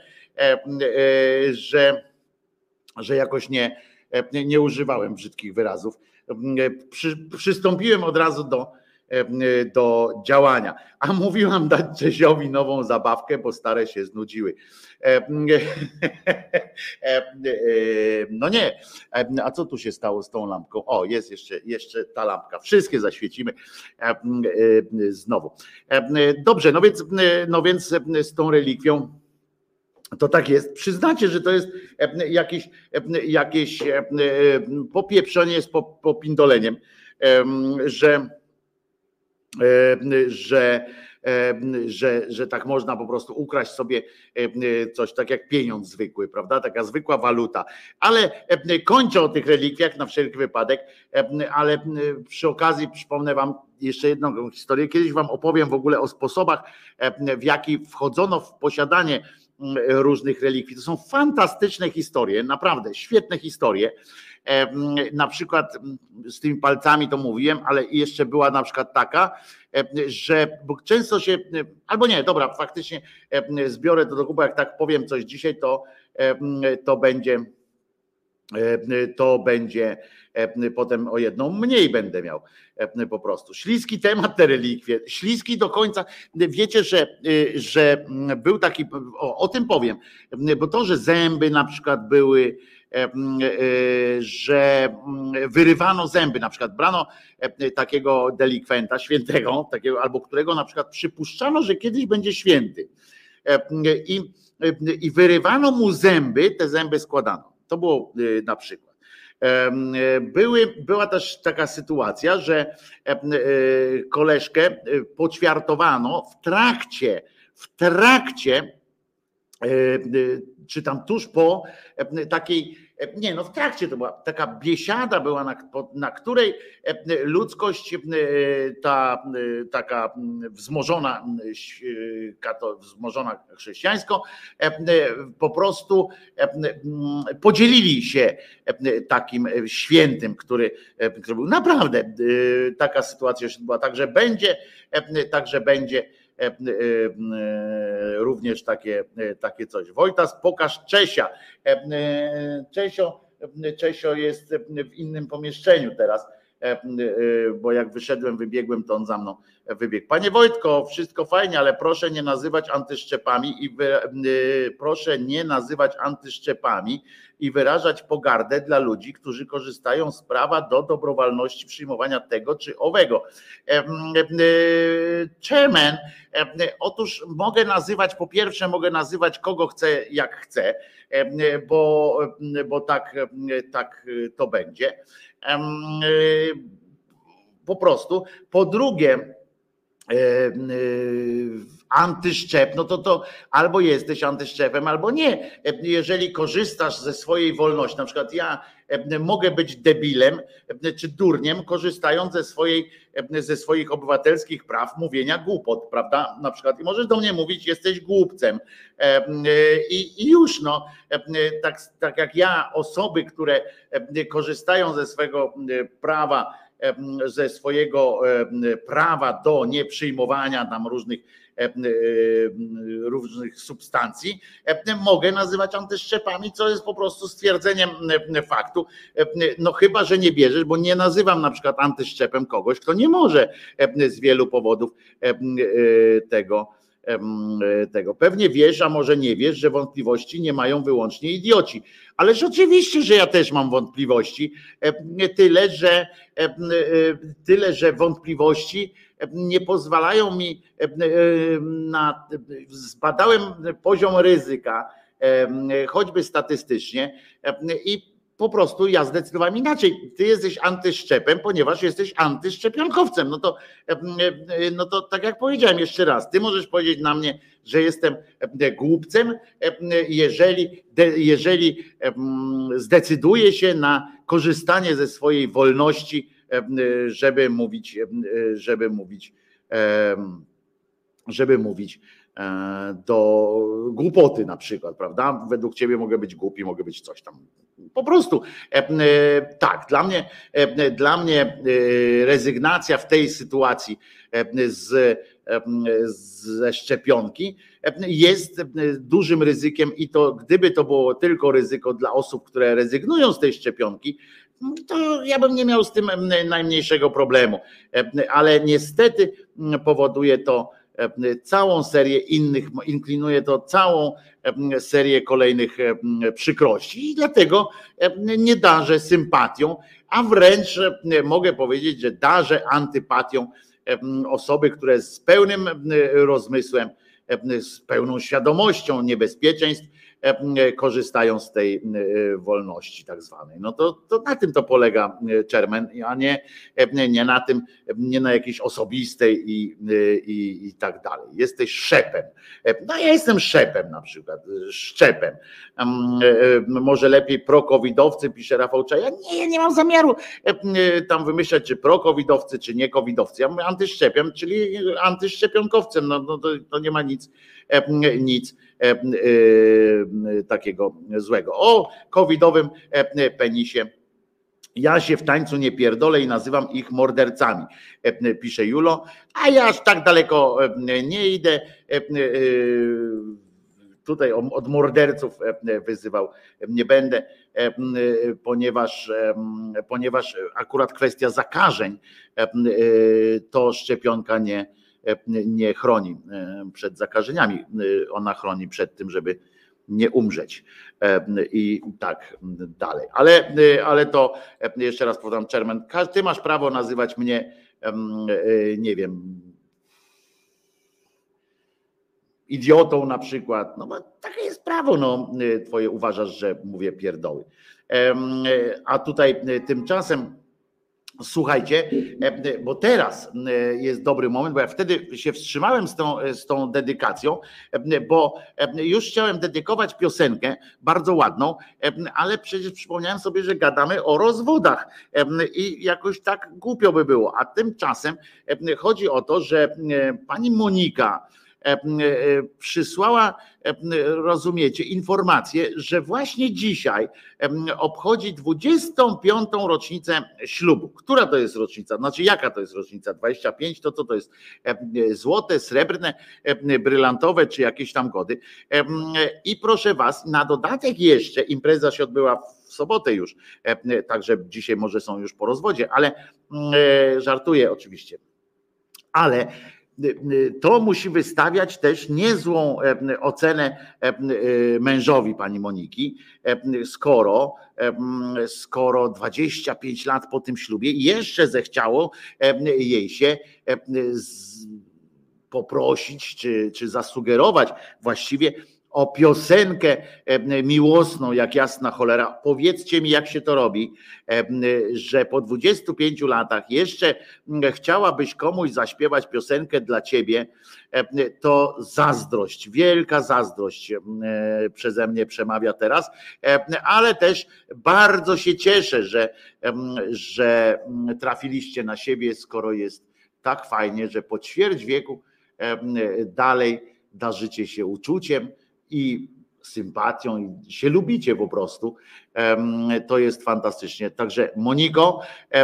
że, że jakoś nie, nie używałem brzydkich wyrazów. Przy, przystąpiłem od razu do do działania. A mówiłam dać Czesiowi nową zabawkę, bo stare się znudziły. No nie. A co tu się stało z tą lampką? O, jest jeszcze, jeszcze ta lampka. Wszystkie zaświecimy znowu. Dobrze, no więc, no więc z tą relikwią to tak jest. Przyznacie, że to jest jakieś, jakieś popieprzenie z popindoleniem, że Że, że, że tak można po prostu ukraść sobie coś tak jak pieniądz zwykły, prawda? Taka zwykła waluta. Ale kończę o tych relikwiach na wszelki wypadek, ale przy okazji przypomnę wam jeszcze jedną historię. Kiedyś wam opowiem w ogóle o sposobach, w jaki wchodzono w posiadanie różnych relikwii. To są fantastyczne historie, naprawdę świetne historie. Na przykład z tymi palcami to mówiłem, ale jeszcze była na przykład taka, że bo często się, albo nie, dobra, faktycznie zbiorę to do kupa, jak tak powiem coś dzisiaj, to, to będzie to będzie potem o jedną mniej będę miał po prostu. Śliski temat te relikwie, śliski do końca. Wiecie, że, że był taki, o, o tym powiem, bo to, że zęby na przykład były, że wyrywano zęby, na przykład brano takiego delikwenta świętego, takiego, albo którego na przykład przypuszczano, że kiedyś będzie święty i, i wyrywano mu zęby, te zęby składano. To było na przykład. Były, była też taka sytuacja, że koleżkę poćwiartowano w trakcie, w trakcie, czy tam tuż po takiej, nie no w trakcie to była taka biesiada była, na, na której ludzkość ta taka wzmożona, wzmożona chrześcijańsko po prostu podzielili się takim świętym, który, który był naprawdę, taka sytuacja się była, także będzie, także będzie również takie, takie coś. Wojtas, pokaż Czesia. Czesio, Czesio jest w innym pomieszczeniu teraz, bo jak wyszedłem, wybiegłem, to on za mną wybiegł. Panie Wojtko, wszystko fajnie, ale proszę nie nazywać antyszczepami i wy, proszę nie nazywać antyszczepami i wyrażać pogardę dla ludzi, którzy korzystają z prawa do dobrowolności przyjmowania tego czy owego. Chairman, otóż mogę nazywać, po pierwsze mogę nazywać kogo chcę, jak chcę, bo, bo tak, tak to będzie. Po prostu. Po drugie, antyszczep, no to to albo jesteś antyszczepem, albo nie. Jeżeli korzystasz ze swojej wolności, na przykład ja mogę być debilem czy durniem, korzystając ze swojej, ze swoich obywatelskich praw mówienia głupot, prawda? Na przykład i możesz do mnie mówić, jesteś głupcem i, i już no, tak, tak jak ja, osoby, które korzystają ze swego prawa, ze swojego prawa do nieprzyjmowania tam różnych różnych substancji, mogę nazywać antyszczepami, co jest po prostu stwierdzeniem faktu. No chyba, że nie bierzesz, bo nie nazywam na przykład antyszczepem kogoś, kto nie może z wielu powodów tego tego. Pewnie wiesz, a może nie wiesz, że wątpliwości nie mają wyłącznie idioci. Ależ oczywiście, że ja też mam wątpliwości. Tyle, że tyle, że wątpliwości nie pozwalają mi na... Zbadałem poziom ryzyka, choćby statystycznie, i po prostu ja zdecydowałem inaczej. Ty jesteś antyszczepem, ponieważ jesteś antyszczepionkowcem. No to, no to tak jak powiedziałem jeszcze raz, ty możesz powiedzieć na mnie, że jestem głupcem, jeżeli, jeżeli zdecyduję się na korzystanie ze swojej wolności, żeby mówić, żeby mówić, żeby mówić do głupoty na przykład, prawda? Według ciebie mogę być głupi, mogę być coś tam. Po prostu tak, dla mnie, dla mnie rezygnacja w tej sytuacji z, ze szczepionki jest dużym ryzykiem i to gdyby to było tylko ryzyko dla osób, które rezygnują z tej szczepionki, to ja bym nie miał z tym najmniejszego problemu, ale niestety powoduje to całą serię innych, inklinuje to całą serię kolejnych przykrości i dlatego nie darzę sympatią, a wręcz mogę powiedzieć, że darzę antypatią osoby, które z pełnym rozmysłem, z pełną świadomością niebezpieczeństw korzystają z tej wolności tak zwanej. No to, to na tym to polega Chairman, a nie, nie na tym, nie na jakiejś osobistej i, i, i tak dalej. Jesteś szepem. No ja jestem szepem na przykład, szczepem. Może lepiej pro-covidowcy, pisze Rafał Czaja. Nie, ja nie mam zamiaru tam wymyślać, czy pro-covidowcy, czy nie covidowcy. Ja mówię antyszczepiam, czyli antyszczepionkowcem. No, no to, to nie ma nic, nic takiego złego. O covidowym penisie. Ja się w tańcu nie pierdolę i nazywam ich mordercami, pisze Julo, a ja aż tak daleko nie idę. Tutaj od morderców wyzywał nie będę, ponieważ, ponieważ akurat kwestia zakażeń to szczepionka nie nie chroni przed zakażeniami, ona chroni przed tym, żeby nie umrzeć i tak dalej. Ale, ale to jeszcze raz powtarzam, Chairman, ty masz prawo nazywać mnie, nie wiem, idiotą na przykład, no bo takie jest prawo, no twoje, uważasz, że mówię pierdoły. A tutaj tymczasem słuchajcie, bo teraz jest dobry moment, bo ja wtedy się wstrzymałem z tą, z tą dedykacją, bo już chciałem dedykować piosenkę bardzo ładną, ale przecież przypomniałem sobie, że gadamy o rozwodach i jakoś tak głupio by było. A tymczasem chodzi o to, że pani Monika przysłała, rozumiecie, informację, że właśnie dzisiaj obchodzi dwudziestą piątą rocznicę ślubu. Która to jest rocznica? Znaczy jaka to jest rocznica? dwadzieścia pięć? To co to jest? Złote, srebrne, brylantowe czy jakieś tam gody. I proszę was, na dodatek jeszcze impreza się odbyła w sobotę już, także dzisiaj może są już po rozwodzie, ale żartuję oczywiście. Ale to musi wystawiać też niezłą ocenę mężowi pani Moniki, skoro, skoro dwadzieścia pięć lat po tym ślubie jeszcze zechciało jej się poprosić czy, czy zasugerować właściwie o piosenkę miłosną, jak jasna cholera. Powiedzcie mi, jak się to robi, że po dwudziestu pięciu latach jeszcze chciałabyś komuś zaśpiewać piosenkę dla ciebie, to zazdrość, wielka zazdrość przeze mnie przemawia teraz, ale też bardzo się cieszę, że, że trafiliście na siebie, skoro jest tak fajnie, że po ćwierć wieku dalej darzycie się uczuciem i sympatią i się lubicie po prostu. To jest fantastycznie. Także Moniko,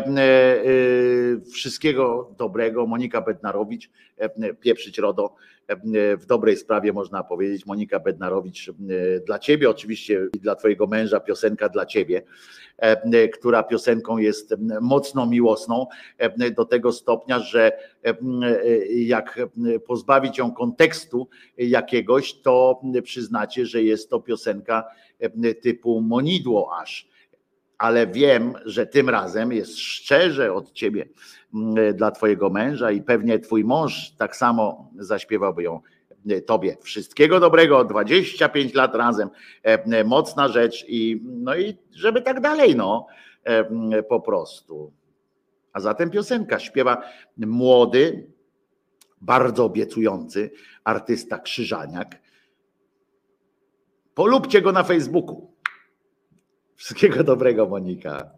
wszystkiego dobrego. Monika Bednarowicz, pieprzyć RODO, w dobrej sprawie można powiedzieć. Monika Bednarowicz, dla ciebie oczywiście i dla twojego męża piosenka dla ciebie, która piosenką jest mocno miłosną do tego stopnia, że jak pozbawić ją kontekstu jakiegoś, to przyznacie, że jest to piosenka typu monidło aż. Ale wiem, że tym razem jest szczerze od ciebie dla twojego męża i pewnie twój mąż tak samo zaśpiewałby ją tobie wszystkiego dobrego, dwadzieścia pięć lat razem, mocna rzecz i no i żeby tak dalej, no po prostu. A zatem piosenka śpiewa młody, bardzo obiecujący artysta Krzyżaniak. Polubcie go na Facebooku. Wszystkiego dobrego, Monika.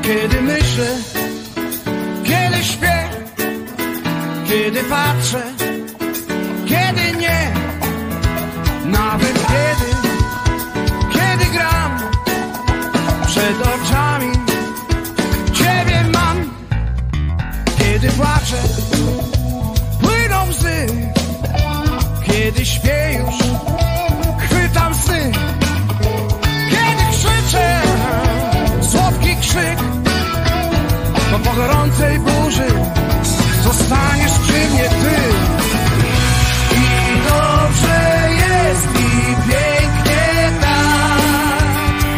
Kiedy myślę, kiedy śpię, kiedy patrzę, kiedy nie, nawet kiedy, kiedy gram, przed oczami Ciebie mam. Kiedy płaczę, płyną łzy, kiedy śpię już, chwytam sny. Kiedy krzyczę, słodki krzyk, to po gorącej burzy zostaniesz przy mnie Ty. I dobrze jest i pięknie tak,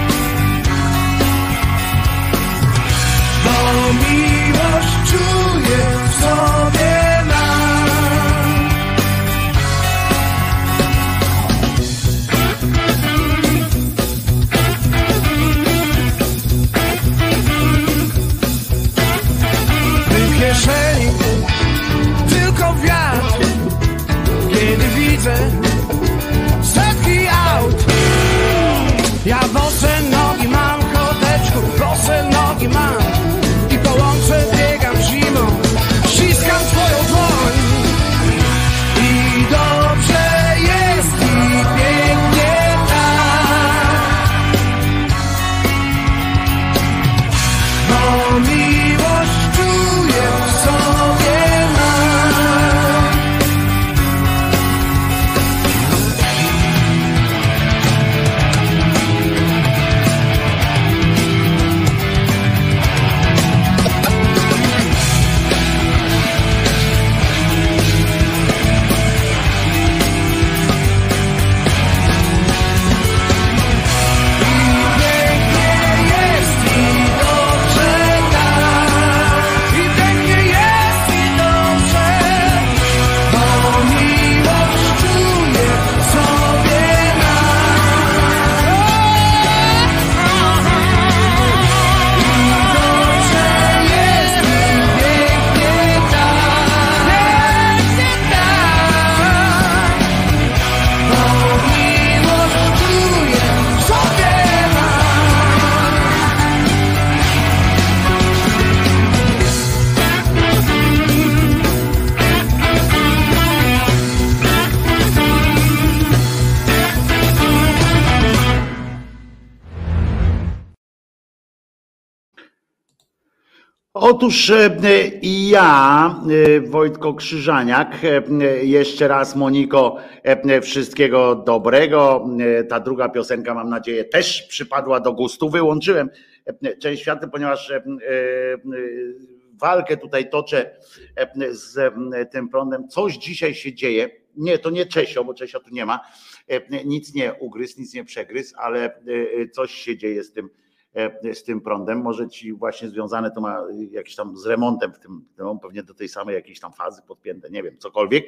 bo miłość czuję w sobie nam. W kieszeni tylko wiatr, kiedy widzę setki aut. Ja bose nogi mam, koteczku, bose nogi mam i po łące biegam zimą, ściskam twoją dłoń. I dobrze jest i pięknie tak, bo miłość czuję w sobie mam. Otóż i ja, Wojtko Krzyżaniak, jeszcze raz Moniko, wszystkiego dobrego. Ta druga piosenka, mam nadzieję, też przypadła do gustu. Wyłączyłem część światła, ponieważ walkę tutaj toczę z tym prądem. Coś dzisiaj się dzieje. Nie, to nie Czesio, bo Czesio tu nie ma. Nic nie ugryzł, nic nie przegryzł, ale coś się dzieje z tym z tym prądem, może ci właśnie związane to ma jakiś tam z remontem w tym, no, pewnie do tej samej jakiejś tam fazy podpięte, nie wiem, cokolwiek,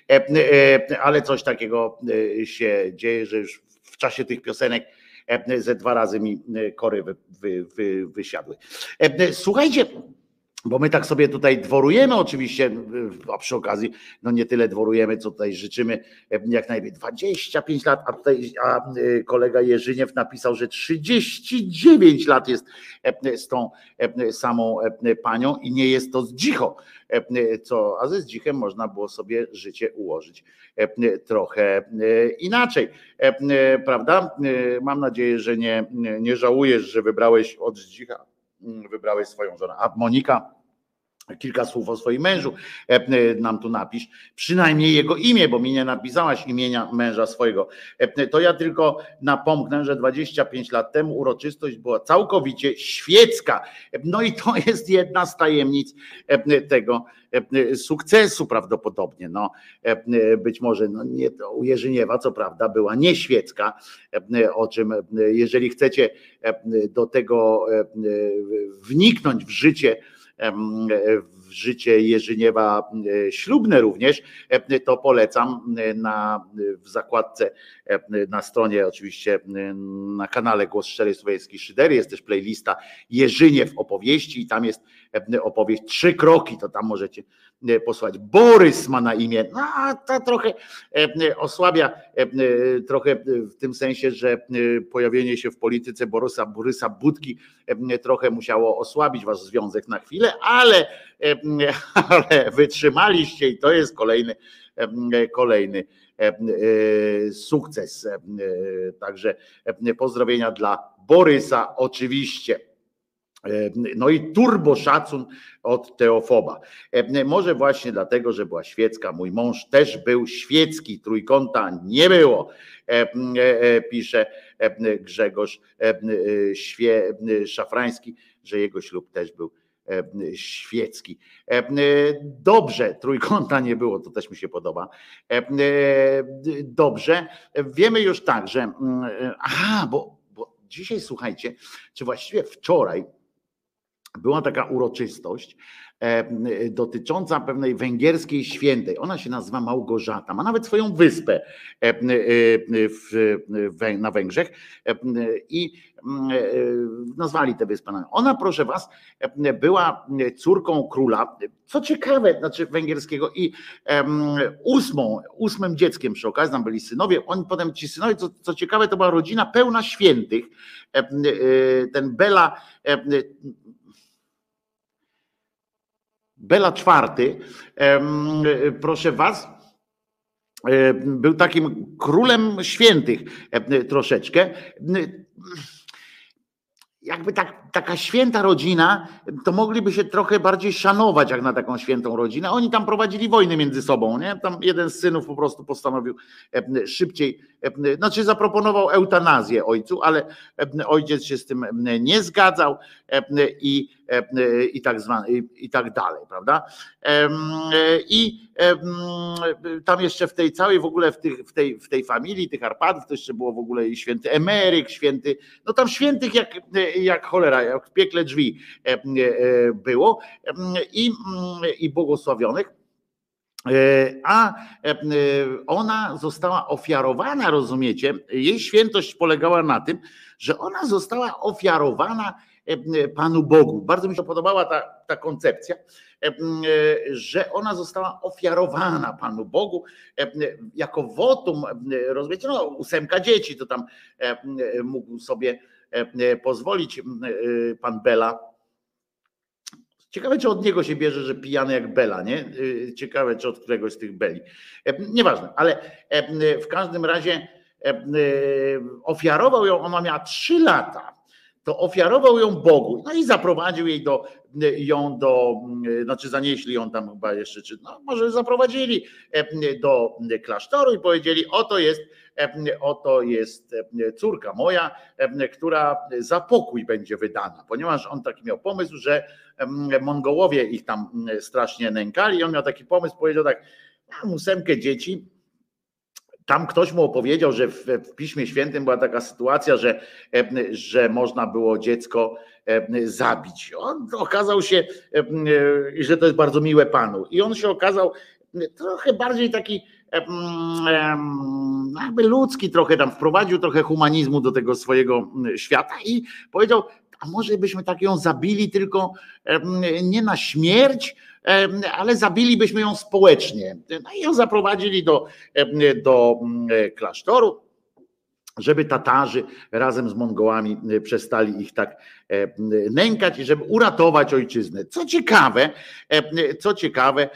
ale coś takiego się dzieje, że już w czasie tych piosenek ze dwa razy mi kory wy, wy, wy, wysiadły. Słuchajcie, bo my tak sobie tutaj dworujemy oczywiście, a przy okazji no nie tyle dworujemy, co tutaj życzymy jak najlepiej. dwadzieścia pięć lat, a tutaj a kolega Jerzyniew napisał, że trzydzieści dziewięć lat jest z tą samą panią i nie jest to zdzicho, co, a ze zdzichem można było sobie życie ułożyć trochę inaczej, prawda? Mam nadzieję, że nie, nie żałujesz, że wybrałeś od zdzicha, wybrałeś swoją żonę. A Monika, kilka słów o swoim mężu nam tu napisz, przynajmniej jego imię, bo mi nie napisałaś imienia męża swojego. To ja tylko napomknę, że dwadzieścia pięć lat temu uroczystość była całkowicie świecka. No i to jest jedna z tajemnic tego sukcesu prawdopodobnie. No, być może no nie, to u Jerzyniewa co prawda była nieświecka, o czym jeżeli chcecie do tego wniknąć w życie w życie Jerzyniewa ślubne również, to polecam na, w zakładce na stronie, oczywiście na kanale Głos Szczerej Słowiańskiej Szydery jest też playlista Jerzyniew opowieści i tam jest opowieść Trzy kroki, to tam możecie posłuchać. Borys ma na imię, no to trochę osłabia, trochę w tym sensie, że pojawienie się w polityce Borysa, Borysa Budki trochę musiało osłabić wasz związek na chwilę, ale, ale wytrzymaliście i to jest kolejny, kolejny sukces. Także pozdrowienia dla Borysa oczywiście. No i turbo szacun od Teofoba. Może właśnie dlatego, że była świecka. Mój mąż też był świecki, trójkąta nie było, pisze Grzegorz Szafrański, że jego ślub też był świecki. Dobrze, trójkąta nie było, to też mi się podoba. Dobrze, wiemy już tak, że aha, bo, bo dzisiaj słuchajcie, czy właściwie wczoraj była taka uroczystość dotycząca pewnej węgierskiej świętej. Ona się nazywa Małgorzata, ma nawet swoją wyspę w, na Węgrzech i nazwali tę wyspę. Ona, proszę was, była córką króla, co ciekawe, znaczy węgierskiego i ósmą, ósmym dzieckiem przy okazji, tam byli synowie, oni potem ci synowie, co, co ciekawe, to była rodzina pełna świętych. Ten Bela Bela czwarty, proszę was, był takim królem świętych troszeczkę. Jakby tak, taka święta rodzina, to mogliby się trochę bardziej szanować jak na taką świętą rodzinę. Oni tam prowadzili wojny między sobą, nie? Tam jeden z synów po prostu postanowił szybciej, znaczy zaproponował eutanazję ojcu, ale ojciec się z tym nie zgadzał i, i tak zwany, i tak dalej, prawda? I tam jeszcze w tej całej w ogóle w, tych, w, tej, w tej familii tych Arpadów to jeszcze było w ogóle i święty Emeryk, święty, no tam świętych jak, jak cholera, jak w piekle drzwi było i, i błogosławionych. A ona została ofiarowana, rozumiecie? Jej świętość polegała na tym, że ona została ofiarowana Panu Bogu. Bardzo mi się podobała ta, ta koncepcja, że ona została ofiarowana Panu Bogu jako wotum, rozumiecie, no ósemka dzieci, to tam mógł sobie pozwolić pan Bela. Ciekawe, czy od niego się bierze, że pijany jak Bela, nie? Ciekawe, czy od któregoś z tych Beli. Nieważne, ale w każdym razie ofiarował ją, ona miała trzy lata, to ofiarował ją Bogu, no i zaprowadził jej do, ją do, znaczy zanieśli ją tam chyba jeszcze, czy no może zaprowadzili do klasztoru i powiedzieli, oto jest, oto jest córka moja, która za pokój będzie wydana, ponieważ on taki miał pomysł, że Mongołowie ich tam strasznie nękali i on miał taki pomysł, powiedział tak, mam ósemkę dzieci. Tam ktoś mu opowiedział, że w, w Piśmie Świętym była taka sytuacja, że, że można było dziecko zabić. On okazał się, że to jest bardzo miłe Panu. I on się okazał trochę bardziej taki jakby ludzki trochę tam, wprowadził trochę humanizmu do tego swojego świata i powiedział, a może byśmy tak ją zabili tylko nie na śmierć, ale zabilibyśmy ją społecznie. No i ją zaprowadzili do, do klasztoru, żeby Tatarzy razem z Mongołami przestali ich tak nękać i żeby uratować ojczyznę. Co ciekawe, co ciekawe,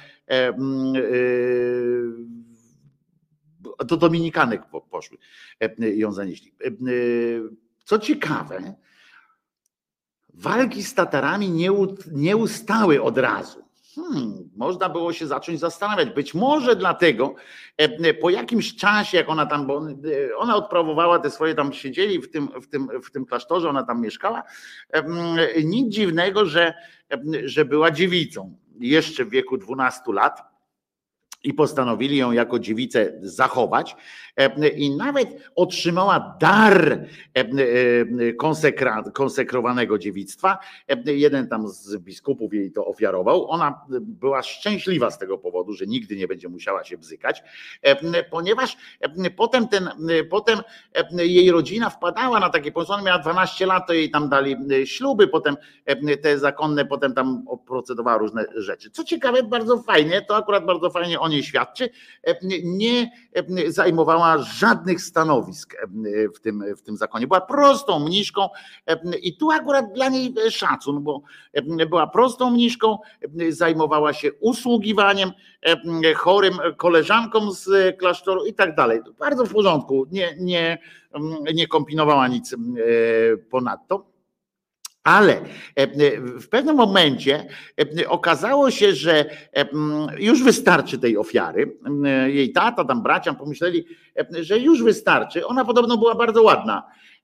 do Dominikanek poszły i ją zanieśli. Co ciekawe, walki z Tatarami nie, nie ustały od razu. Hmm, można było się zacząć zastanawiać. Być może dlatego po jakimś czasie, jak ona tam, bo ona odprawowała te swoje, tam siedzieli w tym, w tym, w tym klasztorze, ona tam mieszkała. Nic dziwnego, że, że była dziewicą. Jeszcze w wieku dwunastu lat i postanowili ją jako dziewicę zachować i nawet otrzymała dar konsekra, konsekrowanego dziewictwa. Jeden tam z biskupów jej to ofiarował. Ona była szczęśliwa z tego powodu, że nigdy nie będzie musiała się bzykać, ponieważ potem, ten, potem jej rodzina wpadała na takie pomysły. Ona miała dwanaście lat, to jej tam dali śluby, potem te zakonne, potem tam procedowała różne rzeczy. Co ciekawe, bardzo fajnie, to akurat bardzo fajnie o niej świadczy, nie zajmowała żadnych stanowisk w tym, w tym zakonie. Była prostą mniszką i tu akurat dla niej szacun, bo była prostą mniszką, zajmowała się usługiwaniem chorym koleżankom z klasztoru i tak dalej. Bardzo w porządku, nie, nie, nie kombinowała nic ponadto. Ale w pewnym momencie okazało się, że już wystarczy tej ofiary. Jej tata, tam bracia pomyśleli, że już wystarczy. Ona podobno była bardzo ładna.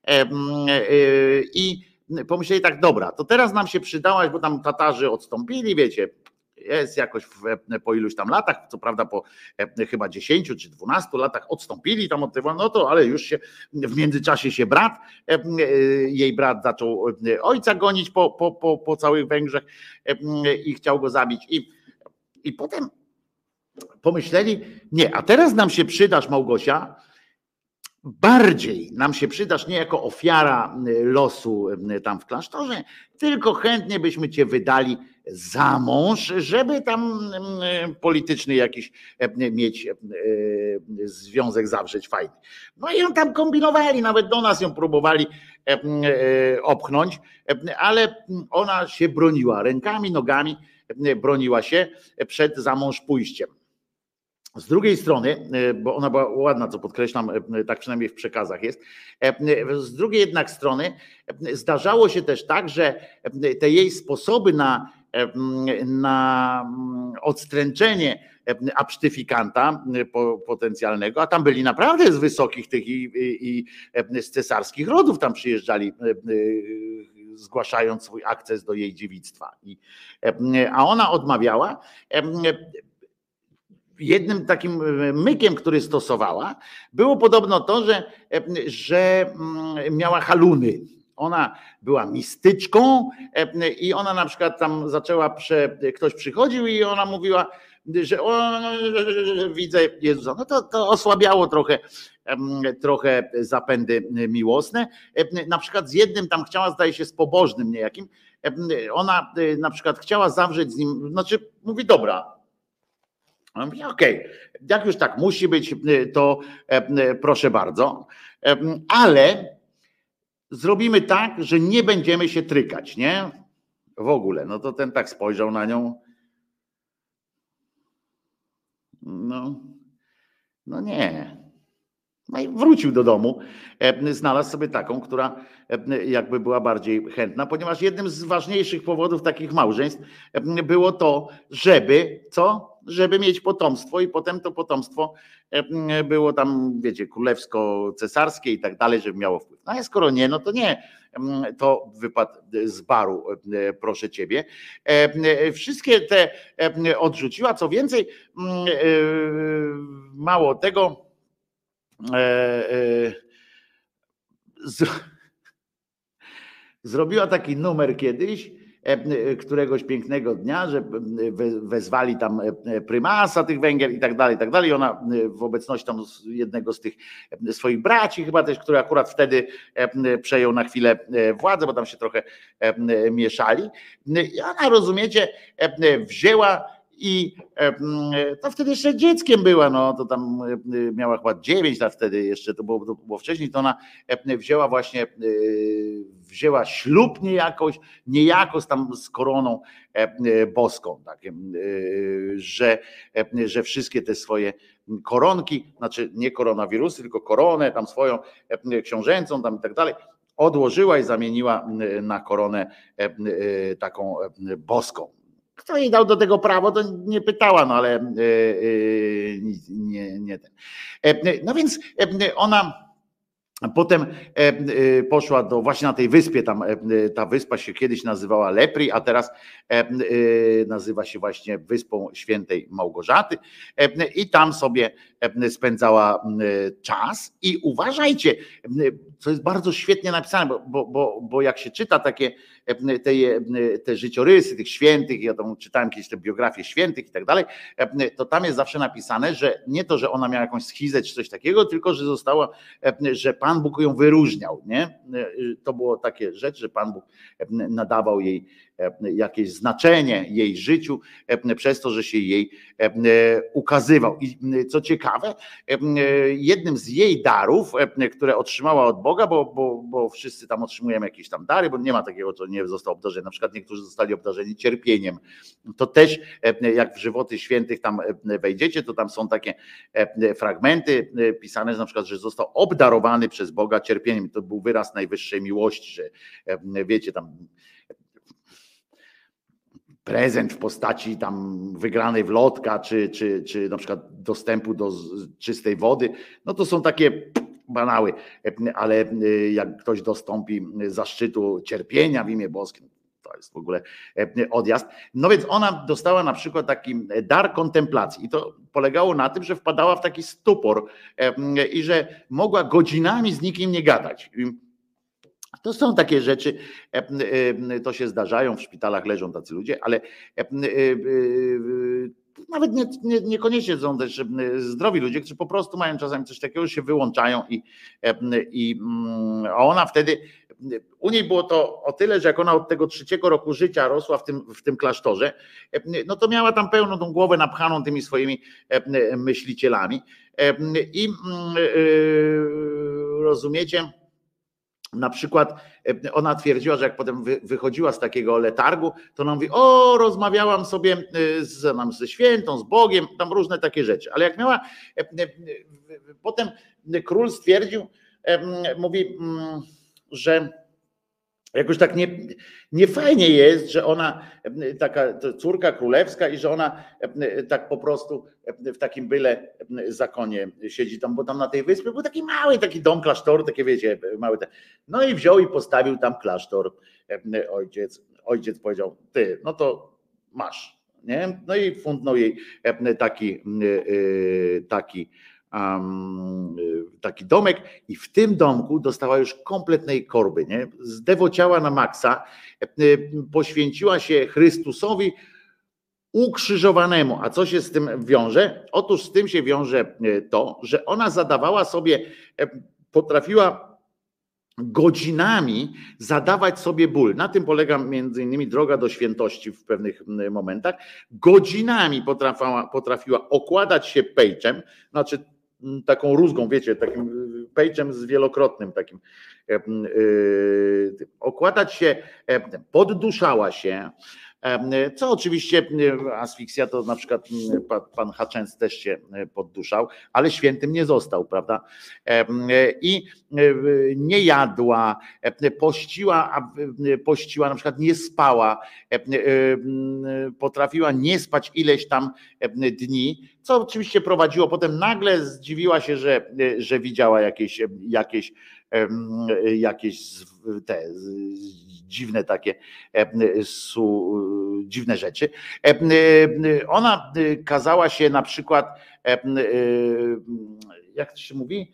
I pomyśleli tak, dobra, to teraz nam się przydałaś, bo tam Tatarzy odstąpili, wiecie, jest jakoś w, po iluś tam latach, co prawda po chyba dziesięciu czy dwunastu latach odstąpili tam od tego, no to ale już się w międzyczasie się brat, jej brat zaczął ojca gonić po, po, po, po całych Węgrzech i chciał go zabić i, i potem pomyśleli, nie, a teraz nam się przydasz, Małgosia, bardziej nam się przydasz nie jako ofiara losu tam w klasztorze, tylko chętnie byśmy cię wydali za mąż, żeby tam polityczny jakiś mieć związek zawrzeć fajny. No i ją tam kombinowali, nawet do nas ją próbowali opchnąć, ale ona się broniła rękami, nogami, broniła się przed za mąż pójściem. Z drugiej strony, bo ona była ładna, co podkreślam, tak przynajmniej w przekazach jest, z drugiej jednak strony zdarzało się też tak, że te jej sposoby na, na odstręczenie absztyfikanta potencjalnego, a tam byli naprawdę z wysokich tych i, i, i z cesarskich rodów tam przyjeżdżali, zgłaszając swój akces do jej dziewictwa. I, a ona odmawiała. Jednym takim mykiem, który stosowała, było podobno to, że, że miała haluny. Ona była mistyczką i ona na przykład tam zaczęła, prze, ktoś przychodził i ona mówiła, że o, widzę Jezusa. No to, to osłabiało trochę, trochę zapędy miłosne. Na przykład z jednym tam chciała, zdaje się, z pobożnym niejakim, ona na przykład chciała zawrzeć z nim, znaczy mówi, dobra, okej, okay. Jak już tak musi być, to proszę bardzo, ale zrobimy tak, że nie będziemy się trykać, nie? W ogóle, no to ten tak spojrzał na nią. No, no nie. No i wrócił do domu, znalazł sobie taką, która jakby była bardziej chętna, ponieważ jednym z ważniejszych powodów takich małżeństw było to, żeby, co? Żeby mieć potomstwo i potem to potomstwo było tam, wiecie, królewsko-cesarskie i tak dalej, żeby miało wpływ. No a skoro nie, no to nie, to wypadł z baru, proszę ciebie. Wszystkie te odrzuciła, co więcej, mało tego, zrobiła taki numer kiedyś, któregoś pięknego dnia, że wezwali tam prymasa tych Węgier i tak dalej, i tak dalej. Ona w obecności tam jednego z tych swoich braci chyba też, który akurat wtedy przejął na chwilę władzę, bo tam się trochę mieszali. I ona, rozumiecie, wzięła i to wtedy jeszcze dzieckiem była, no to tam miała chyba dziewięć lat wtedy jeszcze, to było, to było wcześniej, to ona wzięła właśnie, wzięła ślub niejakoś, niejako tam z koroną boską, tak, że, że wszystkie te swoje koronki, znaczy nie koronawirusy, tylko koronę tam swoją książęcą tam i tak dalej, odłożyła i zamieniła na koronę taką boską. Kto jej dał do tego prawo, to nie pytała, no ale nie, nie ten. No więc ona Potem poszła do właśnie na tej wyspie, tam ta wyspa się kiedyś nazywała Lepri, a teraz nazywa się właśnie Wyspą Świętej Małgorzaty i tam sobie spędzała czas. I uważajcie, co jest bardzo świetnie napisane, bo, bo, bo, bo jak się czyta takie te, te życiorysy tych świętych, ja tam czytałem kiedyś te biografie świętych i tak dalej, to tam jest zawsze napisane, że nie to, że ona miała jakąś schizę czy coś takiego, tylko że została, że Pan Bóg ją wyróżniał, nie? To było takie rzecz, że Pan Bóg nadawał jej jakieś znaczenie jej życiu przez to, że się jej ukazywał. I co ciekawe, jednym z jej darów, które otrzymała od Boga, bo, bo, bo wszyscy tam otrzymujemy jakieś tam dary, bo nie ma takiego, co nie został obdarzony. Na przykład niektórzy zostali obdarzeni cierpieniem. To też jak w żywoty świętych tam wejdziecie, to tam są takie fragmenty pisane, że na przykład, że został obdarowany przez Boga cierpieniem. To był wyraz najwyższej miłości, że wiecie, tam prezent w postaci tam wygranej w lotka, czy, czy, czy na przykład dostępu do czystej wody, no to są takie banały, ale jak ktoś dostąpi zaszczytu cierpienia w imię boskim, to jest w ogóle odjazd. No więc ona dostała na przykład taki dar kontemplacji i to polegało na tym, że wpadała w taki stupor i że mogła godzinami z nikim nie gadać. To są takie rzeczy, to się zdarzają, w szpitalach leżą tacy ludzie, ale nawet nie, nie, niekoniecznie są też zdrowi ludzie, którzy po prostu mają czasami coś takiego, że się wyłączają i, i a ona wtedy, u niej było to o tyle, że jak ona od tego trzeciego roku życia rosła w tym, w tym klasztorze, no to miała tam pełną tą głowę napchaną tymi swoimi myślicielami i rozumiecie, na przykład ona twierdziła, że jak potem wychodziła z takiego letargu, to ona mówi, o, rozmawiałam sobie z, nam, ze świętą, z Bogiem, tam różne takie rzeczy. Ale jak miała, potem król stwierdził, mówi, że jakoś tak nie, nie fajnie jest, że ona, taka córka królewska i że ona tak po prostu w takim byle zakonie siedzi tam, bo tam na tej wyspie był taki mały, taki dom klasztoru, takie wiecie, mały. No i wziął i postawił tam klasztor ojciec. Ojciec powiedział, ty, no to masz, nie? No i fundnął jej taki, taki Um, taki domek i w tym domku dostała już kompletnej korby, nie? Zdewociała na maksa, poświęciła się Chrystusowi ukrzyżowanemu. A co się z tym wiąże? Otóż z tym się wiąże to, że ona zadawała sobie, potrafiła godzinami zadawać sobie ból. Na tym polega między innymi droga do świętości w pewnych momentach. Godzinami potrafiła, potrafiła okładać się pejczem, znaczy taką rózgą, wiecie, takim pejczem z wielokrotnym takim, okładać się, podduszała się, co oczywiście asfiksja to na przykład pan Haczęs też się podduszał, ale świętym nie został, prawda? I nie jadła, pościła, pościła, na przykład nie spała, potrafiła nie spać ileś tam dni, co oczywiście prowadziło, potem nagle zdziwiła się, że, że widziała jakieś, jakieś, jakieś te dziwne takie su, dziwne rzeczy. Ona kazała się na przykład, jak to się mówi,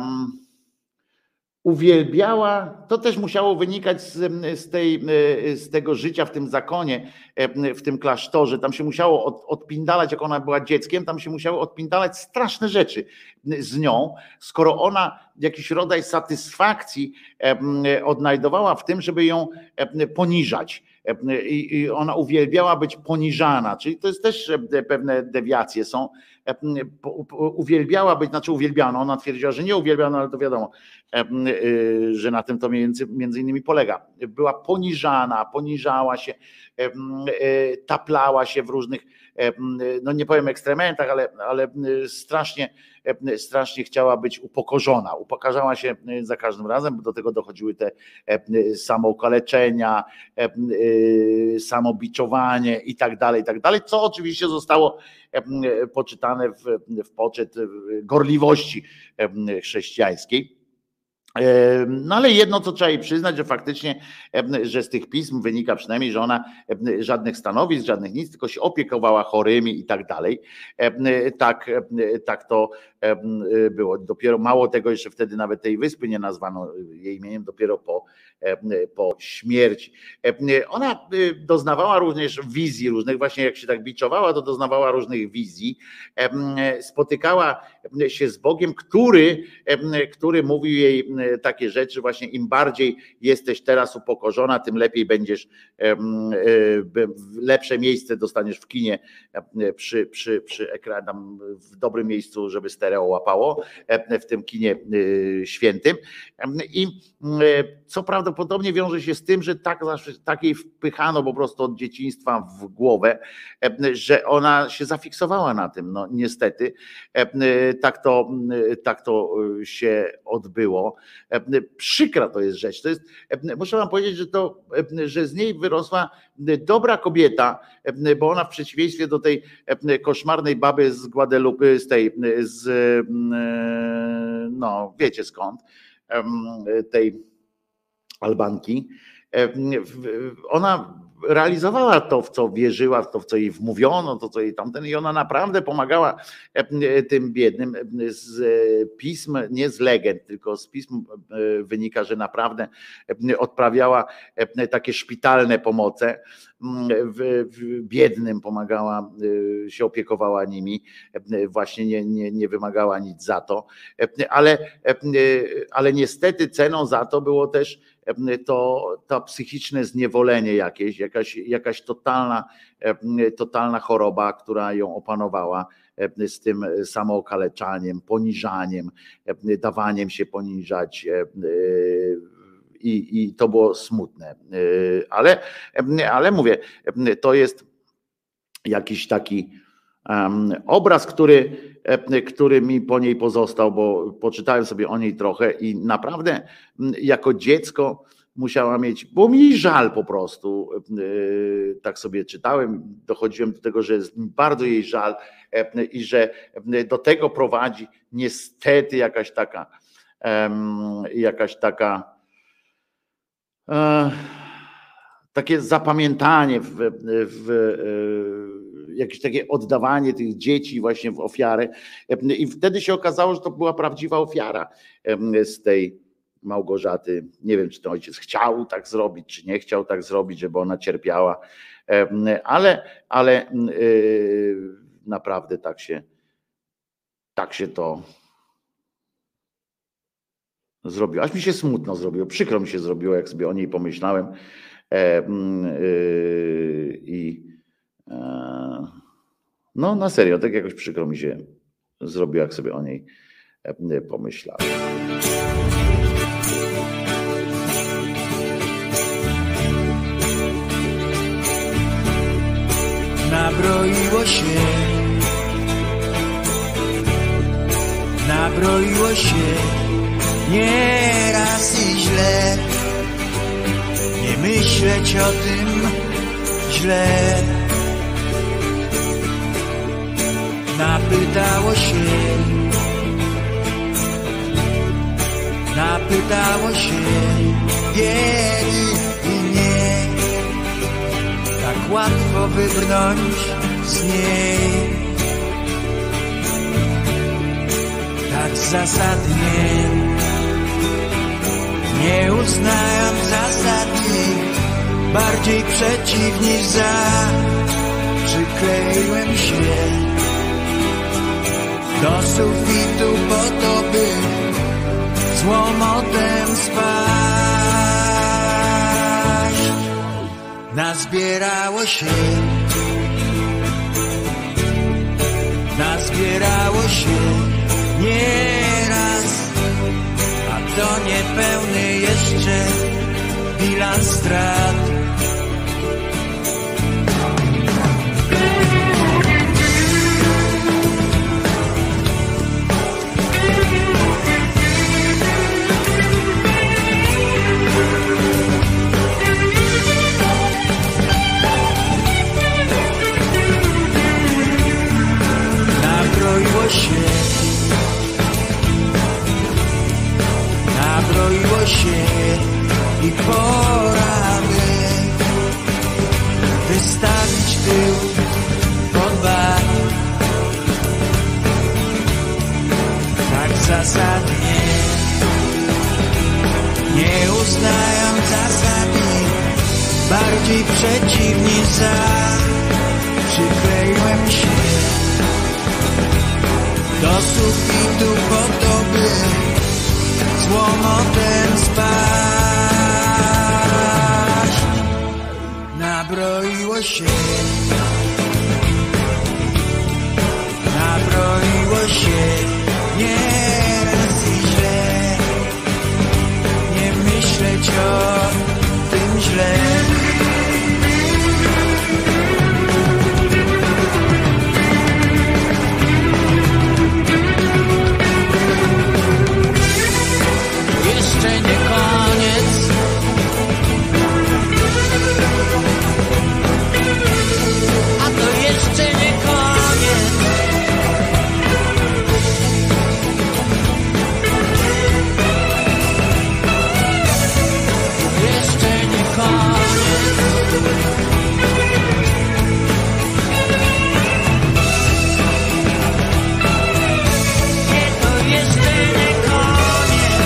uwielbiała, to też musiało wynikać z, z, tej, z tego życia w tym zakonie, w tym klasztorze. Tam się musiało od, odpindalać, jak ona była dzieckiem, tam się musiało odpindalać straszne rzeczy z nią, skoro ona jakiś rodzaj satysfakcji odnajdowała w tym, żeby ją poniżać. I ona uwielbiała być poniżana, czyli to jest też pewne dewiacje są. Uwielbiała być, znaczy uwielbiano, ona twierdziła, że nie uwielbiano, ale to wiadomo, że na tym to między, między innymi polega. Była poniżana, poniżała się, taplała się w różnych, no nie powiem ekstrementach, ale, ale strasznie, strasznie chciała być upokorzona. Upokarzała się za każdym razem, bo do tego dochodziły te samookaleczenia, samobiczowanie i tak dalej, i tak dalej, co oczywiście zostało poczytane w, w poczet gorliwości chrześcijańskiej. No ale jedno, co trzeba jej przyznać, że faktycznie, że z tych pism wynika przynajmniej, że ona żadnych stanowisk, żadnych nic, tylko się opiekowała chorymi i tak dalej. Tak, tak to było. Dopiero mało tego, jeszcze wtedy nawet tej wyspy nie nazwano jej imieniem, dopiero po, po śmierci. Ona doznawała również wizji różnych, właśnie jak się tak biczowała, to doznawała różnych wizji. Spotykała się z Bogiem, który, który mówił jej takie rzeczy, właśnie im bardziej jesteś teraz upokorzona, tym lepiej będziesz, lepsze miejsce dostaniesz w kinie przy, przy, przy ekranie, w dobrym miejscu, żeby stereo łapało, w tym kinie świętym. I co prawdopodobnie wiąże się z tym, że tak, takiej wpychano po prostu od dzieciństwa w głowę, że ona się zafiksowała na tym. No niestety tak to, tak to się odbyło. Przykra to jest rzecz. To jest, muszę wam powiedzieć, że, to, że z niej wyrosła dobra kobieta, bo ona w przeciwieństwie do tej koszmarnej baby z Guadalupe, z tej, z, no wiecie skąd, tej Albanki, ona realizowała to, w co wierzyła, w to, w co jej wmówiono, to, co jej tamten, i ona naprawdę pomagała tym biednym. Z pism, nie z legend, tylko z pism wynika, że naprawdę odprawiała takie szpitalne pomoce, w, w biednym pomagała, się opiekowała nimi, właśnie nie, nie, nie wymagała nic za to, ale, ale niestety ceną za to było też to, to psychiczne zniewolenie jakieś, jakaś, jakaś totalna, totalna choroba, która ją opanowała, z tym samookaleczaniem, poniżaniem, dawaniem się poniżać. I, I to było smutne, ale, ale mówię, to jest jakiś taki um, obraz, który, który mi po niej pozostał, bo poczytałem sobie o niej trochę i naprawdę jako dziecko musiała mieć, bo mi żal po prostu, tak sobie czytałem, dochodziłem do tego, że jest mi bardzo jej żal i że do tego prowadzi niestety jakaś taka, jakaś taka takie zapamiętanie, w, w, jakieś takie oddawanie tych dzieci właśnie w ofiarę. I wtedy się okazało, że to była prawdziwa ofiara z tej Małgorzaty. Nie wiem, czy ten ojciec chciał tak zrobić, czy nie chciał tak zrobić, żeby ona cierpiała, ale, ale naprawdę tak się, tak się to zrobiło. Aż mi się smutno zrobiło, przykro mi się zrobiło, jak sobie o niej pomyślałem. I no na serio, tak jakoś przykro mi się zrobiło, jak sobie o niej pomyślałem. Nabroiło się, nabroiło się nieraz i źle, nie myśleć o tym źle. Napytało się, napytało się wieli i nie, tak łatwo wybrnąć z niej, tak zasadnie, nie uznając zasadni, bardziej przeciw niż za, przykleiłem się do sufitu po to, by z łomotem spaść. Nazbierało się, nazbierało się nieraz, a to niepełny jeszcze bilans strat. Nabroiło się, nabroiło znają zasady, bardziej przeciwni za. Przykleiłem się do sufitu po to, by z łomotem spać. Nabroiło się, nabroiło się nieraz i źle. Nie myśleć o tym źle. Jeszcze nie koniec. A to jeszcze nie koniec. Jeszcze nie koniec. Nie, to jeszcze nie koniec.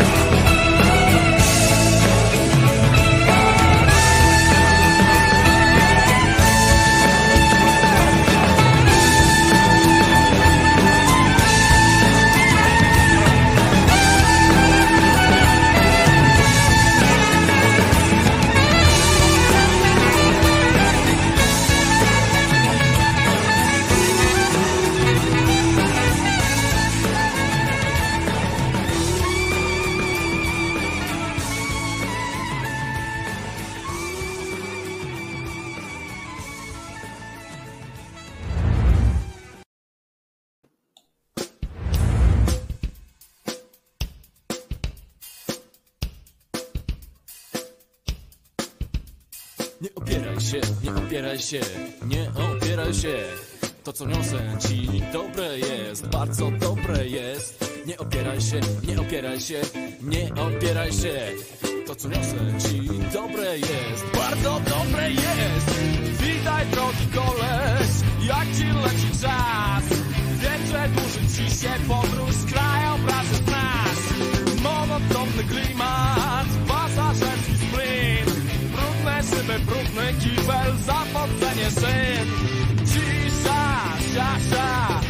Nie opieraj się, nie opieraj się, nie opieraj się. To co niosę ci dobre jest, bardzo dobre jest. Nie opieraj się, nie opieraj się, nie opieraj się. To co niosę ci dobre jest, bardzo dobre jest. Witaj drogi koleś, jak ci leci czas. Wiem, że dłuży ci się podróż, krajobrazy znasz. Monotonny klimat, pasażerski sprint. Brudne szyby, brudny kibel, zawodzenie szyn. Cisza, siasza,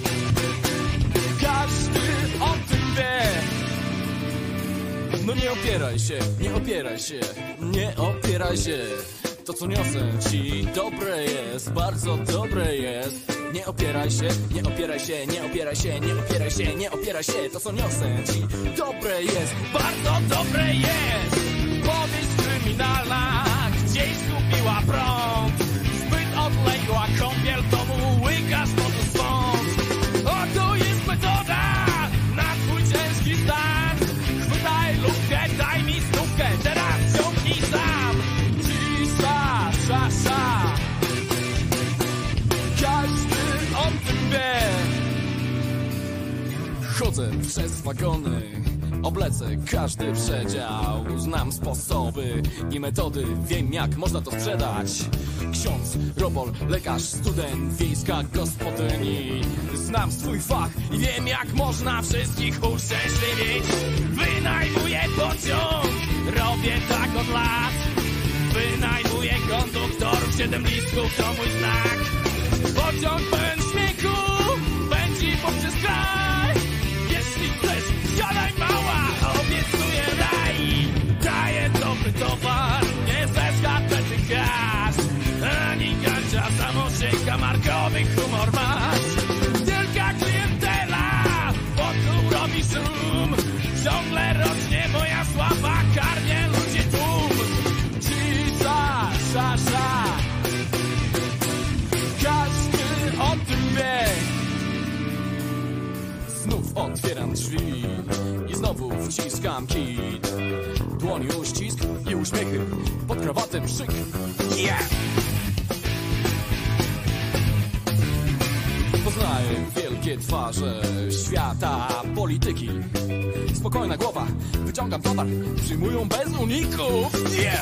każdy o tym wie. No nie opieraj się, nie opieraj się, nie opieraj się. To co niosę ci dobre jest, bardzo dobre jest. Nie opieraj się, nie opieraj się, nie opieraj się, nie opieraj się, nie opieraj się. To co niosę ci dobre jest, bardzo dobre jest. Powieść kryminalna gdzieś zgubiła prąd. Zbyt odległa kąpiel domu, łykasz wodę stąd. Oto jest metoda na twój ciężki stan. Chwytaj lufkę, daj mi stówkę, teraz ciągnij sam. Cisza, szasza, każdy o tym wie. Chodzę przez wagony, oblecę każdy przedział. Znam sposoby i metody, wiem jak można to sprzedać. Ksiądz, robol, lekarz, student, wiejska gospodyni. Znam swój fach i wiem jak można wszystkich uszczęśliwić. Wynajmuję pociąg, robię tak od lat. Wynajmuję konduktorów, siedem listków to mój znak. Pociąg pełen śmiechu pędzi poprzez kraj. Jeśli chcesz, siadaj mała, obiecuję raj. Daję dobry towar, nie ze skarpety gasz. Ani gancia, samoszyka, markowy humor masz. Wielka klientela, wokół robi szum. Ciągle rośnie moja sława, karnie ludzie tłum. Cisza, szasza, każdy o tym wie. Znów otwieram drzwi i znowu wciskam kit. Dłoni uścisk i uśmiechy, pod krawatem szyk. Yeah! Poznaję wielkie twarze świata polityki. Spokojna głowa, wyciągam towar, przyjmują bez uników. Yeah!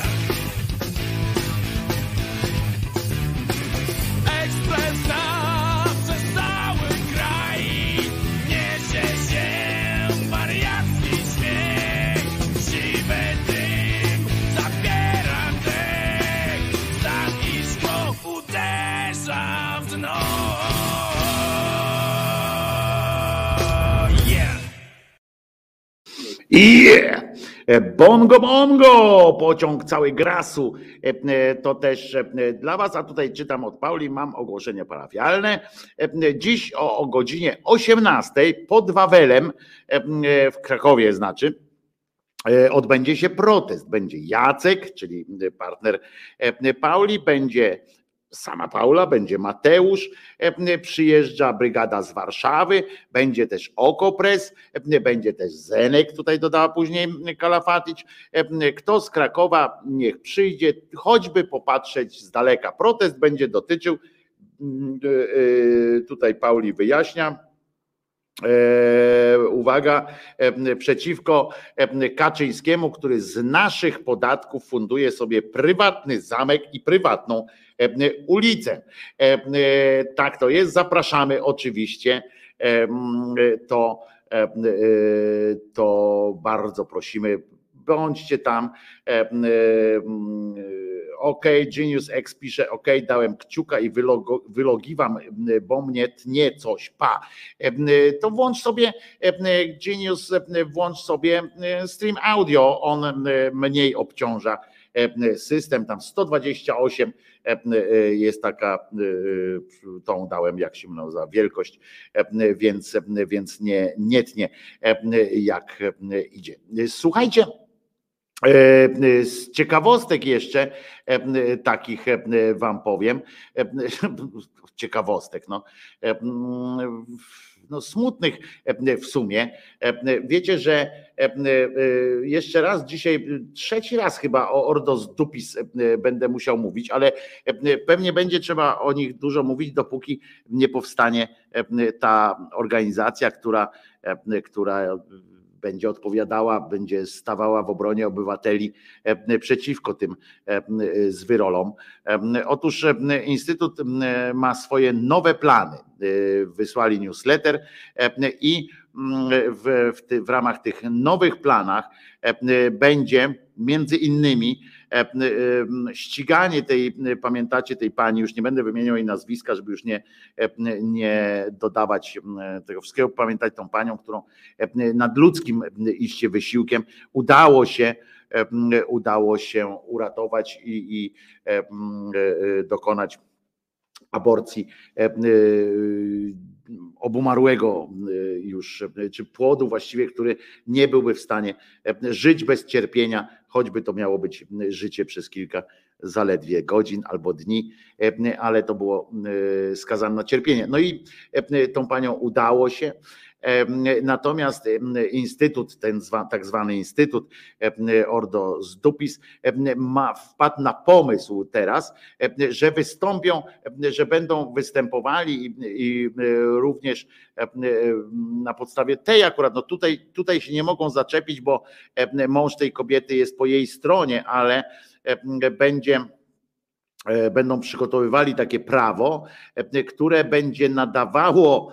Ekspres na przez cały kraj niesie się wariacki śmiech. Siwy dym Yeah! Bongo, bongo! Pociąg cały grasu. To też dla was, a tutaj czytam od Pauli, mam ogłoszenie parafialne. Dziś o, o godzinie osiemnastej pod Wawelem, w Krakowie znaczy, odbędzie się protest. Będzie Jacek, czyli partner Pauli, będzie sama Paula, będzie Mateusz, przyjeżdża brygada z Warszawy, będzie też Okopres, będzie też Zenek, tutaj dodała później Kalafaticz. Kto z Krakowa niech przyjdzie, choćby popatrzeć z daleka. Protest będzie dotyczył, tutaj Pauli wyjaśnia, uwaga, przeciwko Kaczyńskiemu, który z naszych podatków funduje sobie prywatny zamek i prywatną ulicę. Tak to jest, zapraszamy oczywiście, to, to bardzo prosimy, bądźcie tam. OK, Genius X pisze, OK, dałem kciuka i wylogo, wylogiwam, bo mnie tnie coś, pa. To włącz sobie, Genius, włącz sobie stream audio, on mniej obciąża system, tam sto dwadzieścia osiem jest taka, tą dałem, jak się nazywa, wielkość, więc, więc nie, nie tnie, jak idzie. Słuchajcie, z ciekawostek jeszcze takich wam powiem, ciekawostek, no, no smutnych w sumie. Wiecie, że jeszcze raz dzisiaj, trzeci raz chyba o Ordo Dupis będę musiał mówić, ale pewnie będzie trzeba o nich dużo mówić, dopóki nie powstanie ta organizacja, która, która będzie odpowiadała, będzie stawała w obronie obywateli przeciwko tym zwyrolom. Otóż Instytut ma swoje nowe plany. Wysłali newsletter i w, w, ty, w ramach tych nowych planach będzie między innymi ściganie tej, pamiętacie, tej pani, już nie będę wymieniał jej nazwiska, żeby już nie, nie dodawać tego wszystkiego, pamiętać tą panią, którą nadludzkim iście wysiłkiem udało się udało się uratować i, i dokonać aborcji obumarłego już, czy płodu właściwie, który nie byłby w stanie żyć bez cierpienia, choćby to miało być życie przez kilka zaledwie godzin albo dni, ale to było skazane na cierpienie. No i tą panią udało się. Natomiast instytut, ten tak zwany instytut Ordo Dupis ma, wpadł na pomysł teraz, że wystąpią, że będą występowali i, i również na podstawie tej akurat, no tutaj, tutaj się nie mogą zaczepić, bo mąż tej kobiety jest po jej stronie, ale będzie będą przygotowywali takie prawo, które będzie nadawało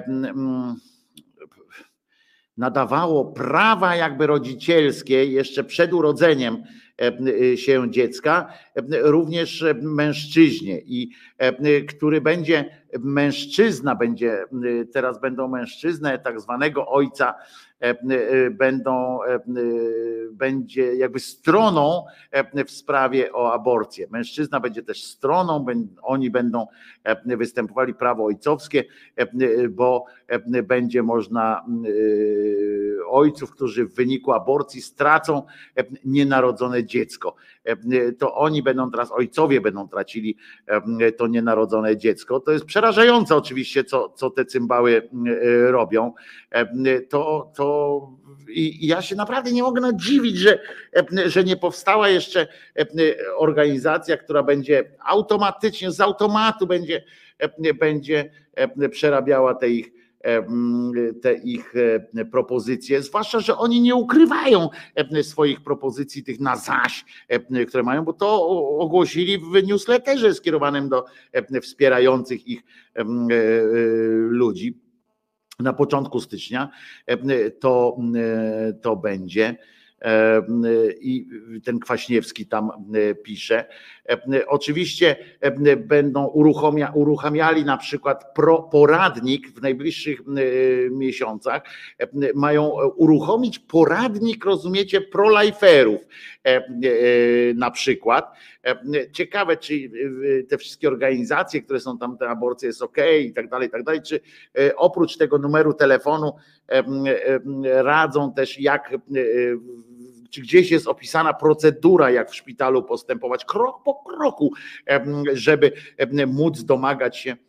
nadawało prawa jakby rodzicielskie jeszcze przed urodzeniem się dziecka, również mężczyźnie, i który będzie mężczyzna, będzie teraz będą mężczyznę tak zwanego ojca, będą, będzie jakby stroną w sprawie o aborcję. Mężczyzna będzie też stroną, oni będą występowali prawo ojcowskie, bo będzie można ojców, którzy w wyniku aborcji stracą nienarodzone dziecko. To oni będą teraz, ojcowie będą tracili to nienarodzone dziecko. To jest przerażające oczywiście, co, co te cymbały robią. To, to i ja się naprawdę nie mogę nadziwić, że, że nie powstała jeszcze organizacja, która będzie automatycznie, z automatu będzie, będzie przerabiała te ich, te ich propozycje, zwłaszcza, że oni nie ukrywają swoich propozycji, tych na zaś, które mają, bo to ogłosili w newsletterze skierowanym do wspierających ich ludzi. Na początku stycznia to, to będzie i ten Kwaśniewski tam pisze, Oczywiście będą uruchomia, uruchamiali na przykład pro, poradnik w najbliższych miesiącach, mają uruchomić poradnik, rozumiecie, proliferów na przykład. Ciekawe, czy te wszystkie organizacje, które są tam, te aborcje jest ok i tak dalej, i tak dalej, czy oprócz tego numeru telefonu radzą też, jak, czy gdzieś jest opisana procedura, jak w szpitalu postępować krok po kroku, żeby móc domagać się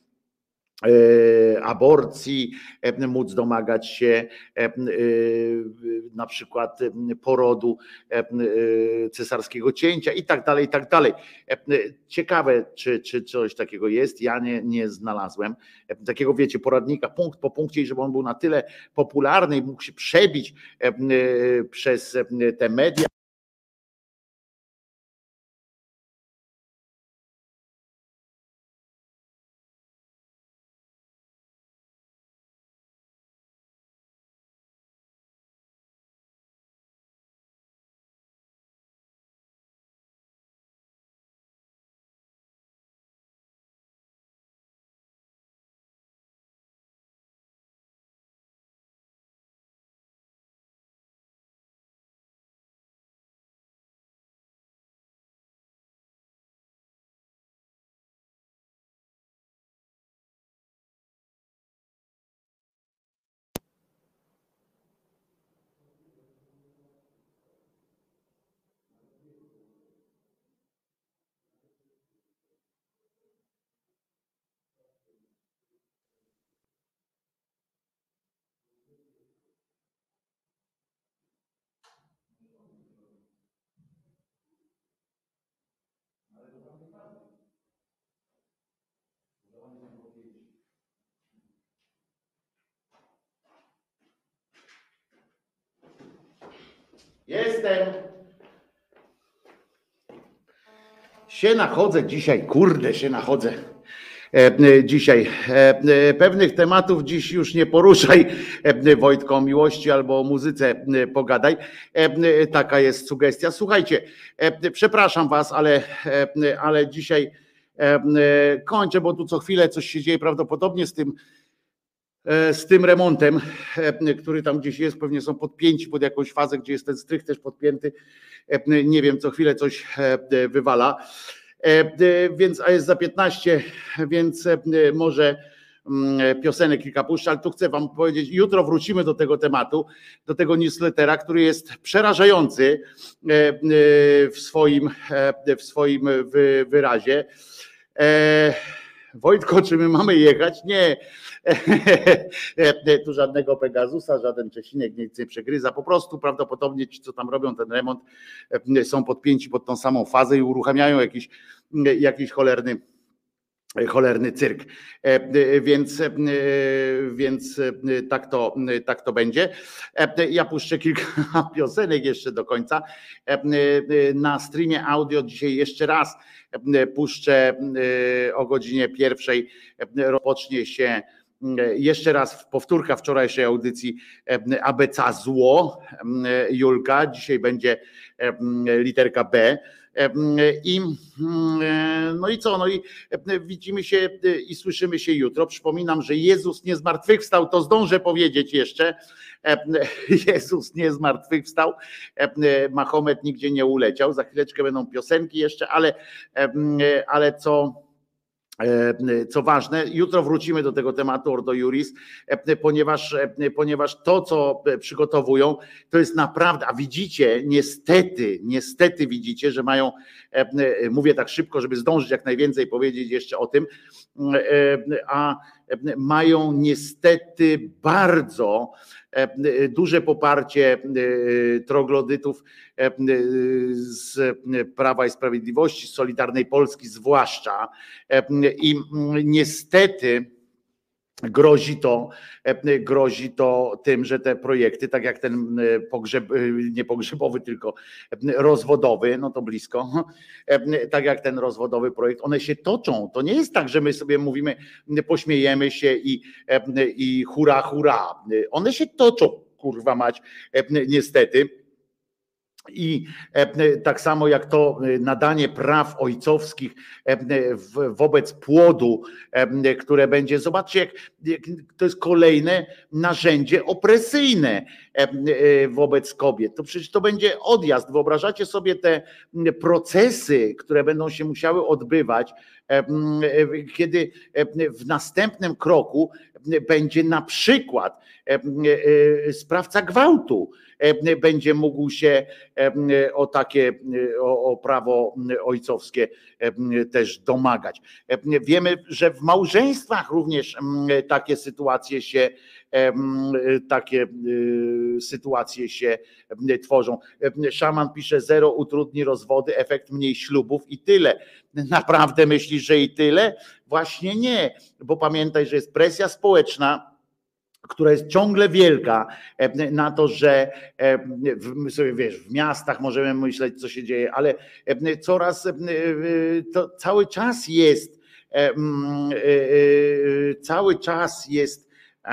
aborcji, móc domagać się na przykład porodu cesarskiego cięcia i tak dalej, i tak dalej. Ciekawe, czy, czy coś takiego jest, ja nie, nie znalazłem takiego, wiecie, poradnika punkt po punkcie, i żeby on był na tyle popularny i mógł się przebić przez te media. Jestem. Się nachodzę dzisiaj, kurde się nachodzę e, dzisiaj. E, pewnych tematów dziś już nie poruszaj, e, Wojtko, o miłości albo o muzyce e, pogadaj. E, taka jest sugestia. Słuchajcie, e, przepraszam was, ale, e, ale dzisiaj e, kończę, bo tu co chwilę coś się dzieje prawdopodobnie z tym z tym remontem, który tam gdzieś jest, pewnie są podpięci pod jakąś fazę, gdzie jest ten strych też podpięty, nie wiem, co chwilę coś wywala, więc a jest za piętnaście, więc może piosenek kilka puszczę, ale tu chcę wam powiedzieć, jutro wrócimy do tego tematu, do tego newslettera, który jest przerażający w swoim, w swoim wyrazie. Wojtko, czy my mamy jechać? Nie. Tu żadnego Pegasusa, żaden Czesinek nic nie przegryza. Po prostu prawdopodobnie ci, co tam robią ten remont, są podpięci pod tą samą fazę i uruchamiają jakiś, jakiś cholerny cholerny cyrk, więc, więc tak, to, tak to będzie. Ja puszczę kilka piosenek jeszcze do końca. Na streamie audio dzisiaj jeszcze raz puszczę o godzinie pierwszej, rozpocznie się jeszcze raz powtórka wczorajszej audycji A B C Zło, Julka, dzisiaj będzie literka B. I, no i co? No i widzimy się i słyszymy się jutro. Przypominam, że Jezus nie zmartwychwstał, to zdążę powiedzieć jeszcze. Jezus nie zmartwychwstał, Mahomet nigdzie nie uleciał. Za chwileczkę będą piosenki jeszcze, ale, ale co... Co ważne, jutro wrócimy do tego tematu Ordo Iuris, ponieważ, ponieważ to, co przygotowują, to jest naprawdę, a widzicie, niestety, niestety widzicie, że mają, mówię tak szybko, żeby zdążyć jak najwięcej powiedzieć jeszcze o tym, a mają niestety bardzo duże poparcie troglodytów z Prawa i Sprawiedliwości, z Solidarnej Polski zwłaszcza, i niestety grozi to, grozi to tym, że te projekty, tak jak ten pogrzeb, nie pogrzebowy, tylko rozwodowy, no to blisko, tak jak ten rozwodowy projekt, one się toczą. To nie jest tak, że my sobie mówimy, pośmiejemy się i, i hura, hura. One się toczą, kurwa mać, niestety. I tak samo jak to nadanie praw ojcowskich wobec płodu, które będzie, zobaczcie, jak, jak to jest kolejne narzędzie opresyjne wobec kobiet. To przecież to będzie odjazd. Wyobrażacie sobie te procesy, które będą się musiały odbywać, kiedy w następnym kroku będzie na przykład sprawca gwałtu będzie mógł się o takie, o, o prawo ojcowskie też domagać. Wiemy, że w małżeństwach również takie sytuacje się takie sytuacje się tworzą. Szaman pisze, zero utrudni rozwody, efekt mniej ślubów i tyle. Naprawdę myślisz, że i tyle? Właśnie nie, bo pamiętaj, że jest presja społeczna, która jest ciągle wielka na to, że my sobie wiesz, w miastach możemy myśleć, co się dzieje, ale coraz to cały czas jest cały czas jest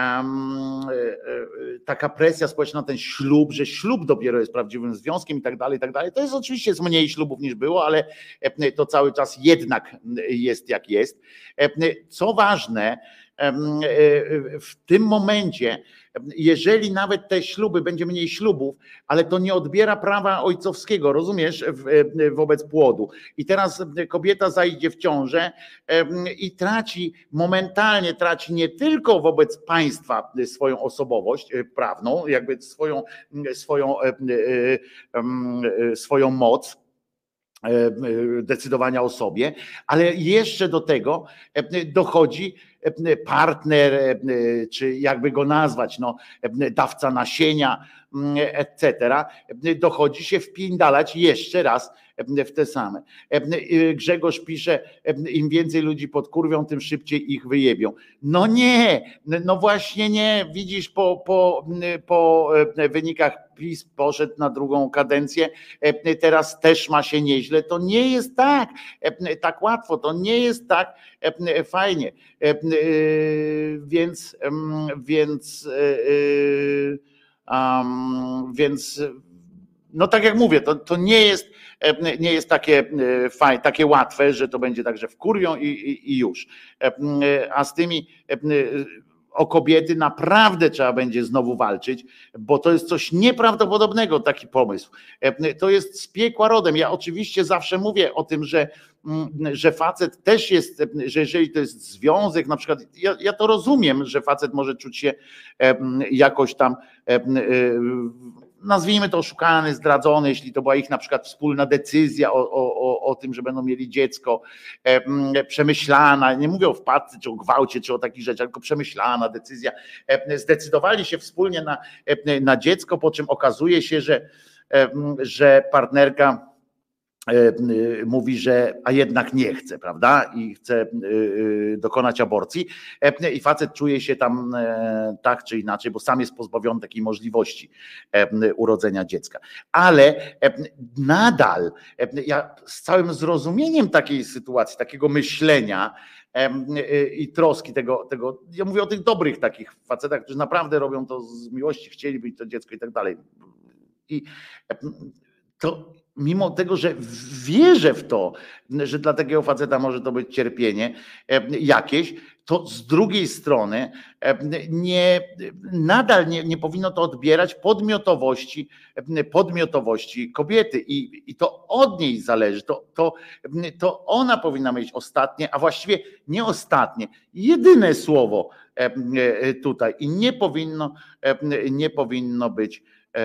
taka presja społeczna na ten ślub, że ślub dopiero jest prawdziwym związkiem i tak dalej, i tak dalej. To jest oczywiście z mniej ślubów niż było, ale to cały czas jednak jest jak jest. Co ważne, w tym momencie, jeżeli nawet te śluby, będzie mniej ślubów, ale to nie odbiera prawa ojcowskiego, rozumiesz, wobec płodu. I teraz kobieta zajdzie w ciążę i traci, momentalnie traci nie tylko wobec państwa swoją osobowość prawną, jakby swoją, swoją, swoją moc decydowania o sobie, ale jeszcze do tego dochodzi partner, czy jakby go nazwać, no, dawca nasienia, et cetera. Dochodzi się wpindalać jeszcze raz w te same. Grzegorz pisze, im więcej ludzi podkurwią, tym szybciej ich wyjebią. No nie, no właśnie nie. Widzisz, po, po, po wynikach PiS poszedł na drugą kadencję, teraz też ma się nieźle. To nie jest tak, tak łatwo, to nie jest tak fajnie. Więc, więc, um, więc no tak jak mówię, to, to nie jest, nie jest takie fajne, takie łatwe, że to będzie tak, że wkurwią i, i, i już. A z tymi o kobiety naprawdę trzeba będzie znowu walczyć, bo to jest coś nieprawdopodobnego, taki pomysł. To jest z piekła rodem. Ja oczywiście zawsze mówię o tym, że, że facet też jest, że jeżeli to jest związek, na przykład, ja, ja to rozumiem, że facet może czuć się jakoś tam, nazwijmy to oszukany, zdradzony, jeśli to była ich na przykład wspólna decyzja o, o, o tym, że będą mieli dziecko, e, przemyślana, nie mówię o wpadce, czy o gwałcie, czy o takich rzeczach, tylko przemyślana decyzja. E, zdecydowali się wspólnie na, e, na dziecko, po czym okazuje się, że, e, że partnerka mówi, że a jednak nie chce, prawda? I chce dokonać aborcji i facet czuje się tam tak czy inaczej, bo sam jest pozbawiony takiej możliwości urodzenia dziecka. Ale nadal ja z całym zrozumieniem takiej sytuacji, takiego myślenia i troski tego, tego, ja mówię o tych dobrych takich facetach, którzy naprawdę robią to z miłości, chcieliby to dziecko i tak dalej. I to mimo tego, że wierzę w to, że dla takiego faceta może to być cierpienie jakieś, to z drugiej strony nie, nadal nie, nie powinno to odbierać podmiotowości, podmiotowości kobiety i, i to od niej zależy, to, to, to ona powinna mieć ostatnie, a właściwie nie ostatnie, jedyne słowo tutaj i nie powinno, nie powinno być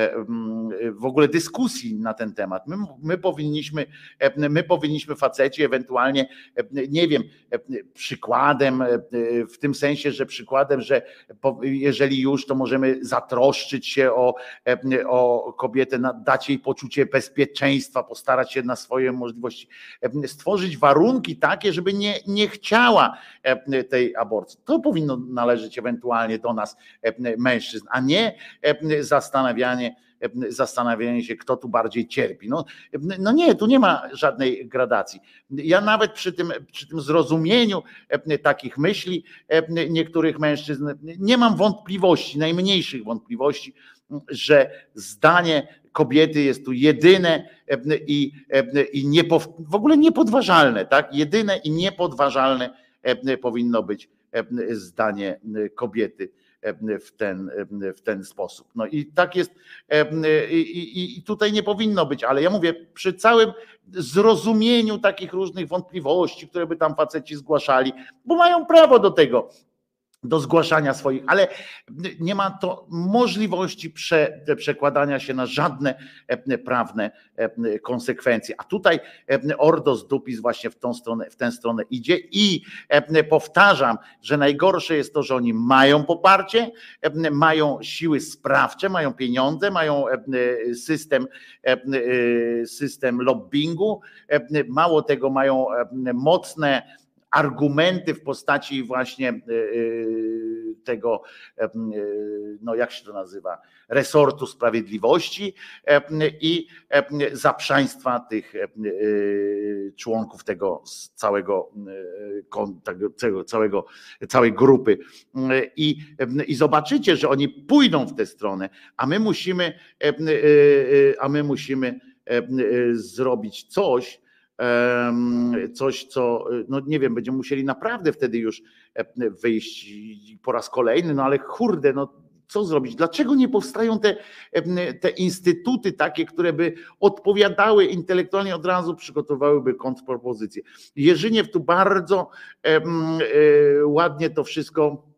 w ogóle dyskusji na ten temat. My, my powinniśmy, my powinniśmy faceci ewentualnie, nie wiem, przykładem, w tym sensie, że przykładem, że jeżeli już, to możemy zatroszczyć się o, o kobietę, dać jej poczucie bezpieczeństwa, postarać się na swoje możliwości, stworzyć warunki takie, żeby nie, nie chciała tej aborcji. To powinno należeć ewentualnie do nas, mężczyzn, a nie zastanawianie zastanawianie się, kto tu bardziej cierpi. No, no nie, tu nie ma żadnej gradacji. Ja nawet przy tym, przy tym zrozumieniu takich myśli niektórych mężczyzn nie mam wątpliwości, najmniejszych wątpliwości, że zdanie kobiety jest tu jedyne i, i niepow, w ogóle niepodważalne, tak? Jedyne i niepodważalne powinno być zdanie kobiety w ten, w ten sposób. No i tak jest i, i tutaj nie powinno być, ale ja mówię, przy całym zrozumieniu takich różnych wątpliwości, które by tam faceci zgłaszali, bo mają prawo do tego, do zgłaszania swoich, ale nie ma to możliwości prze, przekładania się na żadne prawne konsekwencje. A tutaj Ordo z Dupis właśnie w tą stronę, w tę stronę idzie i powtarzam, że najgorsze jest to, że oni mają poparcie, mają siły sprawcze, mają pieniądze, mają system, system lobbingu, mało tego mają mocne argumenty w postaci właśnie tego, no jak się to nazywa, resortu sprawiedliwości i zaprzaństwa tych członków tego całego, tego całego, całej grupy. I, i zobaczycie, że oni pójdą w tę stronę, a my musimy, a my musimy zrobić coś, coś, co, no nie wiem, będziemy musieli naprawdę wtedy już wyjść po raz kolejny, no ale kurde, no co zrobić? Dlaczego nie powstają te, te instytuty takie, które by odpowiadały intelektualnie, od razu przygotowałyby kontrpropozycje? Jerzyniew tu bardzo ładnie to wszystko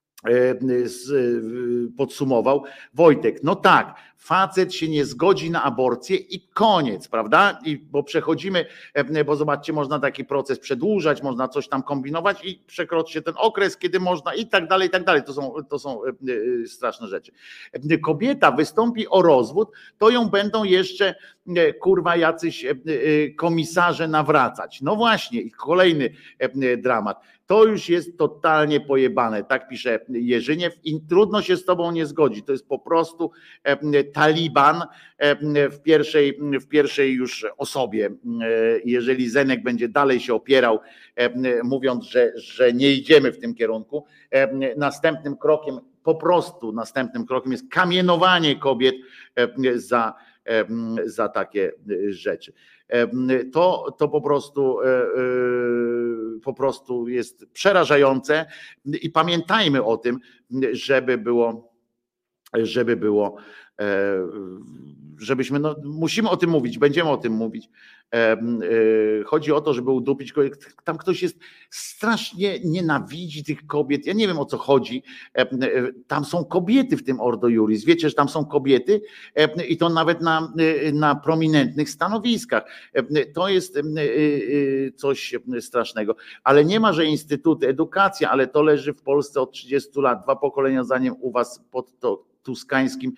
podsumował. Wojtek, no tak, facet się nie zgodzi na aborcję i koniec, prawda? I bo przechodzimy, bo zobaczcie, można taki proces przedłużać, można coś tam kombinować i przekroczy się ten okres, kiedy można i tak dalej, i tak dalej. To są, to są straszne rzeczy. Kobieta wystąpi o rozwód, to ją będą jeszcze kurwa jacyś komisarze nawracać. No właśnie, i kolejny dramat. To już jest totalnie pojebane, tak pisze Jerzyniew i trudno się z tobą nie zgodzi. To jest po prostu Taliban w pierwszej, w pierwszej już osobie. Jeżeli Zenek będzie dalej się opierał, mówiąc, że, że nie idziemy w tym kierunku, następnym krokiem, po prostu następnym krokiem jest kamienowanie kobiet za, za takie rzeczy. To, to po prostu po prostu jest przerażające i pamiętajmy o tym, żeby było, żeby było, żebyśmy, no musimy o tym mówić, będziemy o tym mówić. Chodzi o to, żeby udupić kobiet. Tam ktoś jest strasznie nienawidzi tych kobiet. Ja nie wiem, o co chodzi. Tam są kobiety w tym Ordo Iuris. Wiecie, że tam są kobiety i to nawet na, na prominentnych stanowiskach. To jest coś strasznego. Ale nie ma, że instytuty, edukacja, ale to leży w Polsce od trzydziestu lat. Dwa pokolenia zanim u was pod to tuskańskim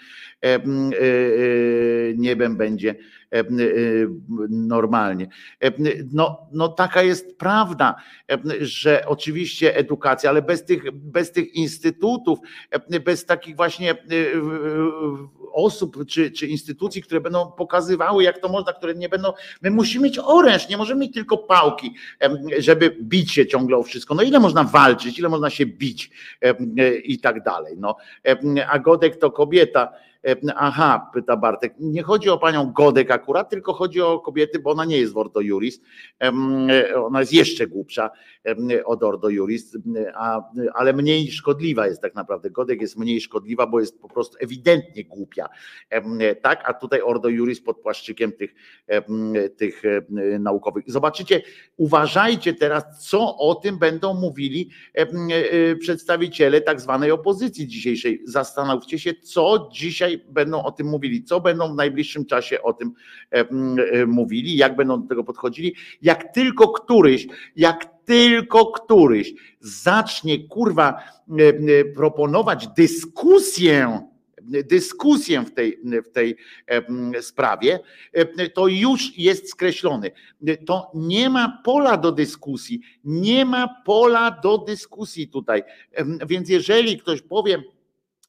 niebem będzie normalnie. No, no taka jest prawda, że oczywiście edukacja, ale bez tych, bez tych instytutów, bez takich właśnie osób czy, czy instytucji, które będą pokazywały, jak to można, które nie będą, my musimy mieć oręż, nie możemy mieć tylko pałki, żeby bić się ciągle o wszystko. No ile można walczyć, ile można się bić i tak dalej. No, a Godek to kobieta. Aha, pyta Bartek, nie chodzi o panią Godek akurat, tylko chodzi o kobiety, bo ona nie jest w Ordo Iuris, ona jest jeszcze głupsza od Ordo Iuris, a, ale mniej szkodliwa jest tak naprawdę. Godek jest mniej szkodliwa, bo jest po prostu ewidentnie głupia, tak, a tutaj Ordo Iuris pod płaszczykiem tych, tych naukowych. Zobaczycie, uważajcie teraz, co o tym będą mówili przedstawiciele tak zwanej opozycji dzisiejszej. Zastanówcie się, co dzisiaj będą o tym mówili, co będą w najbliższym czasie o tym mówili, jak będą do tego podchodzili. Jak tylko któryś, jak tylko któryś zacznie kurwa proponować dyskusję, dyskusję w tej, w tej sprawie, to już jest skreślony. To nie ma pola do dyskusji, nie ma pola do dyskusji tutaj. Więc jeżeli ktoś powie,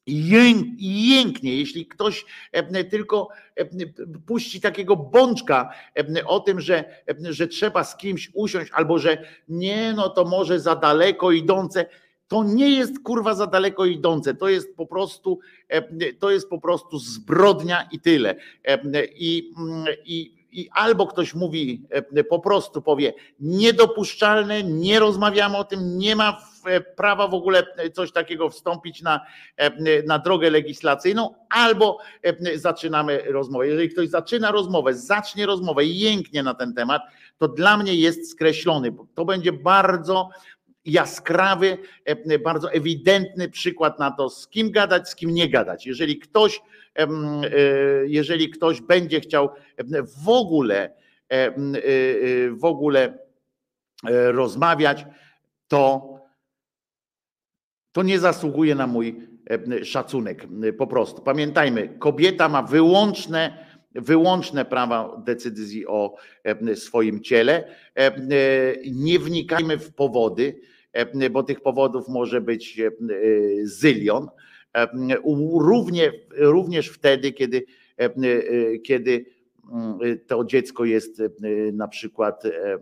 Jęknie, jeśli ktoś tylko puści takiego bączka o tym, że, że trzeba z kimś usiąść, albo że nie, no to może za daleko idące. To nie jest kurwa za daleko idące, to jest po prostu, to jest po prostu zbrodnia i tyle. I, i I albo ktoś mówi, po prostu powie niedopuszczalne, nie rozmawiamy o tym, nie ma prawa w ogóle coś takiego wstąpić na, na drogę legislacyjną, albo zaczynamy rozmowę. Jeżeli ktoś zaczyna rozmowę, zacznie rozmowę i jęknie na ten temat, to dla mnie jest skreślony, bo to będzie bardzo jaskrawy, bardzo ewidentny przykład na to, z kim gadać, z kim nie gadać. Jeżeli ktoś, jeżeli ktoś będzie chciał w ogóle, w ogóle rozmawiać, to, to nie zasługuje na mój szacunek. Po prostu. Pamiętajmy, kobieta ma wyłączne, wyłączne prawa decyzji o swoim ciele. Nie wnikajmy w powody, bo tych powodów może być zylion. Równie, również wtedy, kiedy, kiedy to dziecko jest na przykład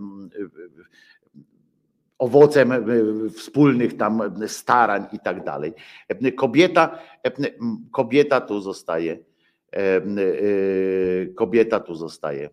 owocem wspólnych tam starań i tak dalej. Kobieta, kobieta tu zostaje, kobieta tu zostaje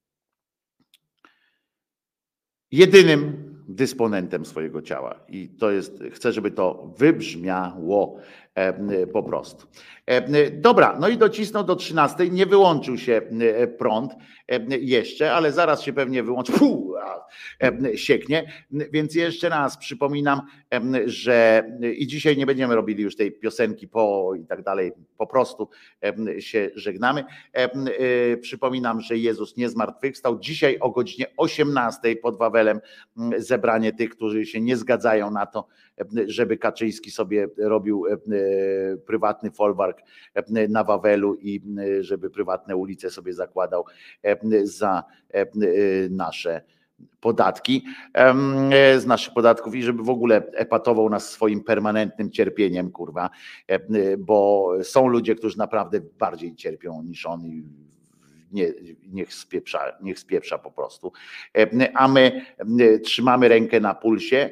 jedynym dysponentem swojego ciała. I to jest, chcę, żeby to wybrzmiało po prostu. Dobra, no i docisnął do trzynastej, nie wyłączył się prąd jeszcze, ale zaraz się pewnie wyłączy, Puh, sieknie, więc jeszcze raz przypominam, że i dzisiaj nie będziemy robili już tej piosenki po i tak dalej, po prostu się żegnamy. Przypominam, że Jezus nie zmartwychwstał. Dzisiaj o godzinie osiemnastej pod Wawelem zebranie tych, którzy się nie zgadzają na to, żeby Kaczyński sobie robił prywatny folwark na Wawelu i żeby prywatne ulice sobie zakładał za nasze podatki, z naszych podatków i żeby w ogóle epatował nas swoim permanentnym cierpieniem, kurwa, bo są ludzie, którzy naprawdę bardziej cierpią niż on i nie, niech spieprza, niech spieprza po prostu. A my trzymamy rękę na pulsie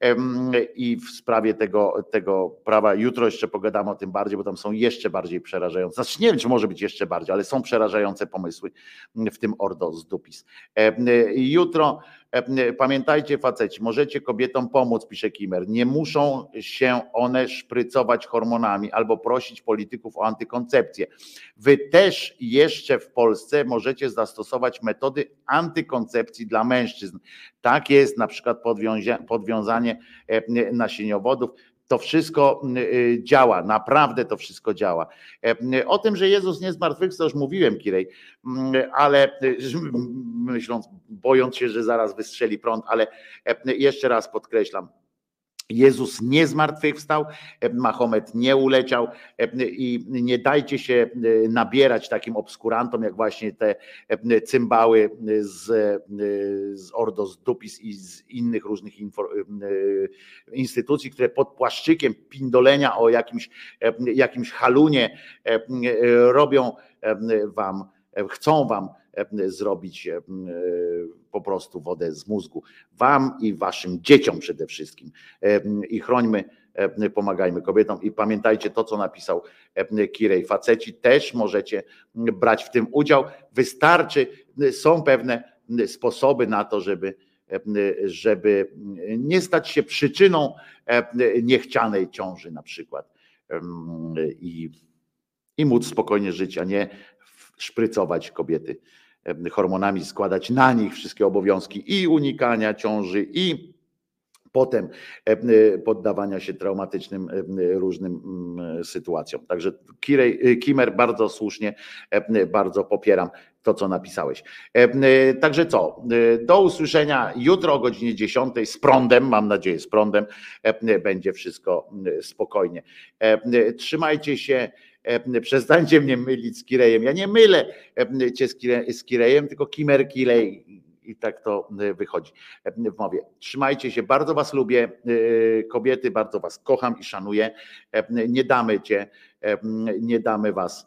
i w sprawie tego, tego prawa, jutro jeszcze pogadamy o tym bardziej, bo tam są jeszcze bardziej przerażające, znaczy nie wiem, czy może być jeszcze bardziej, ale są przerażające pomysły w tym Ordo z Dupis. Jutro pamiętajcie, faceci, możecie kobietom pomóc, pisze Kimer, nie muszą się one szprycować hormonami albo prosić polityków o antykoncepcję. Wy też jeszcze w Polsce możecie zastosować metody antykoncepcji dla mężczyzn. Tak jest, na przykład podwiąza- podwiązanie nasieniowodów. To wszystko działa, naprawdę to wszystko działa. O tym, że Jezus nie zmartwychwstał, już mówiłem, Kirej, ale myśląc, bojąc się, że zaraz wystrzeli prąd, ale jeszcze raz podkreślam, Jezus nie zmartwychwstał, Mahomet nie uleciał i nie dajcie się nabierać takim obskurantom, jak właśnie te cymbały z, z Ordo z Dupis i z innych różnych info, instytucji, które pod płaszczykiem pindolenia o jakimś, jakimś halunie robią wam, chcą wam zrobić po prostu wodę z mózgu. Wam i waszym dzieciom przede wszystkim. I chrońmy, pomagajmy kobietom. I pamiętajcie to, co napisał Kirej. Faceci też możecie brać w tym udział. Wystarczy, są pewne sposoby na to, żeby, żeby nie stać się przyczyną niechcianej ciąży na przykład. I, i móc spokojnie żyć, a nie szprycować kobiety hormonami, składać na nich wszystkie obowiązki i unikania ciąży, i potem poddawania się traumatycznym różnym sytuacjom. Także Kirej, Kimer, bardzo słusznie, bardzo popieram to, co napisałeś. Także co, do usłyszenia jutro o godzinie dziesiątej z prądem, mam nadzieję z prądem, będzie wszystko spokojnie. Trzymajcie się. Przestańcie mnie mylić z Kirejem. Ja nie mylę cię z Kirejem, tylko Kimer Kirej. i tak to wychodzi w mowie. Trzymajcie się, bardzo was lubię, kobiety, bardzo was kocham i szanuję. Nie damy cię, nie damy was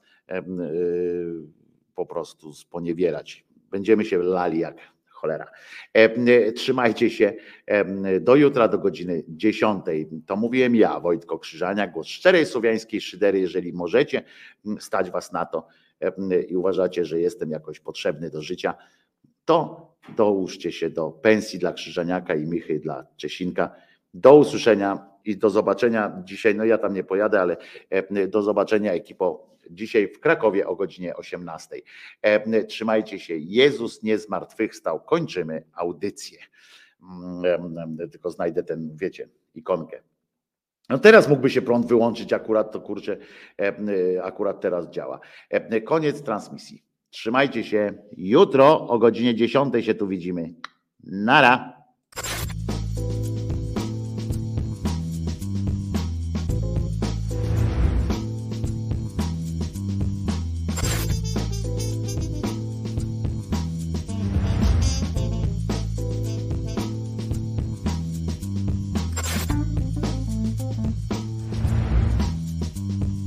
po prostu sponiewierać. Będziemy się lali jak cholera. Trzymajcie się, do jutra do godziny dziesiątej. To mówiłem ja, Wojtko Krzyżania, głos szczerej słowiańskiej szydery. Jeżeli możecie, stać was na to i uważacie, że jestem jakoś potrzebny do życia, to dołóżcie się do pensji dla Krzyżaniaka i Michy dla Czesinka. Do usłyszenia i do zobaczenia dzisiaj. No ja tam nie pojadę, ale do zobaczenia, ekipo, dzisiaj w Krakowie o godzinie osiemnastej. Trzymajcie się. Jezus nie zmartwychwstał. Kończymy audycję. Tylko znajdę ten, wiecie, ikonkę. No teraz mógłby się prąd wyłączyć, akurat to kurczę, akurat teraz działa. Koniec transmisji. Trzymajcie się. Jutro o godzinie dziesiątej się tu widzimy. Nara.